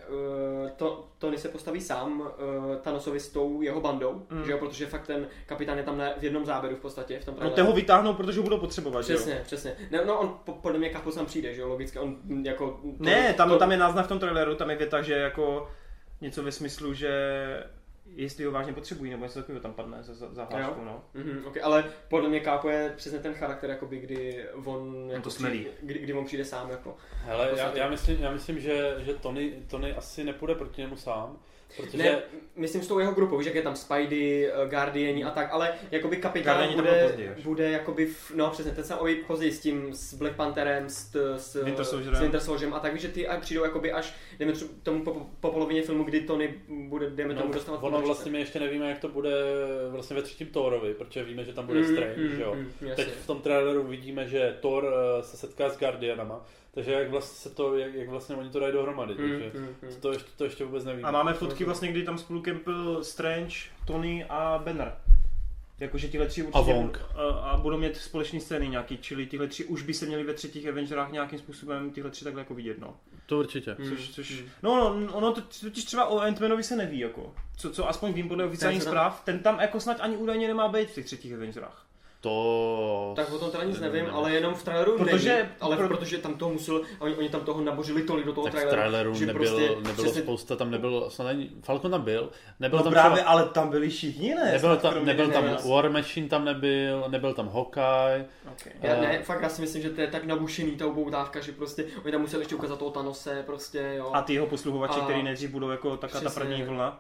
B: Tony se postaví sám Thanosovi s tou jeho bandou, že jo, protože fakt ten kapitán je tam v jednom záběru v podstatě v tom traileru.
A: No toho vytáhnou, protože ho budou potřebovat,
B: přesně,
A: že jo?
B: Přesně. No on podle mě Capo sám přijde, že jo, logicky, on jako...
A: Tam je náznak v tom traileru, tam je věta, že jako něco ve smyslu, že jestli ho vážně potřebují, nebo něco takového tam padne za hlášku, no.
B: Okay, ale podle mě Capo je přesně ten charakter, jakoby, kdy on jako kdy on přijde sám, jako.
C: Hele, já myslím, že Tony asi nepůjde proti němu sám. Protože...
B: Ne, myslím s tou jeho grupou, že je tam Spidey, Guardiani a tak, ale jakoby kapitán bude jakoby, no přesně, ten jsem později s tím, s Black Pantherem, s Winter Soldierem a tak, že ty přijdou jakoby až, dejme tomu po polovině filmu, kdy Tony bude, dejme tomu dostávat.
C: Ono vlastně my ještě nevíme, jak to bude vlastně ve třetím Thorovi, protože víme, že tam bude Strange, jo. Teď v tom traileru vidíme, že Thor se setká s Guardianama. Takže jak vlastně oni to dají dohromady, takže to ještě vůbec nevíme.
A: A máme fotky vlastně, kdy tam spolu kempil Strange, Tony a Banner. Jakože tihle tři určitě a budou mít společné scény nějaký, čili tihle tři už by se měli ve třetích Avengerách nějakým způsobem tihle tři takhle jako vidět, no.
C: To určitě.
A: Ono totiž třeba o Ant-Manovi se neví, jako. Co aspoň vím podle oficiálních zpráv, ten tam jako snad ani údajně nemá být v těch třetích Avengerách.
B: Tak o tom teda nic nevím, ale jenom v traileru protože tam toho musel, oni tam toho nabořili tolik do toho
C: traileru. Tak v traileru nebylo spousta, tam nebyl, Falcon tam byl, nebyl tam
A: právě, ale tam byli všichni, ne?
C: Nebyl tam War Machine, tam nebyl tam Hawkeye.
B: Okay. Já si myslím, že to je tak nabušený ta upoutávka, že prostě oni tam museli ještě ukázat toho Thanose, prostě, jo.
A: A ty jeho posluhovači, který nejdřív budou jako taká ta první vlna.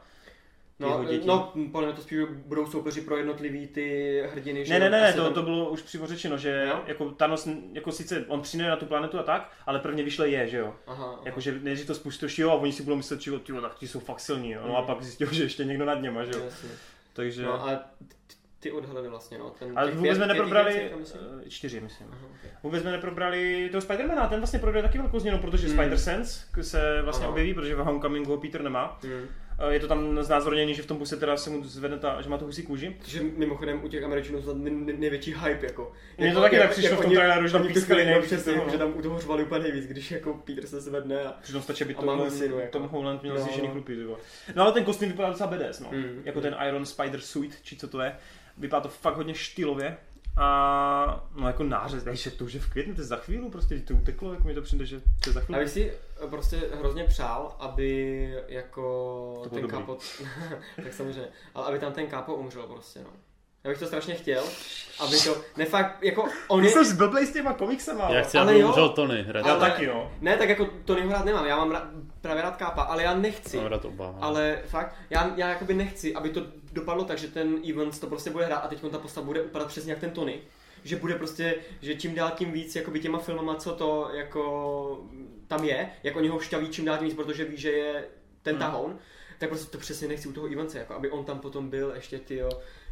B: Podle mě to spíš budou soupeři pro jednotlivý ty hrdiny. Že
A: ne, to bylo už přímo řečeno, že jako Thanos, jako sice on přijde na tu planetu a tak, ale prvně vyšle že jo. Jakože nejdřív to spustí, a oni si budou myslet, že tak ti jsou fakt silní, jo. No a pak zjistil, že ještě někdo nad něma, že jo. Takže...
B: No a ty odhalily vlastně, no.
A: Ale vůbec jsme neprobrali, 4 myslím. Vůbec jsme neprobrali toho Spidermana, ten vlastně projde taky velkou změnou, protože Spider-Sense se vlastně objeví, protože v Homecomingu ho Peter nemá. Je to tam znázorněný, že v tom puse teda se mu zvedne že má tu husí kůži.
B: Takže mimochodem u těch Američanů je největší hype, jako.
A: Mně to taky tak přišlo v tom traileru, že tam pískali
B: nejvíc. Že tam u toho řvali úplně nejvíc, když jako Peter se zvedne a
A: přitom stačí, aby Tom Holland měl zjištěný chlupy. No ale ten kostým vypadá docela badass, no. Jako ten Iron Spider Suit, či co to je. Vypadá to fakt hodně štýlově. A no jako nářez, že to už je v květnu, to je za chvíli, prostě to uteklo, jako mi to přijde, že to je za chvíli.
B: Já bych si prostě hrozně přál, aby jako
A: to
B: ten Capo, tak samozřejmě, ale aby tam ten Capo umřel prostě, no. Já bych to strašně chtěl, aby to, fakt, jako on
A: je... Ty jsi zblblej s těma komiksama.
C: Já chci, aby umřel Tony.
A: Já taky, jo.
B: Ne, tak jako Tonyho rád nemám, já mám právě rád Capa, ale já nechci.
C: Mám rád oba.
B: Ale fakt, já jakoby nechci, aby to dopadlo tak, že ten Evans to prostě bude hrát a teď ta postava bude vypadat přesně jak ten Tony. Že bude prostě, že čím dál tím víc jakoby těma filmama, co to jako tam je, jak oni ho šťaví čím dál tím víc, protože ví, že je ten tahoun, tak prostě to přesně nechci u toho Evanse, jako aby on tam potom byl ještě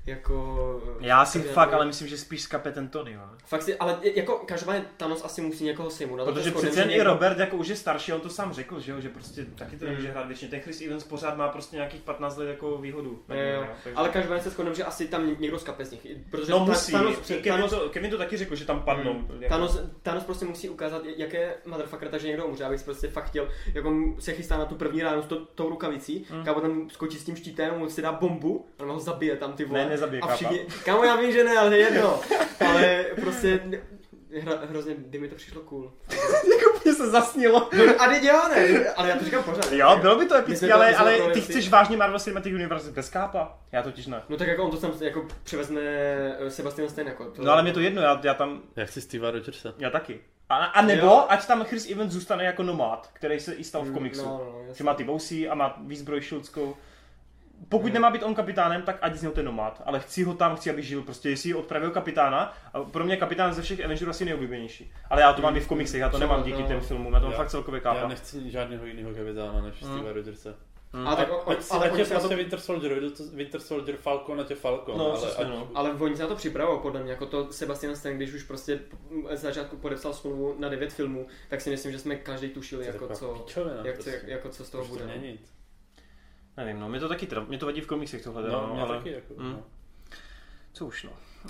A: Já si fakt, ale myslím, že spíš skape ten Tony, jo.
B: Fakt si, ale jako každopádně Thanos asi musí někoho sejmout.
A: Protože přece i Robert jako už je starší, on to sám řekl, že jo, že prostě taky to nemůže hrát věčně. Ten Chris Evans pořád má prostě nějakých 15 let jako výhodu.
B: Jo. Takže... Ale každopádně se shodneme, že asi tam někdo skape z nich. Protože
A: no musí, Kevin to taky řekl, že tam padnou.
B: Thanos prostě musí ukázat, jaké motherfucker, takže někdo umře, abych prostě fakt chtěl, jako se chystá na tu první ránu s tou rukavicí, kámo tam skočí s tím štítem, on si dá bombu, a ho zabije tam ty vole.
A: Ne, nezabije,
B: a všichni, kámo já vím, že ne, ale jedno. Ale prostě hrozně, kdy mi to přišlo cool.
A: Jako mě se zasnilo.
B: No, a teď jo, ne, ale já to říkám pořád.
A: Jo, bylo by to epické, ale ty chceš vážně Marvel Cinematic Universe bez Kápa? Já totiž ne.
B: No tak jako on to tam jako převezme Sebastian Stan jako.
A: No ale mě to jedno, já tam...
C: Já chci Steva Rogersa.
A: Já taky. A nebo ať tam Chris Evans zůstane jako nomád, který se i stal v komiksu. Že má ty vousy a má výzbroj shieldskou. Pokud nemá být on kapitánem, tak ať z něho ten nomád. Ale chci, aby žil. Prostě jestli odpravil kapitána, a pro mě kapitán ze všech Avengerů asi nejoblíbenější. Ale já to mám i v komiksech, já to nemám díky těm filmům, já to mám fakt celkově Kápa.
C: Já nechci žádného jiného kapitána než Steva Rogersa.
B: Ale
C: ať je prostě Winter Soldier, Falcon, ať je Falcon.
A: No,
B: ale oni se na to připravují podle mě, jako to Sebastian Stan, když už prostě z začátku podepsal smlouvu na 9 filmů, tak si myslím, že jsme každý tušili, jako co z toho bude.
A: Nevím, no, mě to vadí v komiksech tohle.
C: No, ale... taky jako.
A: Co už, no.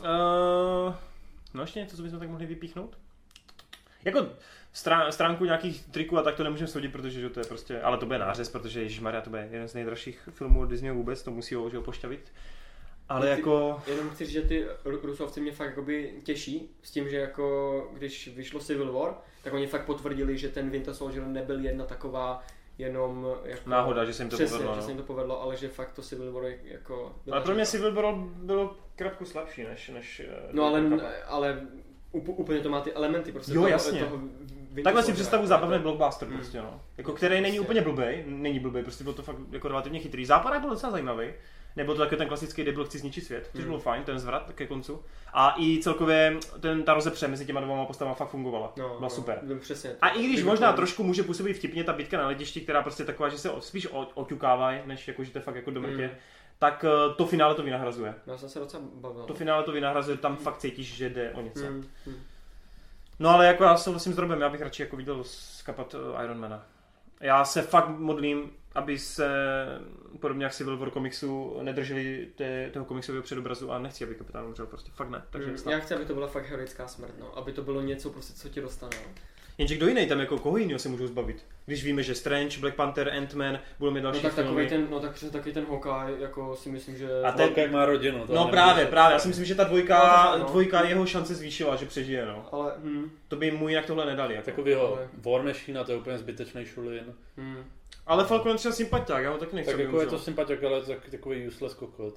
A: No ještě něco, co bychom tak mohli vypíchnout? Jako stránku nějakých triků a tak to nemůžeme soudit, protože to je prostě, ale to bude nářez, protože ježišmarja, to bude jeden z nejdražších filmů od Disneyho vůbec, to musí ho pošťavit. Ale jako...
B: Jenom chci říct, že ty Rusovci mě fakt jakoby těší s tím, že jako když vyšlo Civil War, tak oni fakt potvrdili, že ten Winter Soldier nebyl jedna taková jenom jako...
A: Náhoda, že se jim to povedlo.
B: Že se jim to povedlo, ale že fakt to Civil War jako...
A: Ale pro mě Civil War bylo krátku slabší než
B: no ale úplně to má ty elementy prostě.
A: Jo, jasně. Takhle si představu zábavný blockbuster prostě, no. Jako který není úplně blbej, prostě bylo to fakt jako relativně chytrý. Západák byl docela zajímavý. Nebo to taky ten klasický debil chci zničit svět, což bylo fajn, ten zvrat ke koncu. A i celkově ta rozepře mezi těma dvěma postavama fakt fungovala. Byla super.
B: Přesně,
A: a i když možná trošku může působit vtipně ta bitka na letišti, která prostě taková, že se spíš oťukávají, než jako, že to je fakt jako do mrtě, tak to finále to vynahrazuje.
B: Já jsem se docela bavil.
A: To finále to vynahrazuje, tam fakt cítíš, že jde o něco. No ale jako já souhlasím s Robem, já bych radši jako viděl skapat Ironmana. Já se fakt modlím, aby se podobně jak Civil War komiksu nedrželi toho komiksového předobrazu a nechci, aby kapitán umřel, prostě fakt ne. Takže
B: já chci, aby to byla fakt heroická smrt, no. Aby to bylo něco, prostě, co ti dostane. No.
A: Jenže kdo jiný tam, jako koho jiného se můžou zbavit? Když víme, že Strange, Black Panther, Ant-Man budou mít další filmy.
B: Tak přesně taky ten Hawkeye, jako si myslím, že...
C: A ten jak má rodinu.
A: No právě, já si myslím, že ta dvojka jeho šance zvýšila, že přežije, no.
B: Ale,
A: to by mu jinak tohle nedali. Jako.
C: Takovýho War Machine, to je úplně zbytečný šulin.
A: Ale Falcon je třeba sympatiák, já ho taky nechci.
C: Tak jako je to sympatiák, ale takový useless kokot.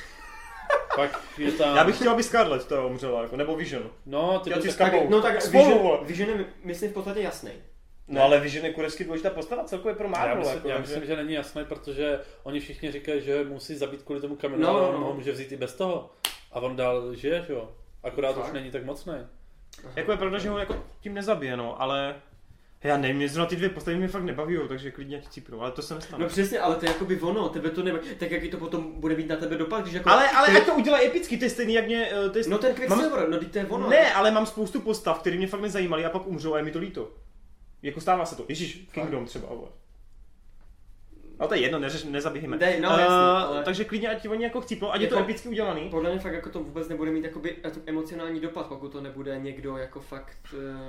C: Pak je tam...
A: Já bych chtěl, aby Scarlett to umřela, jako, nebo Vision.
C: No,
B: tak Vision je, myslím, v podstatě jasný.
A: No ale Vision je kurevsky důležitá postava celkově pro Marvel.
C: Já myslím, že není jasný, protože oni všichni říkají, že musí zabít kvůli tomu kamenu, ale on ho může vzít i bez toho. A on dál žije, že jo? Akorát už není tak mocný.
A: Jako je pravda, že ho jako tím nezabije, no, ale... Já nevím, mě zrovna ty dvě postavy mě fakt nebavijou, takže klidně ať cípnou, ale to se nestane.
B: No přesně, ale to je jakoby ono, tebe to nebaví, tak jaký to potom bude mít na tebe dopad, když jako...
A: Ale ať to udělá epicky, to je stejný jak mě...
B: No ten Quicksilver, no to je ono.
A: Ne, ale mám spoustu postav, které mě fakt nezajímaly a pak umřou a je mi to líto. Jako stává se to, Ježíš, Kingdom třeba, ale... Ale to je jedno, nezabijeme.
B: Ale...
A: Takže klidně ať oni jako chcípnou, ať je to epicky udělaný.
B: Podle mě fakt jako to vůbec nebude mít jakoby emocionální dopad, pokud to nebude někdo jako fakt...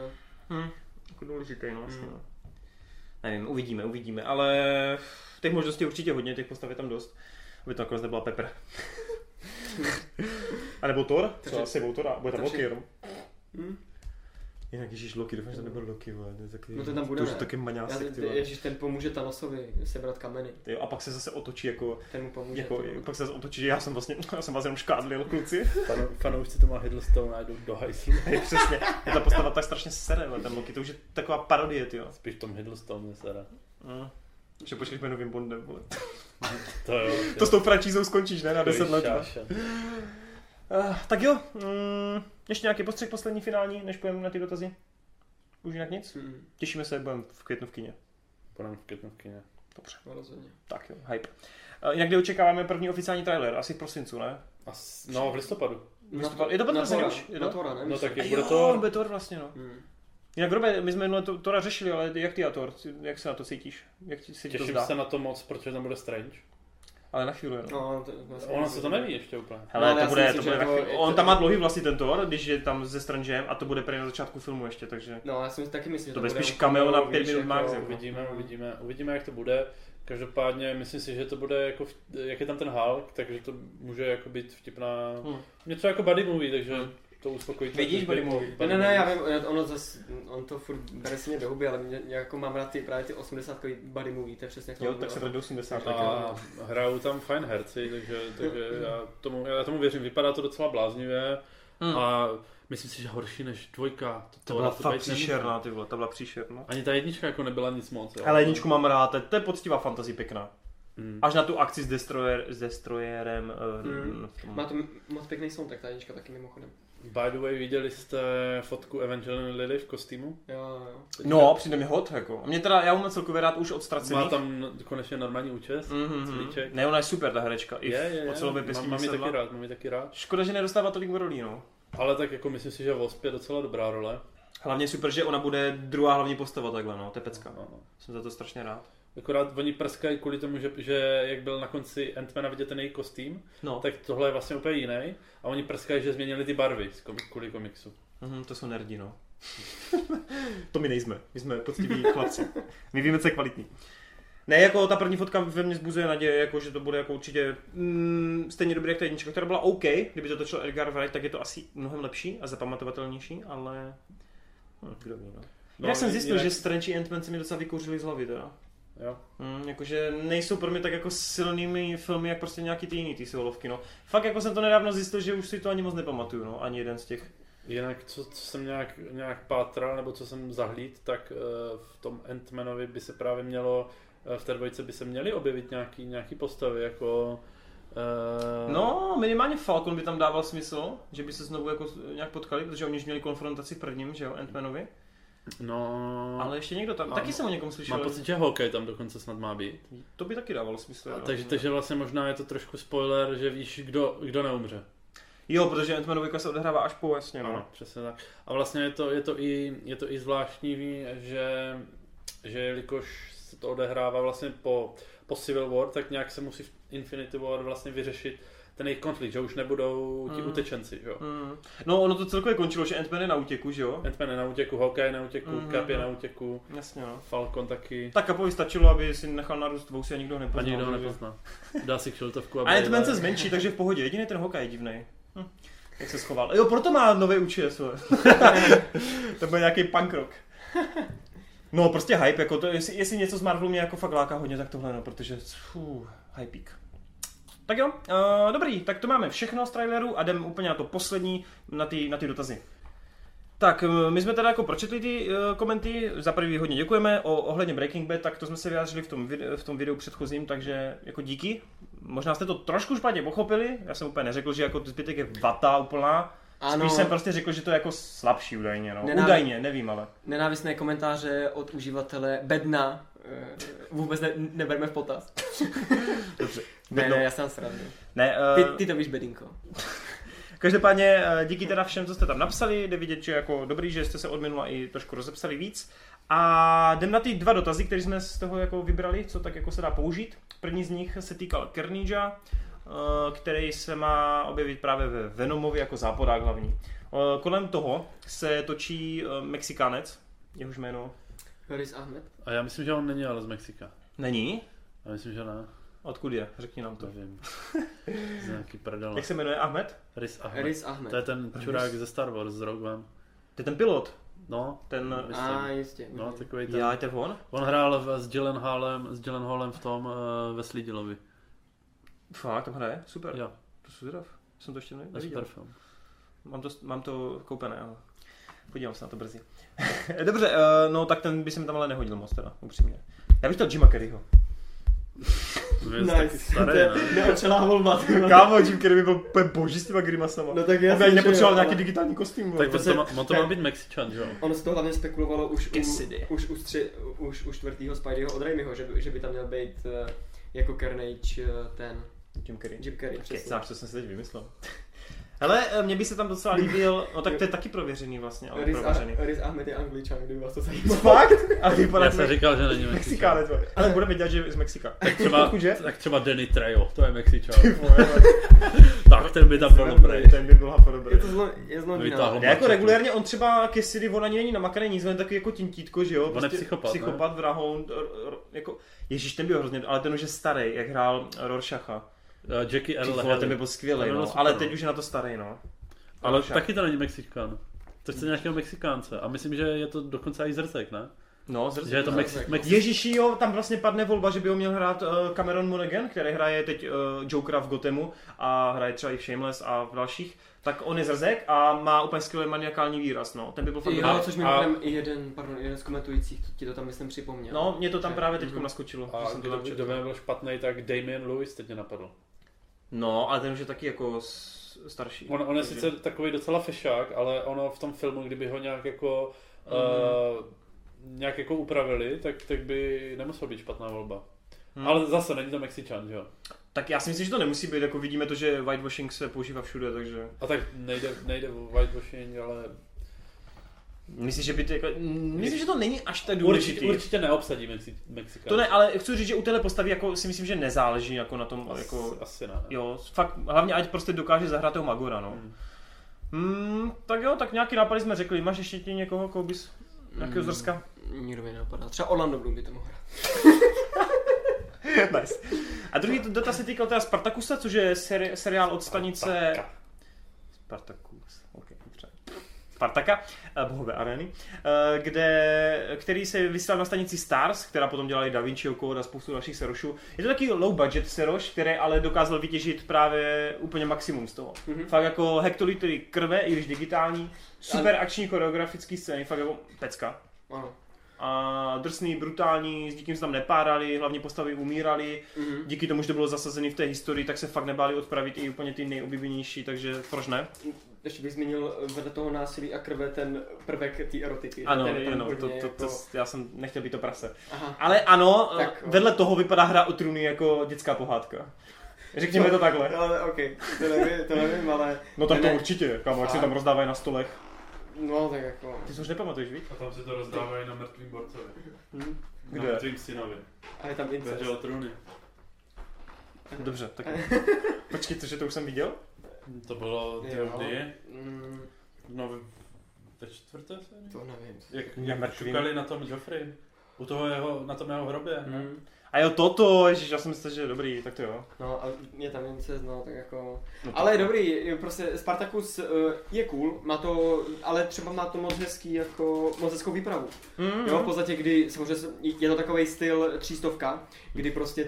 A: Jako důležitý, no vlastně. Nevím, uvidíme, ale těch možností určitě hodně, těch postav je tam dost, aby to nakonec nebyla Pepper. A nebo Thor, co asi byl Thor, bude tam Loki jenom. Jinak ježíš Loki, doufám, že to nebyl Loki, vole,
B: no ten tam bude,
A: to je taky maňásek, ty vole.
B: Ježíš, ten pomůže Thanosovi sebrat kameny.
A: Jo, a pak se zase otočí jako...
B: Ten mu pomůže.
A: Pak se zase otočí, že já jsem vás jenom škádlil, kluci.
C: Fanoušci to má Hiddlestone a jdou do hajslu.
A: Přesně, je ta postava tak strašně sere, ten Loki, to už je taková parodie, tyjo.
C: Spíš tom Hiddlestone sere.
A: Že počkej novým Bondem, vole.
C: To jo.
A: To s tou franšízou skončíš, ne, na 10 let. Tak jo, ještě nějaký postřeh poslední finální, než půjdeme na ty dotazy? Už jinak nic? Těšíme se, budeme v květnu v kině.
C: Budeme v květnu v kině.
A: Dobře.
B: Rozhodně.
A: Tak jo, hype. Jak kdy očekáváme první oficiální trailer? Asi v prosincu, ne?
C: No, v listopadu.
A: Je to potvrzený už?
B: Na Thora, ne?
C: No tak
A: Jo,
C: bude to...
A: bude Thor vlastně, no. Jinak Robe, my jsme minule Thora řešili, ale jak ty a Thor? Jak se na to cítíš? Jak se ti to
C: Těším
A: zdá?
C: se na to moc, protože tam bude Strange.
A: Ale na chvíli, no.
C: Ono se to neví ještě úplně.
A: Hele,
B: No,
A: to bude
B: jako,
A: on tam má dlouhý vlasy ten Thor, když je tam se Strangem a to bude prý na začátku filmu ještě, takže...
B: No, já si taky myslím, že
A: to bude spíš cameo na 5 minut max.
C: Uvidíme, jak to bude. Každopádně myslím si, že to bude jako, jak je tam ten Hulk, takže to může jako být vtipná, něco jako buddy movie, takže to uspokojí.
A: Vidíš buddy movie?
B: Ne, já vím, on to furt bere si mě do huby, ale mě jako mám rád právě ty 80kový buddy movie, to je přesně jak to.
A: Jo, tak se do 80.
C: A hrajou tam fajn herci, takže já tomu věřím, vypadá to docela bláznivě a myslím si, že horší než 2.
A: To byla fakt příšerná, ty vole, to byla příšerná.
C: Ani ta 1 jako nebyla nic moc. Jo.
A: Ale 1 mám rád, to je poctivá fantasy pěkná. Až na tu akci s Destroyerem.
B: Má to moc pěkný soundtrack, ta 1 taky mimochodem.
C: By the way, viděli jste fotku Evangeline Lilly v kostýmu?
B: Jo.
A: No, přijde mi hot, jako. A mě teda, já mám celkově rád už od ztracených.
C: Má tam konečně normální účes, celíček.
A: Ne, ona je super, ta herečka.
C: Je. Mám ji taky rád.
A: Škoda, že nedostává tolik rolí, no.
C: Ale tak jako myslím si, že Wasp je docela dobrá role.
A: Hlavně super, že ona bude druhá hlavní postava takhle, no, to je pecka. No. Jsem za to strašně rád.
C: Akorát oni prskají kvůli tomu, že jak byl na konci Ant-Mana vidět ten její kostým, tak tohle je vlastně úplně jiný. A oni prskají, že změnili ty barvy kvůli komiksu.
A: To jsou nerdi, no. To my nejsme, my jsme poctiví chlapci. My víme, co je kvalitní. Ne, jako ta první fotka ve mně zbuzuje naděje, jako, že to bude jako určitě stejně dobrý jak ta 1, která byla OK, kdyby to točil Edgar Wright, tak je to asi mnohem lepší a zapamatovatelnější, ale kdo ví, no. Já jsem zjistil, že Strange a Ant-Man se mi docela vykouřili z hlavy, teda.
C: Jo.
A: Jakože nejsou pro mě tak jako silnými filmy, jak prostě nějaký ty jiný ty solovky, no. Fakt jako jsem to nedávno zjistil, že už si to ani moc nepamatuju, no, ani jeden z těch.
C: Jinak, co jsem nějak pátral, nebo co jsem zahlíd, tak v tom Ant-Manovi by se právě mělo, v té 2 by se měly objevit nějaký postavy, jako...
A: No, minimálně Falcon by tam dával smysl, že by se znovu jako nějak potkali, protože oni už měli konfrontaci v prvním, že jo, Ant-Manovi.
C: No...
A: Ale ještě někdo tam, taky jsem o někom slyšel.
C: Mám pocit, že Hawkeye tam dokonce snad má být.
A: To by taky dávalo smysl.
C: Takže vlastně možná je to trošku spoiler, že víš, kdo neumře.
A: Jo, protože Ant-Manovika se odehrává až po, jasně, no.
C: Ano, přesně tak. A vlastně je to i zvláštní, že jelikož se to odehrává vlastně po Civil War, tak nějak se musí v Infinity War vlastně vyřešit ten jejich konflikt, že už nebudou ti utečenci, že jo.
A: No, ono to celkově končilo, že Ant-Man je na útěku, že jo?
C: Ant-Man je na útěku, Hawkeye je na útěku, Cap je na útěku,
A: jasně, no.
C: Falcon taky.
A: Tak Capovi stačilo, aby si nechal narůst vousy a nikdo nepoznal.
C: A nikdo nepozná. Dá si kšiltovku
A: a Ant-Man se zmenší, takže v pohodě. Jediný ten Hawkeye je divnej. Jak se schoval. Jo, proto má nový účes. To byl nějaký punk rock. No, prostě hype, jako to, jestli něco z Marvelu mě jako fakt láká hodně, tak tohle, no, protože hypík. Tak jo, dobrý, tak to máme všechno z traileru a jdem úplně na to poslední, na ty dotazy. Tak, my jsme teda jako pročetli ty komenty, za prvý hodně děkujeme, ohledně Breaking Bad, tak to jsme se vyjádřili v tom videu předchozím, takže jako díky. Možná jste to trošku špatně pochopili, já jsem úplně neřekl, že jako zbytek je vata úplná. Ano. Spíš jsem prostě řekl, že to je jako slabší údajně, no. Údajně, nevím, ale. Nenávistné
B: komentáře od uživatele Bedna vůbec nebereme v potaz.
A: Dobře.
B: Ne, já jsem srandu.
A: Ne,
B: ty to víš, Bedinko.
A: Každopádně díky teda všem, co jste tam napsali, jde vidět, že jako dobrý, že jste se od minula i trošku rozepsali víc. A jdem na ty 2 dotazy, které jsme z toho jako vybrali, co tak jako se dá použít. První z nich se týkal Carnagea, který se má objevit právě ve Venomovi jako záporák hlavní. Kolem toho se točí Mexikánec, jehož jméno...
B: Riz Ahmed.
C: A já myslím, že on není ale z Mexika.
A: Není?
C: Já myslím, že ne.
A: Odkud je? Řekni nám to.
C: Nevím. Z nějaký prdel.
A: Jak se jmenuje Ahmed?
C: Riz Ahmed.
B: Riz Ahmed.
C: To je ten čurák ze Star Wars z Rogue One.
A: To je ten pilot?
C: No.
A: Ten...
B: jistě.
C: No, takový ten...
A: Já, to je on?
C: On hrál s Gyllenhaalem v tom ve Slídilovi.
A: Fakt, tam hraje? Super.
C: Jo.
A: To jsou zvědav. Jsem to ještě neviděl.
C: Super film.
A: Mám to koupené, ale podívám se na to brzy. Dobře, no tak ten by se mi tam ale nehodil moc teda, upřímně. Já bych chtěl Jima Carreyho.
C: Nice. Starý,
B: neočelá volba.
A: Kámo, Jim Carrey by byl boží s těma grimasama.
B: No tak já
A: jsem nepotřeboval nějaký digitální kostým.
C: Tak to má být Mexičan, že jo?
B: Ono se to hlavně spekulovalo už u 4. Spideyho od Raimiho, že by tam měl být jako Carnage ten
A: Jim
B: Carrey, přesně.
A: Znáš, co jsem si teď vymyslel. Hele, mně by se tam docela líbil, no tak to je taky prověřený vlastně, ale prověřený.
B: Riz Ahmed je Angličan, kdyby vás to zajímalo.
A: Fakt? A vypadá
C: Já jsem říkal, že není Mexikánec.
A: Ale budeme dělat, že je z Mexika.
C: Tak třeba Danny Trejo, to je Mexičan. Tak ten by tam byl dobrý.
A: Ten by byl dobrý.
B: Je z Londýna.
A: Jako regulérně on třeba Cassidy, on ani není namakaný nic, on je taky jako tintítko, že jo?
C: On je psychopat,
A: vrahoun, jako, ježiš, ten byl hrozně, ale ten už je starý, jak hrál Rorschacha.
C: Jackie Earle.
A: Ten by byl skvělej, no. Ale teď už je na to starý, no.
C: Ale taky to není Mexikán. To chce nějakého Mexikánce. A myslím, že je to dokonce i Zrcek, ne?
A: No, Zrcek.
C: Že je to
A: Ježiši, jo, tam vlastně padne volba, že by ho měl hrát Cameron Monaghan, který hraje teď Jokera v Gothamu a hraje třeba i v Shameless a v dalších. Tak on je Zrzek a má úplně skvělý maniakální výraz, no. Ten by byl fakt
B: dobrý. Což mimochodem jeden z komentujících ti to tam myslím připomněl.
A: No, mě to tam právě teď naskočilo.
C: A kdo by byl špatný, tak Damian Lewis teď mě napadl.
A: No, ale ten už je taky jako starší.
C: On je sice takový docela fešák, ale ono v tom filmu, kdyby ho nějak jako nějak jako upravili, tak by nemusel být špatná volba. Ale zase není to Mexičan, že jo?
A: Tak já si myslím, že to nemusí být, jako vidíme to, že whitewashing se používá všude, takže...
C: A tak nejde o whitewashing, ale...
A: Myslíš, že by to jako... Myslím, že to není až tak důležitý.
C: Určitě neobsadí Mexikán.
A: To ne, ale chci říct, že u téhle postavy jako si myslím, že nezáleží jako na tom jako...
C: Asi ne.
A: Jo, fakt, hlavně ať prostě dokáže zahrát toho Magora, no. Tak jo, tak nějaký nápady jsme řekli. Máš ještě ti někoho, koho bys... Nějakého Zrska?
B: Nikdo mi nenapadá. Třeba Orlando Bloom by to mohl hrát.
A: Nice. A druhý dotaz se týkal teda Spartakusa, což je seriál od stanice... Spartakus. Okay, Spartaka, bohové arény, který se vysílal na stanici Stars, která potom dělali Da Vinciho Code a spoustu dalších serošů. Je to taky low budget seroš, který ale dokázal vytěžit právě úplně maximum z toho. Fakt jako hektolitry krve, i když digitální, super akční choreografický scény, fakt jako pecka.
B: Ano.
A: A drsný, brutální, s nikým se tam nepárali, hlavně postavy umírali. Díky tomu, že to bylo zasazený v té historii, tak se fakt nebáli odpravit i úplně ty nejoblíbenější, takže proč ne?
B: Ještě bych zmínil vedle toho násilí a krve ten prvek té erotiky.
A: Ano, já jsem nechtěl být to prase. Aha. Ale ano, tak, vedle toho vypadá Hra o trůny jako dětská pohádka. Řekněme to takhle.
B: Ale okej, to nevím, ale...
A: No tak to určitě, kámo, jak se tam rozdávají na stolech.
B: No tak jako...
A: Ty se už nepamatuješ, víš?
C: A tam se to rozdávají na mrtvým borcovi.
A: Kde?
C: Na mrtvým synovi.
B: A je tam incest.
C: Hře o trůny.
A: Dobře, tak... Počkej, cože to už jsem viděl?
C: To bylo kdy? No, ve čtvrté sérii?
B: To nevím.
C: Jak šukali na tom Joffrey? U toho na tom jeho hrobě, ne?
A: A jo, toto, ježiš, já jsem myslel, že je dobrý, tak to jo.
B: No a je tam incest, no, tak jako... No, ale je dobrý, prostě Spartacus je cool, má to, ale třeba má to moc hezký, jako, moc hezkou výpravu. Jo, v podstatě, kdy, samozřejmě je to takovej styl 300, kdy prostě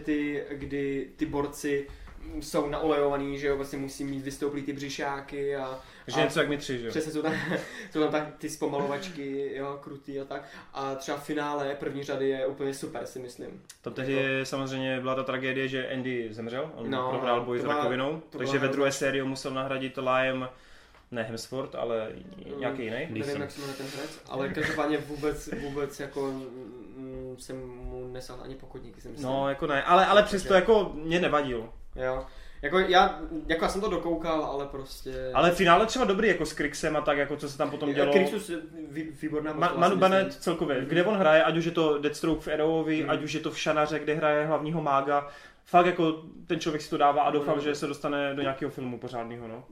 B: ty borci jsou naolejovaný, že jo, vlastně musí mít vystouplý ty břišáky a
A: něco jak my tři, že jo.
B: Přesně jsou tam tak ty zpomalovačky, jo, krutý a tak. A třeba v finále první řady je úplně super, si myslím.
A: To tehdy samozřejmě byla ta tragédie, že Andy zemřel, on prohrál boj s rakovinou, takže ve druhé sérii musel nahradit Liam, ne Hemsworth, ale nějaký jiný.
B: Nevím, jak se jmenuje ten herec, ale každopádně vůbec jako jsem mu nesal ani pokotníky, si myslím.
A: No, jako ne, ale přesto jako mě nevadil.
B: Jo. Jako já jsem to dokoukal, ale prostě...
A: Ale v finále třeba dobrý, jako s Krixem a tak, jako co se tam potom dělo.
B: Krixus je výborná postava.
A: Manu Bennett celkově, kde on hraje, ať už je to Deathstroke v Arrowovi, ať už je to v Shanaře, kde hraje hlavního mága. Fakt jako ten člověk si to dává a doufám, že se dostane do nějakého filmu pořádného, no.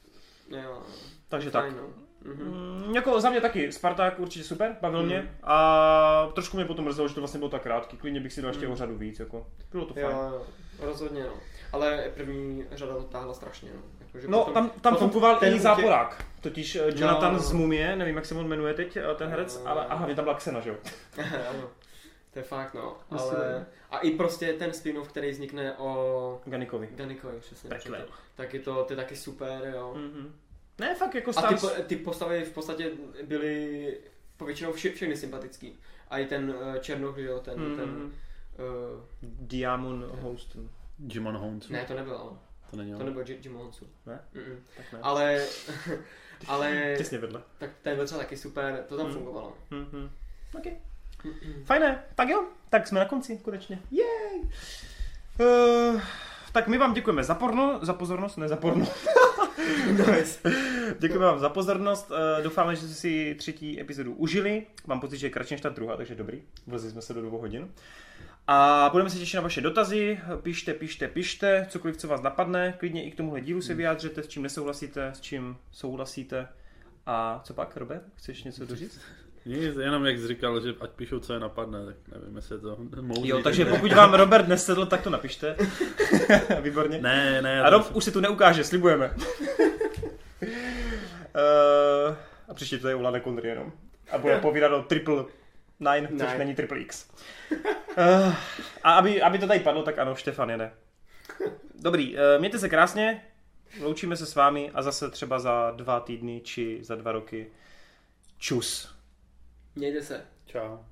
B: Jo.
A: Takže tak. Jako za mě taky, Spartak určitě super, bavil mě a trošku mě potom mrzelo, že to vlastně bylo tak krátký, klidně bych si dal ještě o řadu víc, jako. Bylo to fajn.
B: Jo, rozhodně no. Ale první řada to táhla strašně, no. Jako,
A: no tam fungoval i záporák, totiž Jonathan z Mumie, nevím jak se on jmenuje teď, ten herec, ale hlavně tam byla Xena, že jo?
B: Ano, to je fakt no, ale... A i prostě ten spin-off, který vznikne o...
A: Ganikovi,
B: přesně. Tak je to taky super, jo.
A: Ne, fakt jako Stars.
B: A ty postavy v podstatě byly povětšinou všechny sympatický. A i ten Černoch, jo, ten
A: Diamond Houston.
C: Jimon Honsu.
B: Ne, to nebyl. To nebyl Jim Honsu.
A: Ne? Tak ne.
B: Ale
A: těsně vedle.
B: Tak ten byl třeba taky super, to tam fungovalo.
A: Okay. Fajné, tak jo, tak jsme na konci, konečně. Jej! Tak my vám děkujeme za pozornost, ne za porno. Děkujeme vám za pozornost, doufáme, že jste si 3. epizodu užili. Mám pocit, že je kratší než ta 2, takže dobrý. Vlezli jsme se do 2 hodin. A budeme se těšit na vaše dotazy, pište, cokoliv, co vás napadne, klidně i k tomuhle dílu se vyjádřete, s čím nesouhlasíte, s čím souhlasíte. A co pak, Robert? Chceš něco doříct?
C: Nic, jenom jak jsi říkal, že ať píšou, co je napadne, tak nevím, jestli je to moudrý.
A: Jo, takže pokud vám Robert nesedl, tak to napište. Výborně.
C: Ne.
A: A Rob už se tu neukáže, slibujeme. A příště to je u Lana Connery jenom. A bude povídat o 999, což není triple X. A aby to tady padlo, tak ano, Štefan jede. Dobrý, mějte se krásně, loučíme se s vámi a zase třeba za 2 týdny či za 2 roky. Čus.
B: Mějte se.
C: Čau.